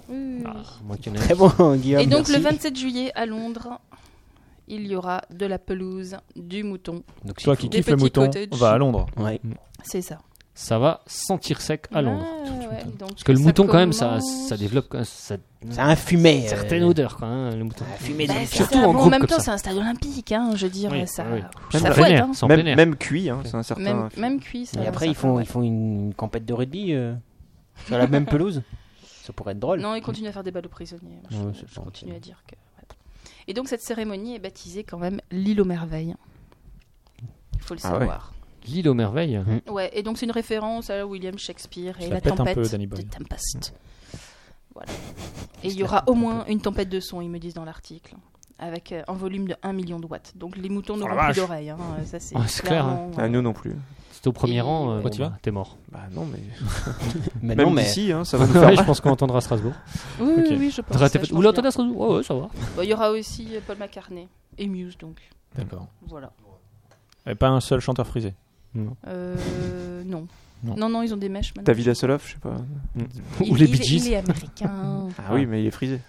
Oui. Moi qui en ai- Très bon, Guillaume. Et donc merci. le 27 juillet à Londres, il y aura de la pelouse, du mouton. Donc, Toi c'est qui Des kiffes le petits mouton, cottages. va à Londres. fou. Ouais. C'est ça. Ça va sentir sec à Londres. Ouais, donc Parce que le ça mouton, quand même, ça commence- développe quand même, ça, C'est un fumé. certaine odeur, quoi, hein, le mouton. Un fumé Bah, dans le c'est Surtout ça. en Bon, groupe en même comme temps, ça. c'est un stade olympique, hein, je veux dire, Oui, ça, oui. ça Même fouette. plein air, Hein. c'est en plein air. Même cuit, hein, c'est un certain. Même cuit. Ça, Et après, ça ils font, fouette. ils font une compète de rugby sur la même pelouse. Ça pourrait être drôle. Non, ils continuent à faire des balles aux prisonniers. Je, Ouais, c'est je gentil. continue à dire que. Voilà. Et donc cette cérémonie est baptisée quand même l'île aux merveilles. Il faut le Ah ouais. savoir. L'île aux merveilles. Ouais, et donc c'est une référence à William Shakespeare et Ça la pète un tempête peu, Danny de Boy. Tempest. Voilà. Et il y aura au moins une tempête de son, ils me disent dans l'article, avec un volume de 1 million de watts. Donc les moutons n'auront la plus vache. d'oreilles. Hein. Ça c'est Ouais, c'est clair, clairement, Ah, nous non plus. Si t'es au premier Et- rang, Pourquoi tu vas t'es mort. Bah non, mais. Mais Même non, mais d'ici, hein, ça va nous faire Ouais, je mal. pense qu'on entendra à Strasbourg. Oui, Ok. oui, oui, je pense. T'aurais ça, été- je Vous pense l'entendez bien. à Strasbourg? Ouais, ça va. Bon, il y aura aussi Paul McCartney et Muse, donc D'accord. voilà. Et pas un seul chanteur frisé. Non. Non. Non, ils ont des mèches maintenant. David Hasselhoff, je sais pas. Ou les Bee Il Gees. est américain. Ah oui, mais il est frisé.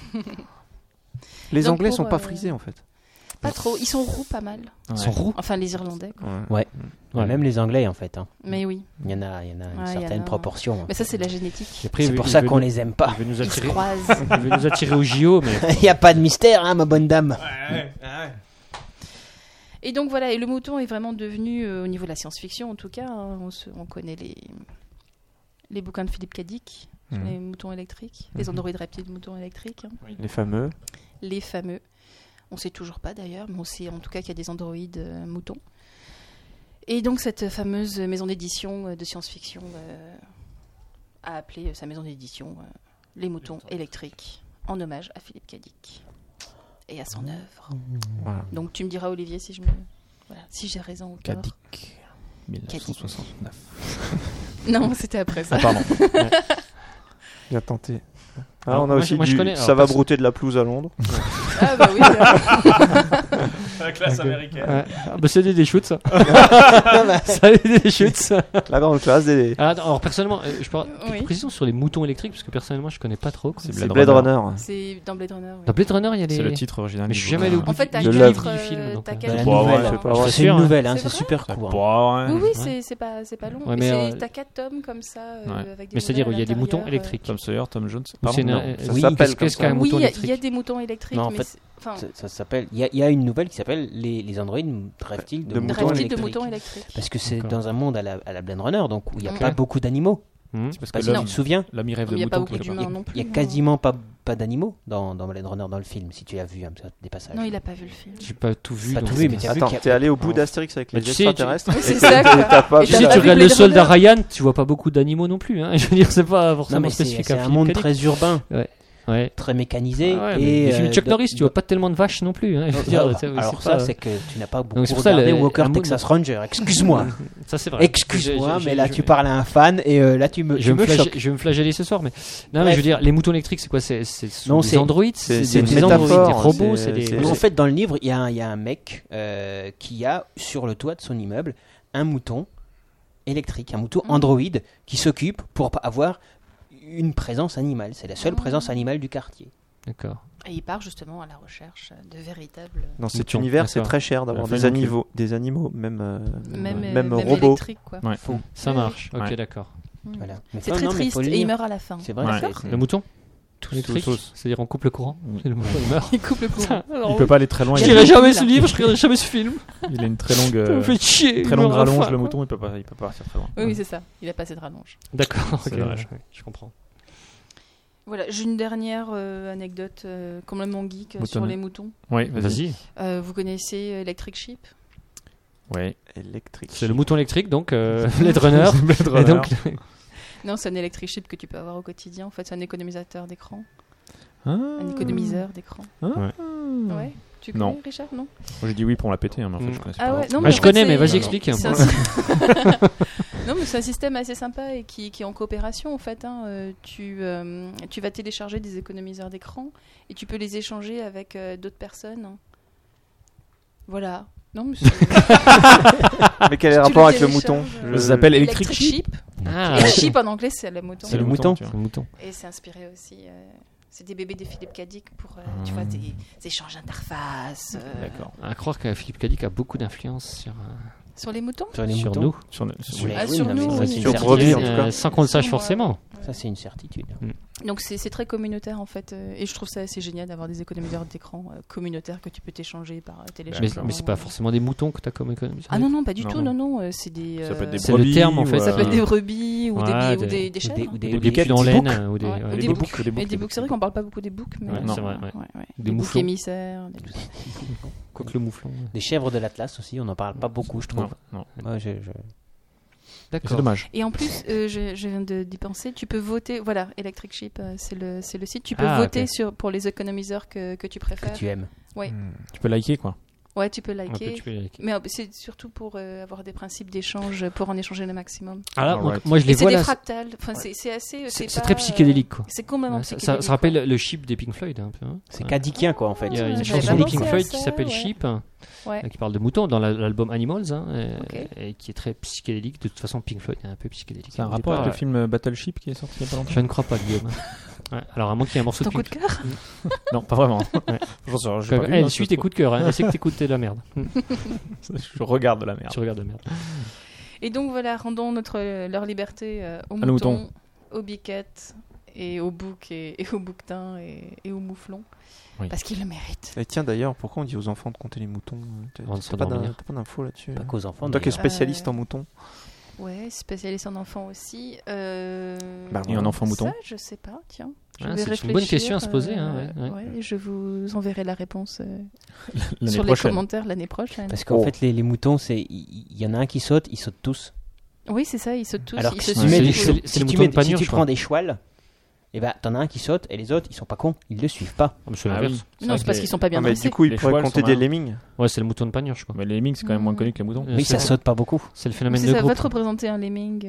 Les Donc Anglais pour, sont pas frisés en fait. Pas trop. Ils sont roux pas mal. Ils sont roux. Enfin, les Irlandais. Quoi. Ouais. Ouais. même les Anglais, en fait. Hein. Mais oui. Il y en a une Ouais, il y en certaine a. proportion. hein. Mais ça, c'est la génétique. Après, C'est il pour veut- ça il veut qu'on nous- les aime pas. Il veut nous Ils se attirer. croisent. Il veut nous attirer au JO, mais Il n'y a pas de mystère, hein, ma bonne dame. Et donc voilà, et le mouton est vraiment devenu, au niveau de la science-fiction en tout cas, hein, on connaît les bouquins de Philippe K. Dick, sur les moutons électriques, les androïdes reptiles moutons électriques, hein, Les fameux. les fameux. On sait toujours pas d'ailleurs, mais on sait en tout cas qu'il y a des androïdes moutons. Et donc cette fameuse maison d'édition de science-fiction a appelé sa maison d'édition Les moutons électriques, en hommage à Philippe K. Dick et à son œuvre. Voilà. Donc tu me diras Olivier si si j'ai raison ou tort. Kadik. 1969. Non, c'était après ça. Ah, pardon. Il a tenté. Ah, Alors, on a moi, aussi je du connais, ça alors, va parce- brouter de la pelouse à Londres. Ah bah oui. La classe américaine. Ouais. Ah, bah, c'est des shoots, ça. Ça, des shoots, ça. La grande classe des. Ah, attends, alors, personnellement, je parle Oui. précision sur les moutons électriques, parce que personnellement, je connais pas trop. quoi. C'est C'est Blade Blade Runner. C'est dans Blade Runner. oui. Dans Blade Runner, il y a les. C'est le titre original. Mais du je suis jamais allé au bouquin. bout En fait, t'as du De quatre, l'œuvre. du film. Donc, t'as De quatre la Bon, nouvelle. ouais, hein. c'est pas vrai. C'est une sûr, nouvelle, hein, C'est c'est vrai super C'est court. pas- Oui, ouais. oui, c'est pas long. Ouais, mais mais, t'as 4 tomes comme ça, Ouais. avec des Mais c'est-à-dire, nouvelles il y a à des moutons l'intérieur, électriques. Tom Sawyer, Tom Jones. Ou c'est Pardon, une- non. ça oui, s'appelle qu'est-ce comme qu'un ça. Oui, mouton il y a électrique des moutons électriques, Non, en mais fait, c'est- enfin, Ça s'appelle. Il y a une nouvelle qui s'appelle les androïdes reptiles De de des moutons moutons reptiles de électriques. moutons électriques. Parce que c'est D'accord. dans un monde à la Blade Runner, donc où il n'y a Ok. pas beaucoup d'animaux. C'est parce Parce que que l'homme, tu te souviens, l'ami rêve Il de n'y a pas mouton. beaucoup quelque part. d'humains non plus. il y a hein. quasiment pas d'animaux dans Blade Runner dans le film, si tu as vu des passages. Non, il a pas vu le film. J'ai pas tout vu. Pas donc tout c'est vu, mais pas tu as vu Attends, qu'il y a- t'es allé au bout d'Astérix avec Mais les tu sais, extraterrestres. Oui, c'est ça, quoi. T'as pas Et Tu t'as sais, pas tu vu regardes le Blade soldat Runner Ryan, tu vois pas beaucoup d'animaux non plus. Hein. Je veux dire, c'est pas Non, forcément mais c'est spécifique à un Philippe monde K. Dick. très urbain, Ouais. très mécanisé. Ah ouais, mais et les films de Chuck dans- Norris, tu vois pas tellement de vaches non plus. Hein. Je veux dire, tu sais, Alors c'est ça, pas- c'est que tu n'as pas beaucoup Donc, c'est pour ça, regardé le- Walker un mot- Texas Ranger. Excuse-moi. Ça, c'est vrai. Excuse-moi, J'ai- mais là j'ai- tu parles à un fan et là tu me Je vais choques. me flageller ce soir, mais non, mais Bref. je veux dire, les moutons électriques, c'est quoi? C'est Non, des c'est- androïdes, c'est des une androïdes, métaphore, des robots, c'est- c'est des. c'est- Non, en fait, dans le livre, il y a un mec qui a sur le toit de son immeuble un mouton électrique, un mouton androïde qui s'occupe pour avoir une présence animale. C'est la seule présence animale du quartier. D'accord. Et il part justement à la recherche de véritables. Dans cet Moutons, univers, c'est d'accord. très cher d'avoir La des fin non animaux, même Même robots. électriques, quoi. Ouais. Faux. Ça Oui, marche. Ok, Ouais. d'accord. Voilà. Mais C'est non, très non, mais triste faut le et il lire. meurt à la fin. C'est vrai. Ouais. c'est- Le mouton électrique, tous. c'est-à-dire on coupe le courant. Et le mouton il meurt. Il coupe le courant. Il peut pas aller très loin. Je Il lirai a, jamais ce livre, je regarderai jamais ce film. il a une très longue, Ça me fait chier. très il longue meurt à la rallonge. fin, Le quoi. mouton, il peut pas partir très loin. Oui, oui, c'est ça. Il a pas assez de rallonge. D'accord, ok, C'est dommage. ouais, je comprends. Voilà, j'ai une dernière anecdote complètement geek sur Moutonnet. les moutons. Oui, vas-y. Vas-y. Vous connaissez Electric Sheep? Ouais. Électrique. C'est le mouton électrique, donc Blade Runner. Blade Et Runner. donc, Non, c'est un Electric Sheep que tu peux avoir au quotidien. En fait, c'est un économisateur d'écran. Ah. Un économiseur d'écran. Ouais. Tu connais, Non. Richard? Non. Moi, j'ai dit oui pour me la péter, hein, mais en fait, je connais Ah pas. ouais, non, Bah, mais je en connais, fait, mais vas-y, c'est- explique. c'est un- Non, mais c'est un système assez sympa et qui est en coopération en fait. Hein. Tu vas télécharger des économiseurs d'écran et tu peux les échanger avec d'autres personnes. Voilà. Non, mais Mais quel est le tu rapport avec le mouton télécharges, Ça s'appelle Electric Sheep. Ah, Et sheep en anglais, c'est le mouton. C'est le mouton. tu vois. c'est le mouton. Et c'est inspiré aussi. C'est des bébés de Philippe Cadic pour tu vois, des échanges d'interface. D'accord. À croire que Philippe Cadic a beaucoup d'influence Sur les moutons Sur les sur moutons. nous. Sur- Ah, Oui, sur non, mais nous, ça, oui. c'est une Sur certitude. brebis, en tout cas. Sans qu'on le sache Sur, forcément. Ça, c'est une certitude. Donc c'est très communautaire en fait. Et je trouve ça assez génial d'avoir des économiseurs d'écran communautaires que tu peux t'échanger par Mais, téléchargement. mais c'est pas forcément des moutons que tu as comme économie. Ah non, non, pas du Non, tout. non. Non, non. C'est des. Ça peut être des C'est le brebis terme, en fait, ou, Ça peut être euh, des brebis ou ouais, des chèvres. Des des boucs en petits laine boucs. ou des, Ouais, ouais, ou des des boucs. boucs. Mais des boucs, c'est vrai qu'on parle pas beaucoup des boucs, mais Ouais, non. c'est vrai, ouais. Des Des boucs mouflons. émissaires. Des tout ça. Quoique le mouflon. Des chèvres de l'Atlas aussi, on n'en parle pas beaucoup, je trouve. Non, non. Ouais, C'est D'accord. dommage. Et en plus, je viens d'y penser, tu peux voter, voilà, Electric Sheep, c'est le site, tu peux Ah, voter ok. pour les économiseurs que tu que préfères. tu aimes. Tu peux liker, quoi. Ouais, tu peux Un peu, liker. tu peux y aller. Mais c'est surtout pour avoir des principes d'échange, pour en échanger le maximum. Alors, Alright. moi je les Et c'est vois des là. fractals, enfin, c'est assez... C'est pas, très psychédélique, quoi. C'est complètement Ouais, psychédélique. ça rappelle le Sheep des Pink Floyd un peu. Hein. C'est Ouais. cadikien, quoi, en fait. Il y a une j'avais chanson pas de pensé Pink à Floyd ça, qui s'appelle ouais. Sheep, Ouais. qui parle de moutons dans l'album Animals, hein, Ok. et qui est très psychédélique. De toute façon, Pink Floyd est un peu psychédélique. C'est un Au rapport départ, avec le film Battleship qui est sorti il y a pas longtemps. Je ne crois pas, Guillaume. Ouais, alors, à moins qu'il y ait un morceau Ton de coup de Pink cœur Non, pas vraiment. Ouais. J'ai pas vu, Elle non, suit je tes trouve- coups de cœur, hein. Elle sait que t'écoutes de la merde. Je regarde de la merde. Tu regardes de la merde. Et donc voilà, rendons leur liberté aux À nos moutons, moutons. aux biquettes, et aux boucs, et aux bouquetins, et aux mouflons. Oui. Parce qu'ils le méritent. Et tiens, d'ailleurs, pourquoi on dit aux enfants de compter les moutons Avant de T'as pas s'endormir. t'as pas d'infos là-dessus Pas qu'aux enfants. Toi qui es d'ailleurs. spécialiste en moutons. Ouais, spécialiste en enfants aussi. Bah, Et voilà. un enfant mouton. Ça, je sais pas, tiens. Je Ah, vais c'est une bonne réfléchir, question à se poser, hein, ouais. ouais, je vous enverrai la réponse L'année sur les prochaine. commentaires l'année prochaine. Parce qu'en fait, les moutons, il y en a un qui saute, ils sautent tous. Oui, c'est ça, ils sautent tous. Alors ils que se si tu Ouais, mets c'est- des c'est- chevaux- c'est si le tu mouton mets- de Panurge, si tu quoi. prends des chouals, et ben t'en as un qui saute et les autres ils sont pas cons, ils le suivent pas. Ah, mais c'est Ah l'inverse. oui. Non, c'est parce que qu'ils sont pas bien Ah, mais dressés. du coup, il Les pourrait chevals compter sont des malins. lemmings. Ouais, c'est le mouton de Panurge, quoi. Mais les lemmings, c'est quand même moins connu que les moutons. Euh, Oui, ça c'est- saute pas beaucoup. C'est le phénomène Mais de ça groupe. va te représenter un lemming.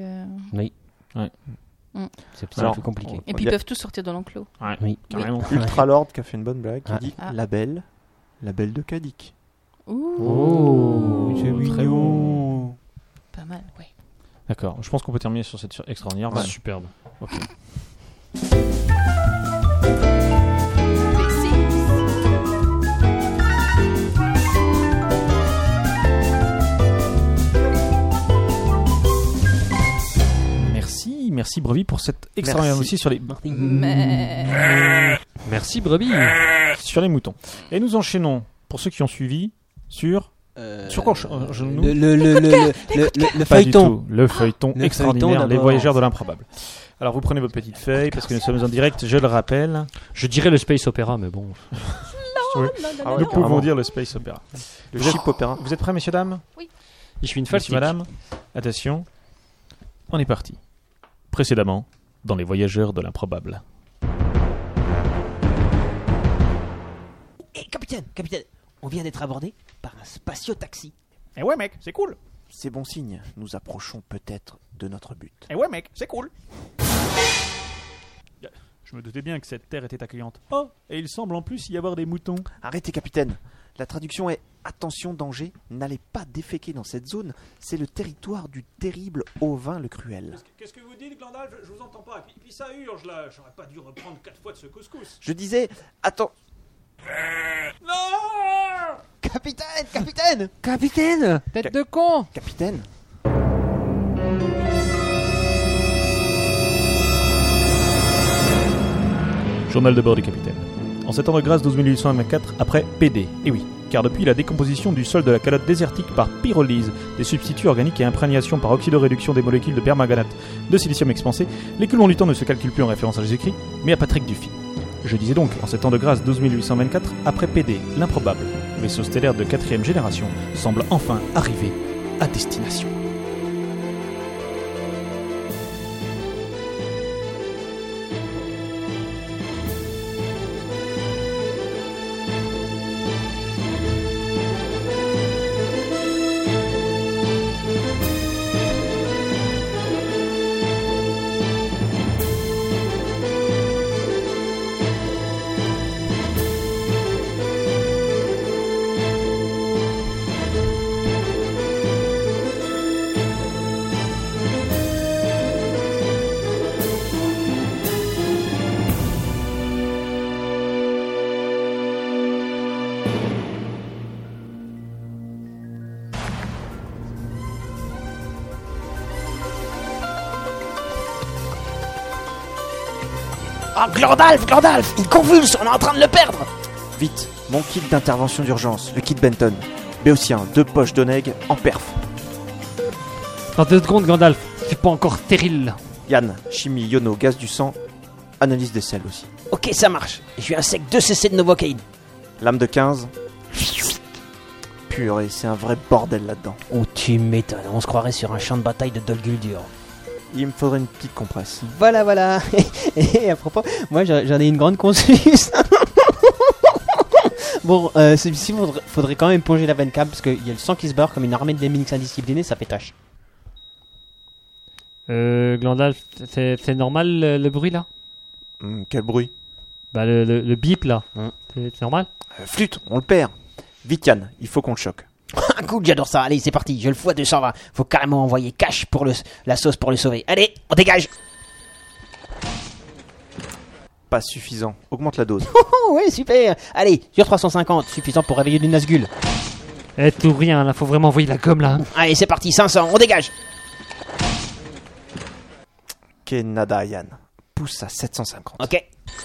C'est Alors, plus compliqué. Et puis Il y ils a- peuvent tous sortir de l'enclos. Ouais, Oui. carrément. Ultralord qui a fait une bonne blague, qui Ah. dit Ah. la belle de Cadic. Ouh, Oh, c'est très mignon. pas mal, oui. D'accord, je pense qu'on peut terminer sur cette extraordinaire vanne. Superbe. Merci Brevi pour cette extraordinaire Merci. aussi sur les, Mais... Merci, Brebis. sur les moutons. Et nous enchaînons, pour ceux qui ont suivi, sur quoi nous Le Pas du feuilleton. tout. Le feuilleton Le extraordinaire, feuilleton les d'abord. voyageurs de l'improbable. Alors vous prenez votre petite feuille, parce que nous sommes en direct, je le rappelle. Je dirais le Space Opera, mais bon. Oui. Ah ouais, Nous pouvons carrément. dire le Space Opera. Le Vous êtes- chip opéra. Vous êtes prêts, messieurs, dames? Je suis une Merci, falsique. madame. Attention, on est parti. Précédemment, dans les voyageurs de l'improbable. Capitaine, on vient d'être abordé par un spatio-taxi. Eh ouais, mec, c'est cool. C'est bon signe, nous approchons peut-être de notre but. Eh ouais, mec, c'est cool. Je me doutais bien que cette terre était accueillante. Oh, et il semble en plus y avoir des moutons. Arrêtez, capitaine. La traduction est attention, danger, n'allez pas déféquer dans cette zone, c'est le territoire du terrible Ovin le Cruel. Qu'est-ce que vous dites, Glandalf? Je vous entends pas. Puis ça urge là. J'aurais pas dû reprendre 4 fois de ce couscous. Je disais, attends. Non! Capitaine Capitaine, tête de con. Capitaine Journal de bord du capitaine. En cet an de grâce 12824 après PD. Et oui, car depuis la décomposition du sol de la calotte désertique par pyrolyse des substituts organiques et imprégnation par oxydoréduction des molécules de permanganate de silicium expansé, l'écoulement du temps ne se calcule plus en référence à Jésus-Christ, mais à Patrick Dufy. Je disais donc, en cet an de grâce 12824 après PD, l'improbable, vaisseau stellaire de 4ème génération, semble enfin arriver à destination. Oh, Glandalf, il convulse, on est en train de le perdre. Vite, mon kit d'intervention d'urgence, le kit Benton. Béotien, 2 poches d'Oneg en perf. Dans 2 secondes, Gandalf, c'est pas encore stérile. Yann, chimie, iono, gaz du sang, analyse des selles aussi. Ok, ça marche. Je lui insecte 2 cc de Novocaine. Lame de 15. Purée, c'est un vrai bordel là-dedans. Oh, tu m'étonnes, on se croirait sur un champ de bataille de Dol Guldur. Il me faudrait une petite compresse. Voilà. Et à propos, moi j'en ai une grande conscience. Bon, celui-ci, faudrait quand même plonger la veine câble parce qu'il y a le sang qui se barre comme une armée de lemmings indisciplinés, ça fait tâche. Glandalf, c'est normal le bruit là? Quel bruit? Bah le bip là, c'est normal? Flûte, on le perd. Vite Yann, il faut qu'on le choque. Cool, j'adore ça. Allez, c'est parti, je le fous à 220. Faut carrément envoyer cash pour la sauce pour le sauver. Allez, on dégage. Pas suffisant, augmente la dose. Oh ouais, super. Allez, sur 350, suffisant pour réveiller du Nazgûl. Tout rien, là, faut vraiment envoyer la gomme là. Allez, c'est parti, 500, on dégage. Kenada Yann, pousse à 750. Ok.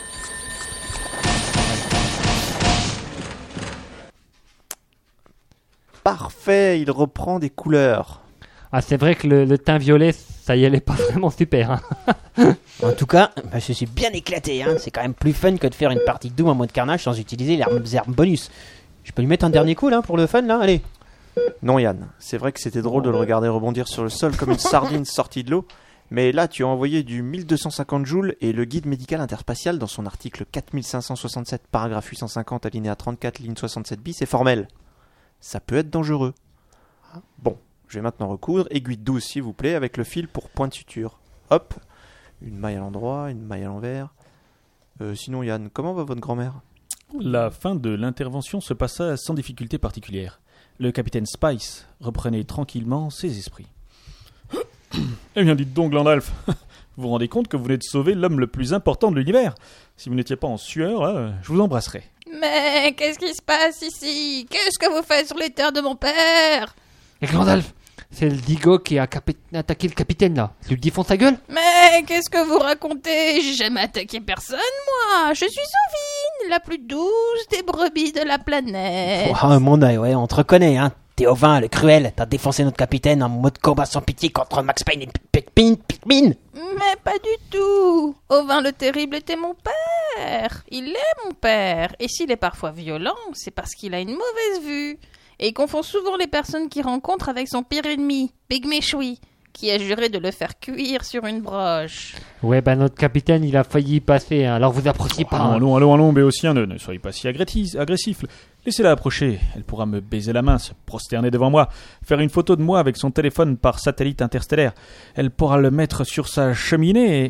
Parfait, il reprend des couleurs. Ah, c'est vrai que le teint violet, ça y allait pas vraiment super. Hein. En tout cas, je suis bien éclaté. Hein. C'est quand même plus fun que de faire une partie de Doom en mode carnage sans utiliser les armes bonus. Je peux lui mettre un dernier coup là pour le fun là. Allez. Non Yann, c'est vrai que c'était drôle de le regarder rebondir sur le sol comme une sardine sortie de l'eau, mais là tu as envoyé du 1250 joules et le guide médical interspatial dans son article 4567 paragraphe 850 alinéa 34 ligne 67 bis est formel. Ça peut être dangereux. Bon, je vais maintenant recoudre, aiguille 12 s'il vous plaît, avec le fil pour point de suture. Hop, une maille à l'endroit, une maille à l'envers. Sinon Yann, comment va votre grand-mère? La fin de l'intervention se passa sans difficulté particulière. Le capitaine Spice reprenait tranquillement ses esprits. Eh bien, dites donc, Glandalf, vous vous rendez compte que vous venez de sauver l'homme le plus important de l'univers? Si vous n'étiez pas en sueur, je vous embrasserais. Mais qu'est-ce qui se passe ici? Qu'est-ce que vous faites sur les terres de mon père? Et Glandalf, c'est le Digo qui a attaqué le capitaine là. Tu lui défonces sa gueule? Mais qu'est-ce que vous racontez? J'ai jamais attaqué personne, moi. Je suis Ovine, la plus douce des brebis de la planète. Oh mon œil, ouais, on te reconnaît, hein. T'es Ovin, le cruel. T'as défoncé notre capitaine en mode combat sans pitié contre Max Payne et Pikmin. Mais pas du tout. Ovin le terrible était mon père. Il est mon père. Et s'il est parfois violent, c'est parce qu'il a une mauvaise vue. Et il confond souvent les personnes qu'il rencontre avec son pire ennemi, Pygmée Choui, qui a juré de le faire cuire sur une broche. Ouais, bah notre capitaine, il a failli y passer, hein. Alors vous approciez pas. Hein. Allons, Béotien, ne soyez pas si agressif. Laissez-la approcher, elle pourra me baiser la main, se prosterner devant moi, faire une photo de moi avec son téléphone par satellite interstellaire. Elle pourra le mettre sur sa cheminée et...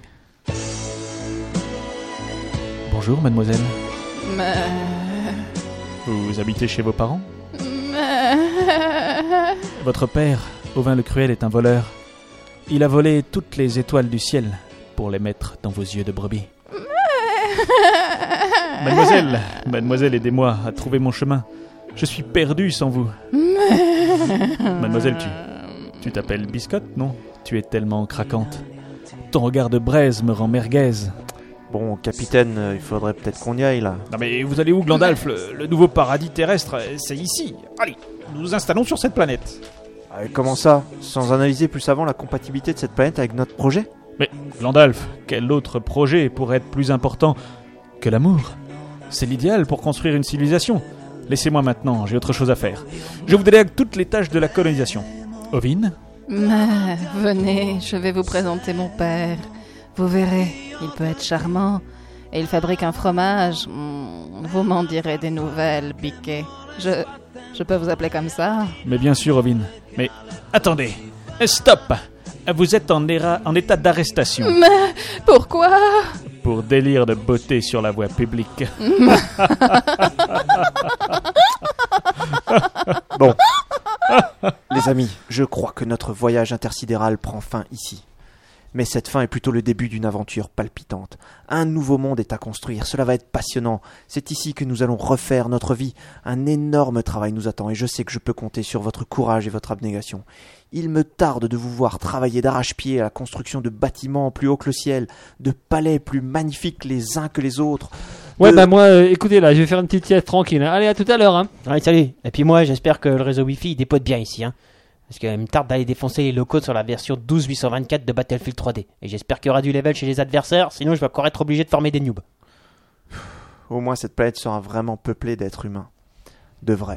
Bonjour, mademoiselle. Vous habitez chez vos parents? Votre père, Ovin le Cruel, est un voleur. Il a volé toutes les étoiles du ciel pour les mettre dans vos yeux de brebis. Mademoiselle, aidez-moi à trouver mon chemin. Je suis perdu sans vous. Mademoiselle, tu t'appelles Biscotte, non? Tu es tellement craquante. Ton regard de braise me rend merguez. Bon, capitaine, il faudrait peut-être qu'on y aille là. Non mais vous allez où, Glandalf? Le nouveau paradis terrestre, c'est ici. Allez, nous nous installons sur cette planète. Comment ça? Sans analyser plus avant la compatibilité de cette planète avec notre projet? Mais, Glandalf, quel autre projet pourrait être plus important que l'amour? C'est l'idéal pour construire une civilisation. Laissez-moi maintenant, j'ai autre chose à faire. Je vous délègue toutes les tâches de la colonisation. Ovine? Venez, je vais vous présenter mon père. Vous verrez, il peut être charmant. Et il fabrique un fromage. Vous m'en direz des nouvelles, Biquet. Je peux vous appeler comme ça? Mais bien sûr, Ovine. Mais attendez, stop! Vous êtes en état d'arrestation. Mais pourquoi? Pour délire de beauté sur la voie publique. Bon. Les amis, je crois que notre voyage intersidéral prend fin ici. Mais cette fin est plutôt le début d'une aventure palpitante. Un nouveau monde est à construire, cela va être passionnant. C'est ici que nous allons refaire notre vie. Un énorme travail nous attend et je sais que je peux compter sur votre courage et votre abnégation. Il me tarde de vous voir travailler d'arrache-pied à la construction de bâtiments plus hauts que le ciel, de palais plus magnifiques les uns que les autres. Ouais, bah moi, écoutez, là, je vais faire une petite sieste tranquille. Allez, à tout à l'heure. Hein. Allez, salut. Et puis moi, j'espère que le réseau Wi-Fi il dépote bien ici. Parce qu'il me tarde d'aller défoncer les locaux sur la version 12.824 de Battlefield 3D. Et j'espère qu'il y aura du level chez les adversaires, sinon je vais encore être obligé de former des noobs. Au moins cette planète sera vraiment peuplée d'êtres humains. De vrais.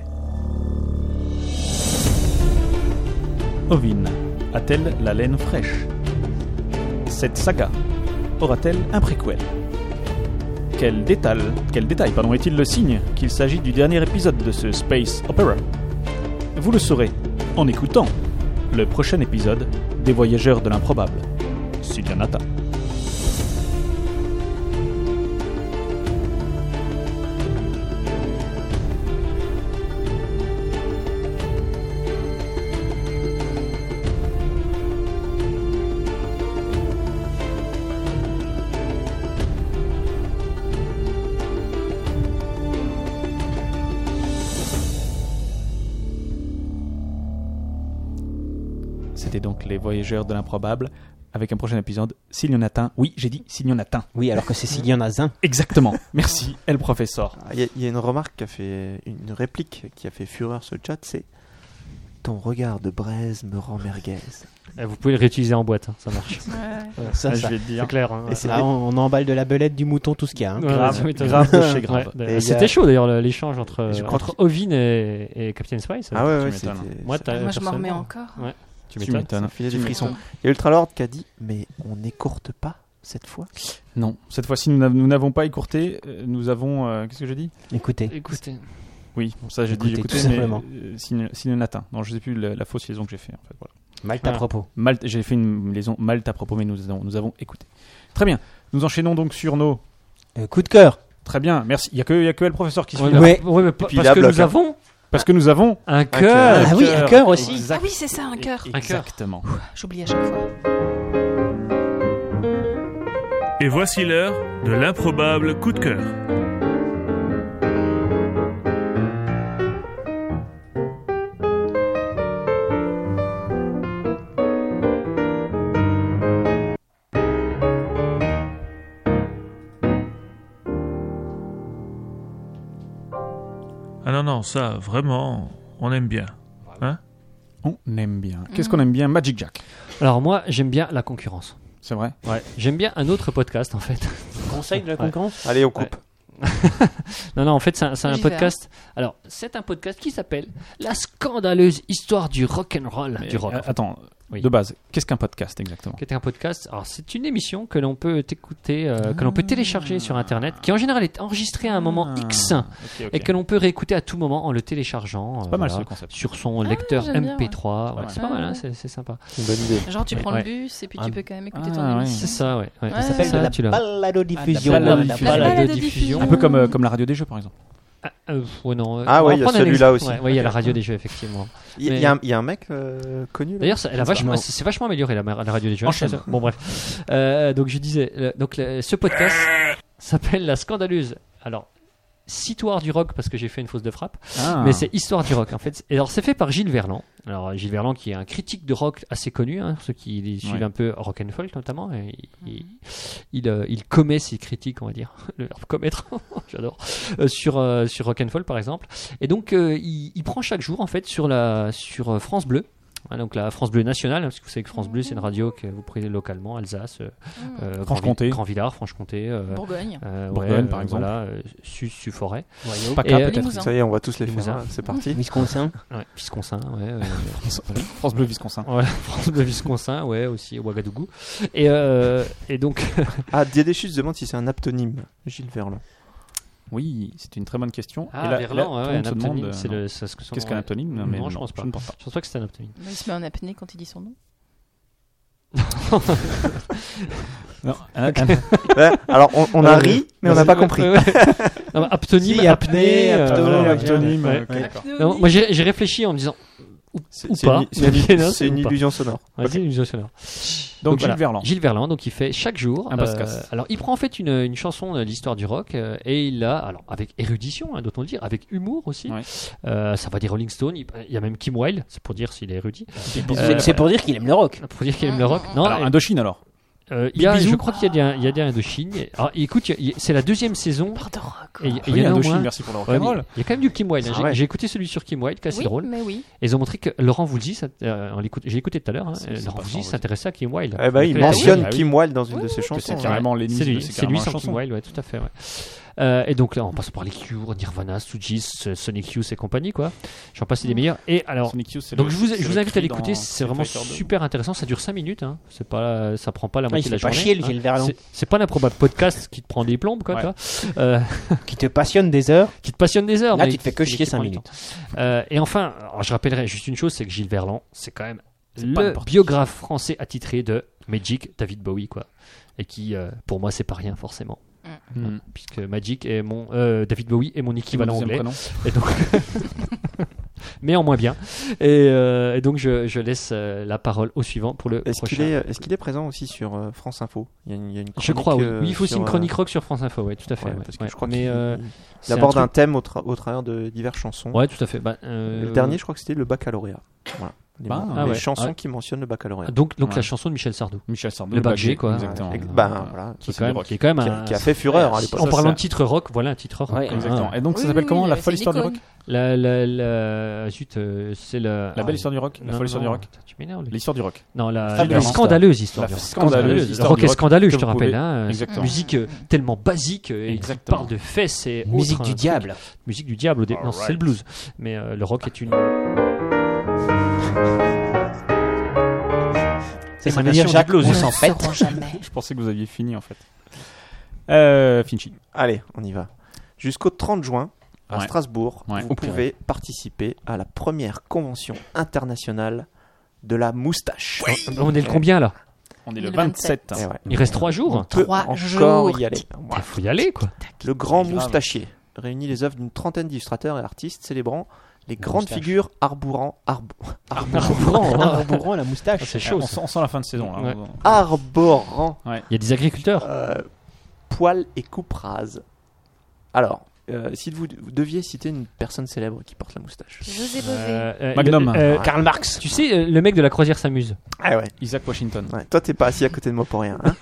Ovin a-t-elle la laine fraîche? Cette saga aura-t-elle un préquel? Quel détail est-il le signe qu'il s'agit du dernier épisode de ce Space Opera? Vous le saurez en écoutant le prochain épisode des Voyageurs de l'improbable, s'il y en a tant. C'était donc les Voyageurs de l'improbable avec un prochain épisode s'il y en a un. Oui, j'ai dit s'il y en a un. Oui, alors que c'est s'il y en a un. Exactement. Merci, El Professeur. Il y a une remarque qui a fait une réplique qui a fait fureur sur le chat, c'est ton regard de braise me rend merguez. Vous pouvez le réutiliser en boîte, ça marche. Ça, Je vais te dire. C'est clair. Hein. Et c'est Là, on emballe de la belette, du mouton, tout ce qu'il y a. Ouais, Grave, ouais, grave de chez grave. Ouais, Et c'était y a- chaud d'ailleurs l'échange entre Je crois Ovin et Captain Spice. Ah ouais, tu ouais, m'étonnes. c'était... Moi, Moi, je m'en remets encore. Ouais. Tu Tu m'étonnes. m'étonnes. ça filait des frissons. Il y a Ultralord qui a dit mais on n'écourte pas cette fois. Non, cette fois-ci nous n'avons pas écourté, nous avons... qu'est-ce que j'ai dit? Écoutez, Écoutez. Oui, bon, ça j'ai dit Écoutez, écouter, tout mais simplement. s'il y en a un. Non, je sais plus la fausse liaison que j'ai fait en fait. Voilà. Malte à Voilà. propos. Malte, j'ai fait une liaison Malte à propos, mais nous avons écouté. Très bien, nous enchaînons donc sur nos... Coup de cœur. Très bien, merci. Il y a que le professeur qui suit Ouais, là. Ouais. mais puis parce la que bloque, nous hein. avons Parce que nous avons... un cœur. cœur. Ah oui, un cœur aussi. Ah oui, c'est ça, un cœur. Un cœur. Exactement. J'oublie à chaque fois. Et voici l'heure de l'improbable coup de cœur. Ah non, ça, vraiment, on aime bien. Hein? On aime bien. Qu'est-ce qu'on aime bien? Magic Jack. Alors moi, j'aime bien la concurrence. C'est vrai. Ouais. J'aime bien un autre podcast en fait. Conseil de la concurrence. Allez, on coupe. Non, en fait, c'est un J'y vais, podcast. Alors, c'est un podcast qui s'appelle La scandaleuse histoire du rock'n'roll. Du rock. Attends, Oui. de base, qu'est-ce qu'un podcast exactement? Qui est un podcast. Alors, c'est une émission que l'on peut écouter, que l'on peut télécharger sur Internet, qui en général est enregistrée à un moment X et que l'on peut réécouter à tout moment en le téléchargeant. C'est pas mal voilà, ce concept. sur son lecteur j'aime bien, MP3. ouais. Ouais, c'est pas mal, hein, c'est sympa. C'est une bonne idée. Genre, tu prends Ouais. le bus et puis Ah, tu peux quand même écouter ah, ton ouais. émission. C'est ça, ouais. Ouais, Ça s'appelle Ça, de la tu l'as. baladodiffusion. Ah, de la La baladodiffusion. baladodiffusion. Un peu comme la radio des jeux par exemple. Ouais, non. Ah, on ouais, va il y a prendre un celui-là exemple. aussi. Ouais, il y a Ok. la radio des jeux, effectivement. Il Mais- y a un mec connu là. D'ailleurs, elle a vachement, Non. c'est vachement amélioré la radio des jeux. Enchaîne. Bon bref. Donc je disais, ce podcast s'appelle La Scandaleuse. Alors, Histoire du rock parce que j'ai fait une fausse de frappe, Ah. mais c'est Histoire du rock en fait. Et alors c'est fait par Gilles Verland. Alors Gilles Verland qui est un critique de rock assez connu, hein, ceux qui suivent Ouais. un peu rock and folk notamment. Et il commet ses critiques, on va dire, le verbe commettre, j'adore, sur rock and folk par exemple. Et donc il prend chaque jour en fait sur France Bleu. Hein, donc la France Bleu nationale, parce que vous savez que France Bleu c'est une radio que vous prenez localement, Alsace, Franche-Comté. Grand-Villard, Franche-Comté, Bourgogne. Bourgogne, par exemple. Voilà, Sus-Forêt, PACA Et, peut-être. Limousin. Ça y est, on va tous les faire. Limousin. Hein. C'est parti. Wisconsin. ouais, Visconsin, ouais, France Bleu Visconsin. voilà, France Bleu Visconsin, ouais, aussi Ouagadougou. Et donc, Ah, Diadéchus demande si c'est un aptonyme. Gilles Verland. Oui, c'est une très bonne question. Verlan, tout le monde un se demande, aptonyme, c'est non. le, c'est ce que son Qu'est-ce nom qu'un est. aptonyme? Non, mais je pense pas. Je ne pense pas. Je pense pas que c'est un aptonyme. Il se met en apnée quand il dit son nom. Non, Ouais, alors, on a ri, mais on n'a pas compris. Ouais, ouais. Non, mais aptonyme, Si, apnée, apnée, aptonyme, voilà, aptonyme, ouais. ok, d'accord. Non, moi j'ai réfléchi en me disant C'est ou c'est pas. une- c'est une- Pianos c'est une ou pas. illusion sonore. Ouais, c'est une illusion sonore. Donc Gilles voilà. Verland. Gilles Verland, donc il fait chaque jour. Un podcast. Alors il prend en fait une chanson de l'histoire du rock et il l'a, alors avec érudition, hein, doit-on le dire, avec humour aussi. Ouais. Ça va des Rolling Stones. Il y a même Kim Wilde, c'est pour dire s'il est érudit. C'est pour dire qu'il aime le rock. Pour dire qu'il aime le rock. Non, Alors Indochine alors. il y a, Bisous. je crois qu'il y a des Indochine. Alors écoute, c'est la deuxième saison. Pardon, rock. Et il Oui, y en a au Indochine, moins. merci pour le Ouais, mais rock'n'roll. il y a quand même du Kim Wilde. hein. Ah ouais. J'ai écouté celui sur Kim Wilde, qui est assez Oui, drôle. mais oui. Et ils ont montré que Laurent Voulzy, j'ai écouté tout à l'heure, hein, C'est Laurent pas Voulzy Laurent s'intéressait à Kim Wilde. Eh ben, il Donc, mentionne oui. Kim Wilde dans une de Oui, ses Que chansons. c'est ouais. carrément l'ennemi C'est de lui, c'est c'est lui carrément la sans chanson. Kim Wilde, ouais, tout à fait. Ouais. Et donc là, on passe par les Cure, Nirvana, Stooges, Sonic Youth et compagnie, quoi. J'en passe des meilleurs. Et alors, Sonic Youth, c'est donc le- je vous c'est le invite à cri l'écouter, dans c'est Street vraiment Fighter 2. super intéressant. Ça dure 5 minutes, hein. Ça prend pas la Ah, il moitié de la fait pas journée. chier, le hein. Gilles Verland. C'est pas l'improbable podcast qui te prend des plombes, quoi, Ouais. toi. Qui te passionne des heures. Qui te passionne des heures. Là, mais tu te fais que qui chier prend 5 du minutes. temps. Et enfin, alors, je rappellerai juste une chose, c'est que Gilles Verland, c'est quand même C'est pas le n'importe qui. biographe français attitré de Magic, David Bowie, quoi. Et qui, pour moi, c'est pas rien forcément. Mm. Puisque Magic est David Bowie est mon équivalent Mon anglais. deuxième prénom. Et donc, mais en moins bien. Et donc je laisse la parole au suivant pour le Est-ce prochain. qu'il est présent aussi sur France Info? Il y a une Je crois, oui. chronique, Oui, il faut aussi sur, une chronique rock sur France Info, ouais, tout à fait. ouais, ouais, parce que ouais. je crois Mais qu'il c'est aborde un truc- thème au travers de diverses chansons. Ouais, tout à fait. Le dernier, je crois que c'était le baccalauréat. Voilà. Les, Ah, les ouais. chansons Ouais. qui mentionnent le baccalauréat. Donc Ouais. la chanson de Michel Sardou, Michel Sardou. Le Bac G, quoi. Exactement. Voilà. qui c'est du rock. est quand même Qui a fait fureur à l'époque. En Ça, parlant ça- de titre rock, voilà un titre rock. Ouais, quoi. Exactement. Et donc ça Oui, s'appelle oui, comment oui, La c'est folle une histoire du rock La zut, c'est La belle histoire du rock La folle histoire du rock Tu m'énerves. L'histoire du rock. Non, la Fabuleuse scandaleuse histoire. La du rock. scandaleuse Le histoire rock du est rock scandaleux, que je te vous rappelle. pouvez- Hein. Exactement. Musique tellement basique et qui Exactement. parle de fesses et Musique autres, du truc. diable. Musique du diable. Non, c'est le blues. Mais le rock est une Ça veut émanation dire, Jacques, du blues. on Nous s'en ne pète. saurons jamais. Je pensais que vous aviez fini en fait. Finchy. Allez, on y va. Jusqu'au 30 juin, à Ouais. Strasbourg, Ouais. vous Oh, pouvez participer à la première convention internationale de la moustache. On est le combien là? On est le Le 27. Eh ouais. Il reste 3 jours. On peut 3 encore jours. y aller. Il faut y aller quoi. Le grand C'est grave. moustachier réunit les œuvres d'une trentaine d'illustrateurs et artistes célébrant les grandes moustache. figures arborant Arborant la moustache. C'est On chaud. sent, on sent la fin de saison là. Ouais. Ouais. Il y a des agriculteurs. poils et coupe rase. Alors, si vous deviez citer une personne célèbre qui porte la moustache. José Bové. Magnum. Karl Marx. Tu sais, le mec de la croisière s'amuse. Ah ouais. Isaac Washington. Ouais. Toi, t'es pas assis à côté de moi pour rien. Hein.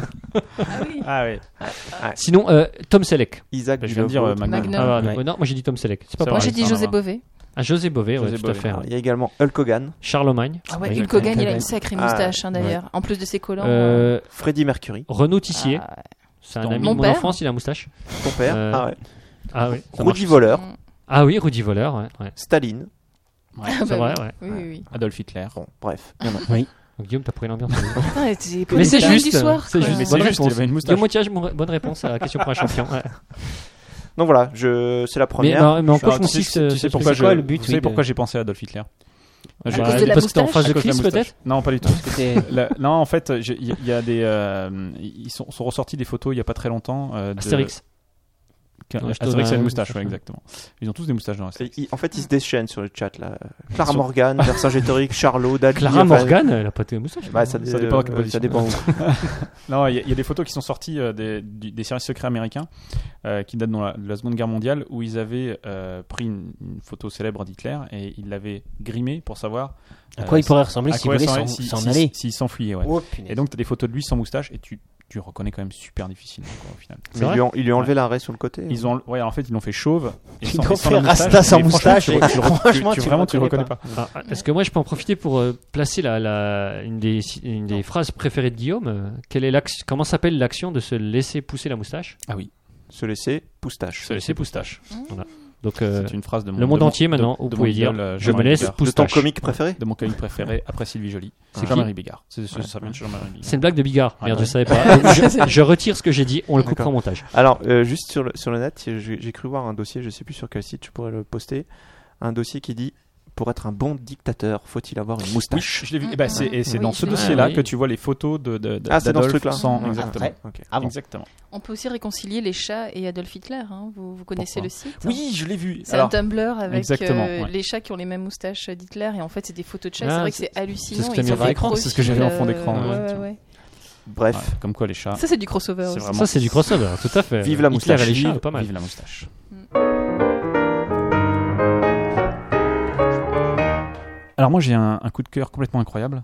Ah oui. Ah ouais. Sinon, Tom Selleck. Isaac, Je viens de dire Dulovo. Magnum. Magnum. Ah, Ouais. non, moi j'ai dit Tom Selleck. C'est pas C'est Moi pareil. j'ai dit non, José non. Bové. Ah, José Bové, ouais, José tout à Bové, fait. ouais. ouais. Il y a également Hulk Hogan, Charlemagne. Ah ouais, Oui, Hulk Hogan, il a Hogan. une sacrée Ah, moustache hein, d'ailleurs. En plus de ses collants. Freddie Mercury, Renaud Tissier. Ah, C'est un Mon ami de mon père. enfance, il a un moustache. ton père, Ah oui. Ça Rudy marche. Voleur, Ah oui, Rudy Voleur, ouais. Staline. Ouais. ah, C'est bah vrai, ouais. oui. Oui, oui, Adolf Hitler. Bon, bref, il y en a. Donc, Guillaume, t'as pris l'ambiance. Putain, mais c'est Mais c'est le juste. du soir. C'est quoi. juste. Mais c'est Bonne juste, il réponse. avait une moustache. Guillaume Moitiage, bonne réponse à la question pour un champion. Ouais. Donc voilà, c'est la Mais, première. mais en quoi Alors, tu sais- consiste tu sais ce pourquoi truc c'est quoi le but, vous savez oui, de- pourquoi j'ai pensé à Adolf Hitler À J'ai- cause de la Parce que t'es en moustache face de À cause de la Chris, moustache. peut-être. Non, pas du tout. C'était Non, en fait, il y a des. Ils sont ressortis des photos il y a pas très longtemps. Astérix. Non, je te Astérix a donne une un- moustache, ouais, exactement. Ils ont tous des moustaches dans Astérix. En fait, ils se déchaînent sur le chat là. Clara Morgan, Vercingétorix, Charlot, Dali. Clara Morgan, elle a pas de moustache. Bah, Ça dépend à quelle position. ça dépend où. Non, il y a des photos qui sont sorties des services secrets américains qui datent de la Seconde Guerre mondiale où ils avaient pris une photo célèbre d'Hitler et ils l'avaient grimé pour savoir à quoi il pourrait ressembler à s'il quoi il voulait ressemblerait s'en aller. s'il s'enfuyait. Ouais. Oh, punaise. Et donc, tu as des photos de lui sans moustache et tu reconnais quand même super difficilement quoi, au final. C'est Mais vrai ils lui ont enlevé l'arrêt sur le côté. Ils ont, ouais, en fait, ils l'ont fait chauve. Et Ils l'ont fait la rasta sans mais moustache, franchement, et franchement, tu vraiment, tu le reconnais reconnais pas. Ah, est-ce que moi je peux en profiter pour placer une des phrases préférées de Guillaume comment s'appelle l'action de se laisser pousser la moustache? Ah oui, Se laisser poustache. Se laisser poustache. Voilà. Donc c'est une phrase de mon le monde de mon- entier maintenant, de vous mon pouvez dire idole, je me Jean-Marie laisse Bigard. De ton poustache. comique préféré De mon comique préféré après Sylvie Joly. C'est Jean-Marie Bigard. Ça vient de Jean-Marie Bigard. C'est une blague de Bigard. Ouais, Merde, ouais. je savais pas. Donc, je retire ce que j'ai dit, on le coupera D'accord. au montage. Alors, juste sur le net, j'ai cru voir un dossier, je sais plus sur quel site, je pourrais le poster. Un dossier qui dit pour être un bon dictateur, faut-il avoir une Oui, moustache? je l'ai vu. Et ben, c'est Oui, dans ce je l'ai dossier-là vu. que tu vois les photos de Ah, c'est dans ce d'Adolphe truc-là. sans- Ah, exactement. après. Ok. Ah bon. Exactement. On peut aussi réconcilier les chats et Adolf Hitler. Hein. Vous connaissez Pourquoi le site? Oui, je l'ai vu. C'est Alors, un Tumblr avec exactement, ouais. les chats qui ont les mêmes moustaches d'Hitler et en fait c'est des photos de chats. Ah, c'est vrai que c'est- c'est hallucinant. c'est ce que Ils t'as mis ont en des écran, c'est ce que j'avais en fond profils, d'écran, ouais, ouais. ouais. Bref. ouais, comme quoi les chats. Ça c'est du crossover C'est aussi. vraiment- Ça, c'est du crossover, tout à fait. Vive la Hitler moustache. et les chats, Vive- pas mal. Vive la moustache. Alors moi j'ai un coup de cœur complètement incroyable.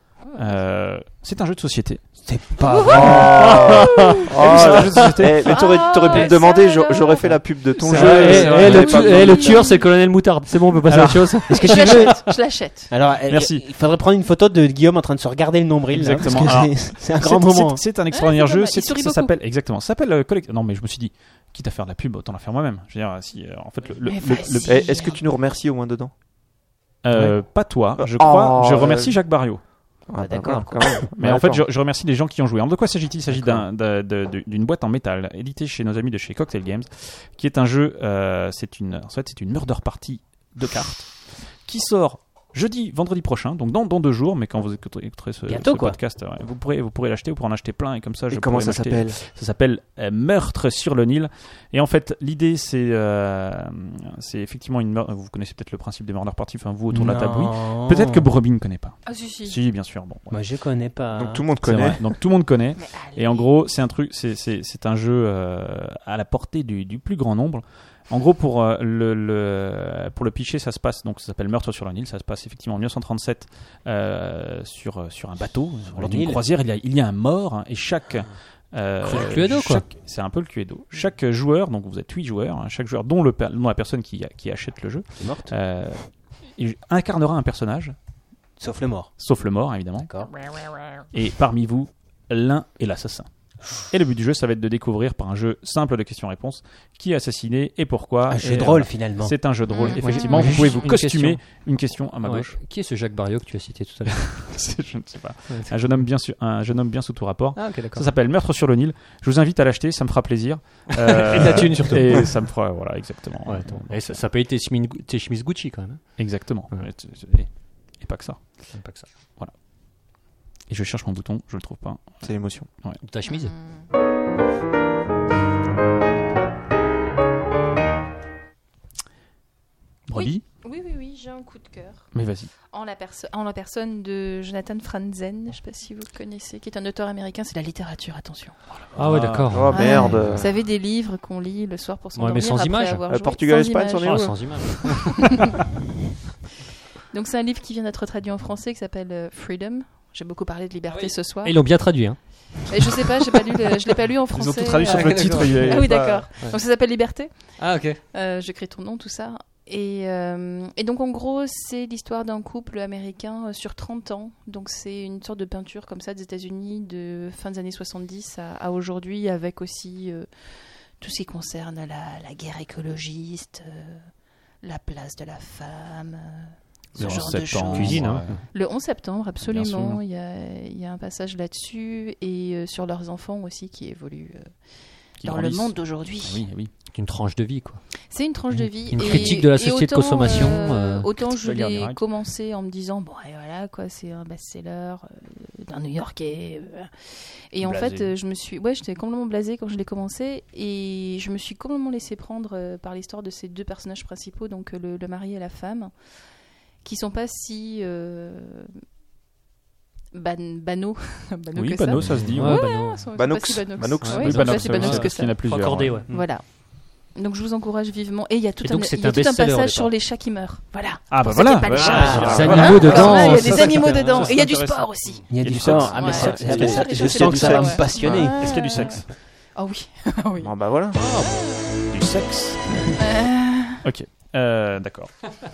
C'est un jeu de société. C'est pas vrai. C'est un jeu de société. Mais t'aurais pu me mais demander, ça, alors. j'aurais fait la pub de ton C'est jeu. vrai, Eh, c'est vrai, le j'avais tu- pas besoin eh, le de- tueur, c'est le colonel Moutarde. C'est bon, on peut passer à autre chose. Est-ce que Je tu veux l'achète. Je l'achète. Alors, Merci. il faudrait prendre une photo de Guillaume en train de se regarder le nombril. là, Exactement. parce que Alors, c'est un grand moment. C'est un extraordinaire Ouais, c'est jeu. pas mal. Il sourit Ça beaucoup. s'appelle exactement. Ça s'appelle Non, mais je me suis dit, quitte à faire de la pub, autant la faire moi-même. Je veux dire, si en fait Mais vas-y. Est-ce que tu nous remercies au moins dedans? pas toi, je crois. Oh, Je remercie Jacques Barriot. Ah, d'accord. Quand même. Mais Ouais, en fait, d'accord. je remercie les gens qui ont joué. Alors, de quoi s'agit-il? Il s'agit d'une boîte en métal éditée chez nos amis de chez Cocktail Games, qui est un jeu. C'est une murder party de cartes qui sort vendredi prochain, donc dans 2 jours. Mais quand vous écouterez ce Bientôt, quoi. podcast, ouais, vous pourrez l'acheter, vous pourrez en acheter plein et comme ça. Et je comment pourrai ça m'acheter- s'appelle? Ça s'appelle Meurtre sur le Nil. Et en fait, l'idée, c'est effectivement vous connaissez peut-être le principe des murder party. Enfin, vous autour de la table, oui. Non. Peut-être que Brebis ne connaît pas. Ah si si. Si, bien sûr. Bon. Moi, je connais pas. Donc tout le monde C'est connaît. vrai. Donc tout le monde connaît. Mais Et en gros, c'est un truc, c'est un jeu à la portée du plus grand nombre. En gros, pour le pitcher, ça se passe, donc ça s'appelle Meurtre sur le Nil, ça se passe effectivement en 1937 sur un bateau. Lors d'une Nil. croisière, il y a un mort, hein, et chaque... le Cluedo, quoi. C'est un peu le Cluedo. Chaque joueur, donc vous êtes 8 joueurs, hein, chaque joueur, dont la personne qui achète le jeu, Qui est morte. il incarnera un personnage, Sauf le mort. sauf le mort, évidemment. D'accord. Et parmi vous, l'un est l'assassin. Et le but du jeu, ça va être de découvrir par un jeu simple de questions-réponses qui est assassiné et pourquoi. Un jeu Et, de rôle, finalement. C'est un jeu de rôle, Mmh. effectivement. Ouais. Vous pouvez vous Une costumer. Une question à ma Ouais. gauche. Qui est ce Jacques Barriot que tu as cité tout à l'heure? Je ne sais pas. Un jeune homme bien sous tout rapport. Ah, ok, d'accord. Ça s'appelle Meurtre sur le Nil. Je vous invite à l'acheter, ça me fera plaisir. Et de la thune, surtout. Et ça me fera, voilà, exactement. Ouais, attends. Et ça paye tes chemises Gucci quand même. Exactement. Ouais. Et pas que ça. C'est pas que ça. Et je cherche mon bouton, je le trouve pas. C'est l'émotion. Ta chemise. Brody, Oui, j'ai un coup de cœur. mais vas-y. En la personne de Jonathan Franzen, je ne sais pas si vous le connaissez, qui est un auteur américain, c'est de la littérature, attention. Ah ouais, d'accord. Oh merde. Vous savez, des livres qu'on lit le soir pour s'endormir mais sans après images. avoir joué. Portugal, Sans Espagne, images. c'en est où? Ah, sans image. Donc c'est un livre qui vient d'être traduit en français qui s'appelle Freedom. J'ai beaucoup parlé de liberté ce soir. Et ils l'ont bien traduit, hein. Et je sais pas, je l'ai pas lu en français. Ils ont tout traduit sur le titre. Ah oui, d'accord. Donc ça s'appelle Liberté. Ah, ok. J'écris ton nom, tout ça. Et donc en gros, c'est l'histoire d'un couple américain sur 30 ans. Donc c'est une sorte de peinture comme ça des États-Unis de fin des années 70 à aujourd'hui, avec aussi tout ce qui concerne la guerre écologiste, la place de la femme, ce Le genre 11 de septembre, choses. Cuisine, hein. Le 11 septembre, absolument. Bien Il y a un passage là-dessus et sur leurs enfants aussi qui évoluent Qui dans grandissent. le monde d'aujourd'hui. Oui, oui. Une tranche de vie, quoi. C'est une tranche de vie. Une et- critique de la et société de autant, consommation, Autant je la guerre l'ai d'Irak. commencé en me disant, bon, et voilà, quoi, c'est un best-seller d'un New-Yorkais. Et en Blasé. fait, j'étais complètement blasée quand je l'ai commencé. Et je me suis complètement laissée prendre par l'histoire de ces deux personnages principaux, donc le mari et la femme, qui sont pas si banaux. Oui, que ça. Bano, ça se dit. Ouais, ouais. bah non. Ils sont Banox. pas si banox. Banox. Ouais, Oui, ils sont pas Banox, si ça, banox oui, que parce ça. qu'il y en a plusieurs. Accordé, ouais. ouais. Voilà. Donc je vous encourage vivement. Et il y a tout Et donc, c'est il y a un tout un best-seller au passage départ. sur les chats qui meurent. Voilà. Ah, bah Pour ceux qui voilà. aiment pas les Voilà. chats. Des Voilà. animaux dedans. Alors là, il y a ça, des ça, animaux ça, dedans. ça, Et il y a du intéressant. sport aussi. Il y a Il y a du du sport. sexe. Ah, mais Ouais. ça, Est-ce ah, que mais ça, ça, les je choses, c'est sens du que ça va sexe, me passionner. ouais. Est-ce qu'il y a du sexe? Ah oui. Oui. Bon bah voilà. Du sexe. Ok. D'accord.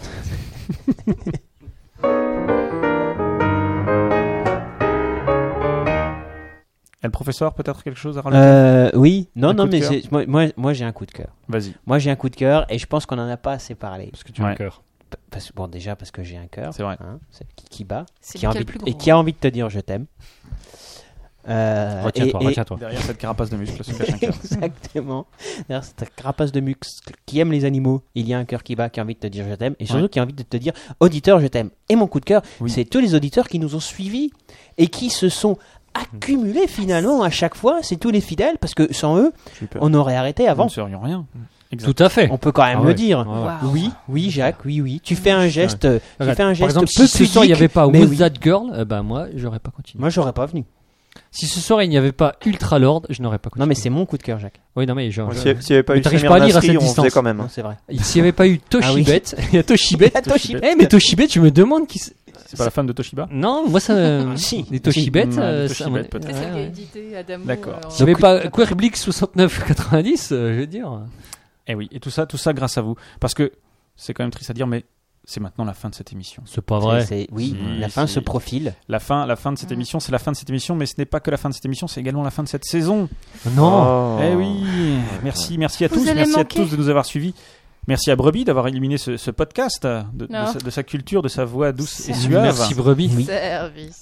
Et le professeur, peut-être quelque chose à rajouter? Oui, non, Un non, coup de mais cœur. moi j'ai un coup de cœur. Vas-y. Moi j'ai un coup de cœur et je pense qu'on en a pas assez parlé. Parce que tu as Ouais. un cœur. Déjà parce que j'ai un cœur. C'est vrai. Hein, qui bat, C'est qui a lequel envie, plus et grand, qui a envie de te dire je t'aime. Retiens-toi. Derrière cette carapace de muscles se cache un cœur. Exactement. Derrière cette carapace de muscles qui aime les animaux, il y a un cœur qui bat, qui a envie de te dire je t'aime, et surtout qui a envie de te dire auditeur je t'aime. Et mon coup de cœur, c'est tous les auditeurs qui nous ont suivis et qui se sont accumulés finalement à chaque fois. C'est tous les fidèles parce que sans eux, on aurait arrêté Nous avant. ne serions rien. Tout à fait. On peut quand même Ah ouais. le dire. Ouais. Oui, Jacques, oui. Tu fais un geste, Regarde, un par geste exemple, peu si ce soir il n'y avait pas mais Who's oui. That Girl, moi j'aurais pas continué. Moi, j'aurais pas venu. Si ce soir il n'y avait pas Ultra Lord, je n'aurais pas continué. Non, mais c'est mon coup de cœur, Jacques. Oui, non, mais genre. S'il n'y avait pas Mais eu t'arrives Samir pas à lire à Nasri, cette on faisait distance. quand même. Non, c'est vrai. S'il n'y avait pas eu Toshibet, il y a Toshibet. Toshibet. Mais Toshibet, je me demande qui. C'est pas la femme de Toshiba? Non, moi ça. Si. Les Toshibet, Si. ça. Toshibet, moi- peut-être. C'est ça qui a Ouais. édité Adamo. D'accord. Vous n'avez pas Querblix 69,90, je veux dire. Eh oui, et tout ça grâce à vous. Parce que c'est quand même triste à dire, mais c'est maintenant la fin de cette émission. C'est pas vrai. Oui, Si, la fin si. se profile. La fin de cette émission, c'est la fin de cette émission, mais ce n'est pas que la fin de cette émission, c'est également la fin de cette saison. Non. Eh oui, merci à Vous tous, allez merci manquer. à tous de nous avoir suivis. Merci à Brebis d'avoir éliminé ce podcast, Non. de sa culture, de sa voix douce et Merci. suave. Merci Brebis. Service.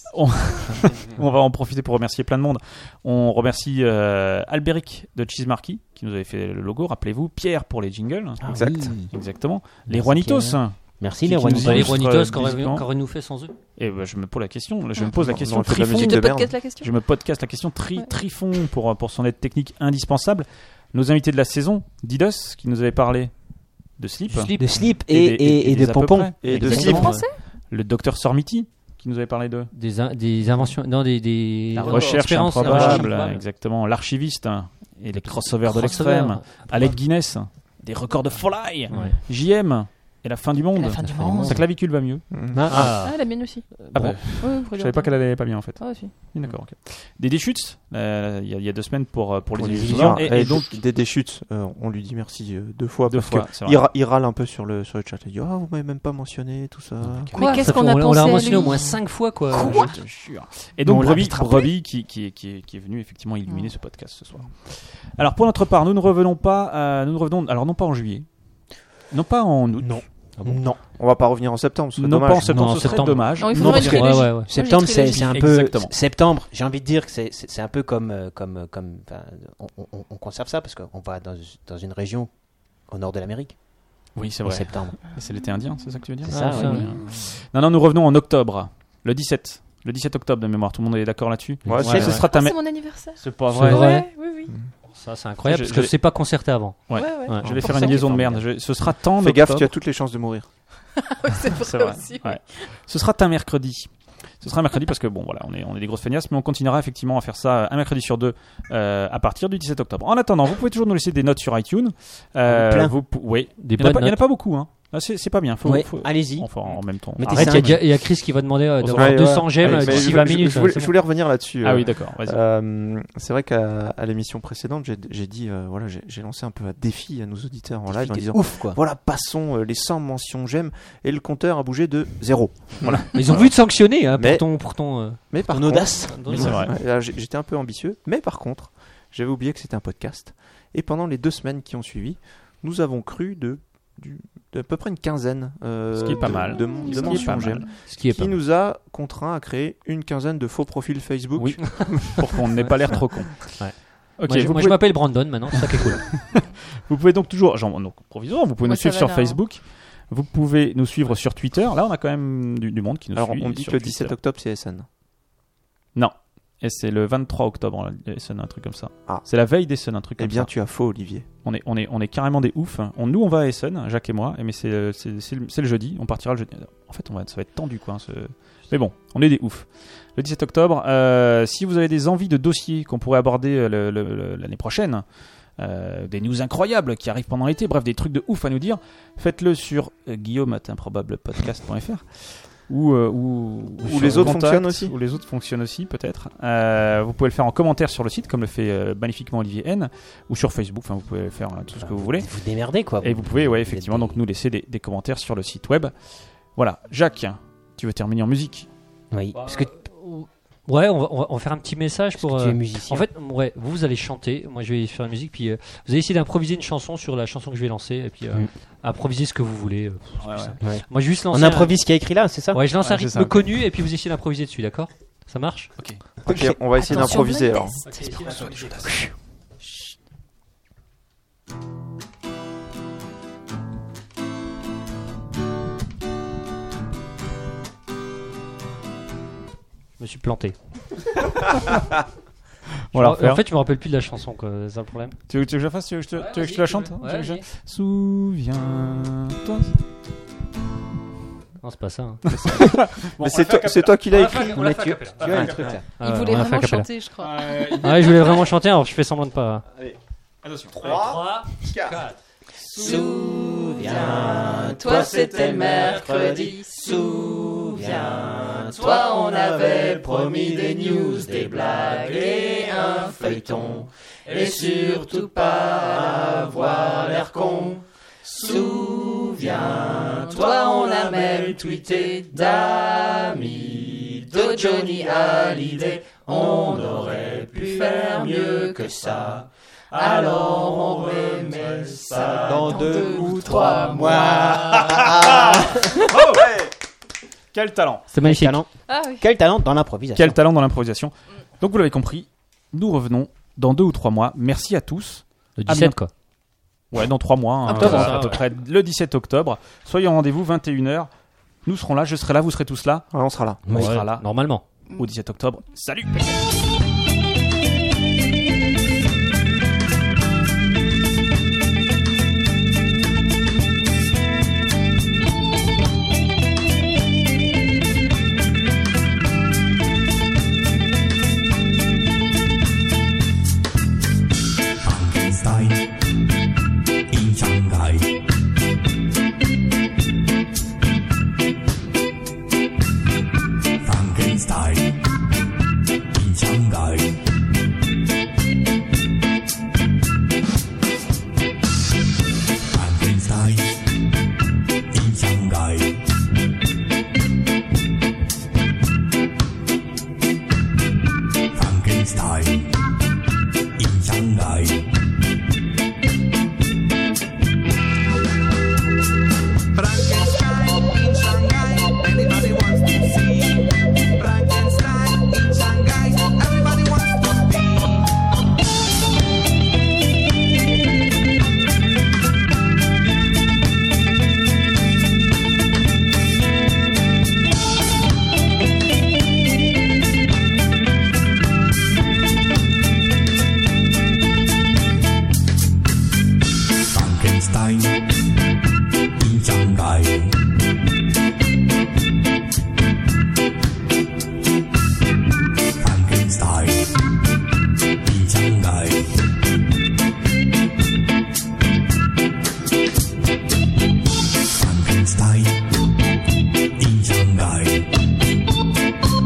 On va en profiter pour remercier plein de monde. On remercie Albéric de Cheese Marquis qui nous avait fait le logo, rappelez-vous. Pierre pour les jingles. Exact. Exactement. Les Merci, Juanitos. Pierre. Merci Qui les nous Juanitos. Les illustre, Juanitos, musicalement. qu'aurions-nous fait sans eux? Et je me pose la question. Je me pose la question. on fait de la Trifon. musique Tu de te merde. podcast la question Je me podcast la question. Trifon pour son aide technique indispensable. Nos invités de la saison, Didos qui nous avait parlé de Sleep. De slip Et et des de à peu pompons. près. Et de Exactement. slip. Le docteur Sormiti qui nous avait parlé de Des inventions. Non, des. la recherche expériences, improbable, archives. exactement, l'archiviste et les crossovers de Crossover. l'extrême, Alec Guinness, des records de Folly, Ouais. JM et la fin du monde. La fin du monde. Sa clavicule va mieux. Ah, la mienne aussi. Ah bon, je savais pas qu'elle allait pas bien en fait. Ah, si. Oui, d'accord, ok. Des déchutes, il y a 2 semaines pour les Pour les étudiants. étudiants. Et donc, des chutes, on lui dit merci 2 fois. 2 parce fois, que c'est vrai. il râle un peu sur le chat. Il dit ah, vous m'avez même pas mentionné tout ça. Mais qu'est-ce Ça qu'on fait- a on pensé l'a à mentionné lui au moins 5 fois, quoi. Je te jure. Et donc On Brebis qui est venu effectivement illuminer ce podcast ce soir. Alors pour notre part, nous ne revenons pas, alors non pas en juillet, non pas en août, Non, on va pas revenir en septembre. Ce serait non pas en dommage. septembre, Non, ce serait septembre. dommage. Non, il faut Non, voir parce une que- trilogie. ouais. Moi, j'ai Septembre, trilogie. c'est un peu. Exactement. Septembre, j'ai envie de dire que c'est un peu comme. Enfin, on conserve ça parce qu'on va dans une région au nord de l'Amérique Oui, c'est en vrai. septembre. C'est l'été indien, c'est ça que tu veux dire? C'est ça, ça, oui. Non, nous revenons en octobre, le 17 octobre de mémoire. Tout le monde est d'accord là-dessus? Ouais, Ce sera ta Ah, mère. c'est mon anniversaire. C'est pas vrai. vrai. Ouais. Oui. Ça, c'est incroyable Je- parce que je- c'est pas concerté avant. Ouais. Ouais. Ouais. Je vais Pour faire ça une qui est liaison de merde. Ce sera tant Fais gaffe, tu as d'octobre. toutes les chances de mourir. C'est C'est vrai vrai. aussi. Ouais. Ce sera un mercredi. Ce sera un mercredi parce que bon voilà, on est des grosses feignasses, mais on continuera effectivement à faire ça un mercredi sur 2 à partir du 17 octobre. En attendant, vous pouvez toujours nous laisser des notes sur iTunes. Plein. Oui. Des Il n'y en, bonnes a notes. pas beaucoup. Hein. Ah, c'est pas bien. Ouais, allez-y. Enfin, en même temps. Mettez Arrête, ça, il y a Chris qui va demander d'avoir Ouais, 200 gemmes Ouais, mais d'ici je- 20 je- minutes. Je voulais, c'est je voulais revenir là-dessus. Ah oui, d'accord. Vas-y. C'est vrai qu'à l'émission précédente, j'ai dit, voilà, j'ai lancé un peu un défi à nos auditeurs en live en disant, Ouf, quoi. voilà, passons les 100 mentions j'aime, et le compteur a bougé de 0. bon. Ils ont voulu te sanctionner hein, Mais- pour ton Mais par Ton contre, audace. Mais c'est vrai. ouais, là, j'étais un peu ambitieux, mais par contre, j'avais oublié que c'était un podcast. Et pendant les 2 semaines qui ont suivi, nous avons cru d'à peu près une quinzaine Ce qui est pas mal. de Ce qui est mentions pas mal. j'aime, Ce qui est qui pas nous a contraint à créer une quinzaine de faux profils Facebook. Oui. Pour qu'on n'ait pas l'air trop con. Ouais. Ok. Moi, je Vous m'appelle Brandon maintenant, c'est ça qui est cool. pouvez donc toujours, donc provisoire, vous pouvez Moi, nous suivre ça sur va, non. Facebook. Vous pouvez nous suivre sur Twitter. Là, on a quand même du monde qui nous Alors suit. on dit que sur le 17 Twitter. octobre c'est SN. Non. Et c'est le 23 octobre, Essen, un truc comme ça. Ah. C'est la veille d'Essen, un truc Eh comme bien ça. tu as faux Olivier. On est carrément des oufs. Nous, on va à Essen, Jacques et moi, mais c'est le jeudi. On partira le jeudi. En fait, ça va être tendu, quoi. Mais bon, on est des oufs. Le 17 octobre, si vous avez des envies de dossiers qu'on pourrait aborder l'année prochaine, des news incroyables qui arrivent pendant l'été, bref, des trucs de ouf à nous dire, faites-le sur guillaume@improbablepodcast.fr. Ou sur les le autres contact, fonctionnent aussi. Ou les autres fonctionnent aussi, peut-être. Vous pouvez le faire en commentaire sur le site, comme le fait magnifiquement Olivier N, ou sur Facebook. Enfin, vous pouvez faire tout ce que vous voulez. Vous démerdez, quoi. Et vous pouvez, êtes effectivement, des- donc nous laisser des commentaires sur le site web. Voilà, Jacques, tu veux terminer en musique? Oui, parce que Ouais, on va faire un petit message pour. tu es musicien. En fait, ouais, vous allez chanter, moi je vais faire la musique, puis vous allez essayer d'improviser une chanson sur la chanson que je vais lancer, et puis improviser ce que vous voulez. Ouais, ouais. Ouais. Moi je vais juste lancer. On improvise ce qu'il y a écrit là, c'est ça Ouais, je lance un Ouais, c'est rythme ça. connu, et puis vous essayez d'improviser dessus, d'accord? Ça marche? Ok. Ok, on va essayer Attention, d'improviser blind alors. test. Je me suis planté. On va la refaire. En fait, je me rappelle plus de la chanson, quoi. C'est ça le problème. Tu veux que je la fasse? Tu veux que je te la chante? Ouais, Tu veux que je- vas-y. Souviens-toi. Non, c'est pas ça. hein. Mais c'est toi qui l'as écrit. On l'a fait a cappella. Tu as les trucs là. Il voulait on a fait a vraiment cappella. chanter, je crois. Ouais, je voulais vraiment chanter, alors je fais semblant de pas. Attention. 3, 4. Souviens-toi, c'était le mercredi. Souviens-toi, on avait promis des news, des blagues et un feuilleton. Et surtout pas avoir l'air con. Souviens-toi, on a même tweeté d'amis de Johnny Hallyday. On aurait pu faire mieux que ça. Alors on remet ça dans 2 ou 3 mois. Quel talent! C'est magnifique. Talent. Ah oui. Quel talent dans l'improvisation. Quel talent dans l'improvisation. Donc vous l'avez compris, nous revenons dans 2 ou 3 mois. Merci à tous. Le À 17, quoi. Ouais, dans 3 mois, hein, Octobre, à peu près le 17 octobre. Soyez au rendez-vous, 21h. Nous serons là, je serai là, vous serez tous là. Ouais, on sera là. On sera là Normalement. au 17 octobre. Salut! Frankenstein in Shanghai. Frankenstein in Shanghai. Frankenstein in Shanghai. Frankenstein in Shanghai. Frankenstein in Shanghai, anybody wants to see. Frankenstein in Shanghai, everybody wants to be. Frankenstein in Shanghai. Frankenstein in Shanghai. Frankenstein in Shanghai.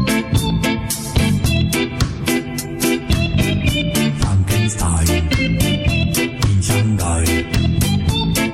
Frankenstein in Shanghai.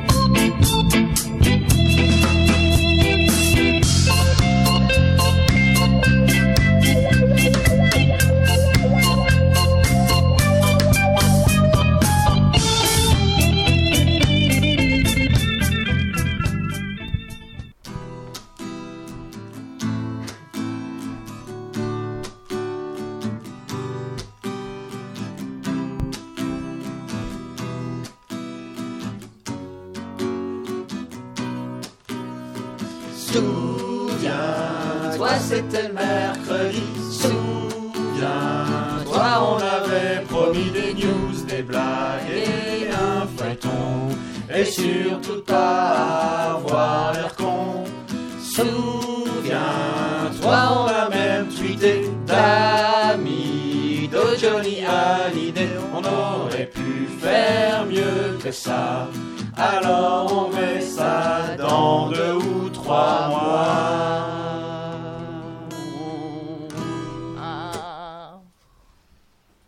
Souviens-toi, c'était le mercredi. Souviens-toi, on avait promis des news, des blagues et un feuilleton. Et surtout pas avoir l'air con. Souviens-toi, on a même tweeté d'amis de Johnny Hallyday. On aurait pu faire mieux que ça. Alors on met ça dans 2 ou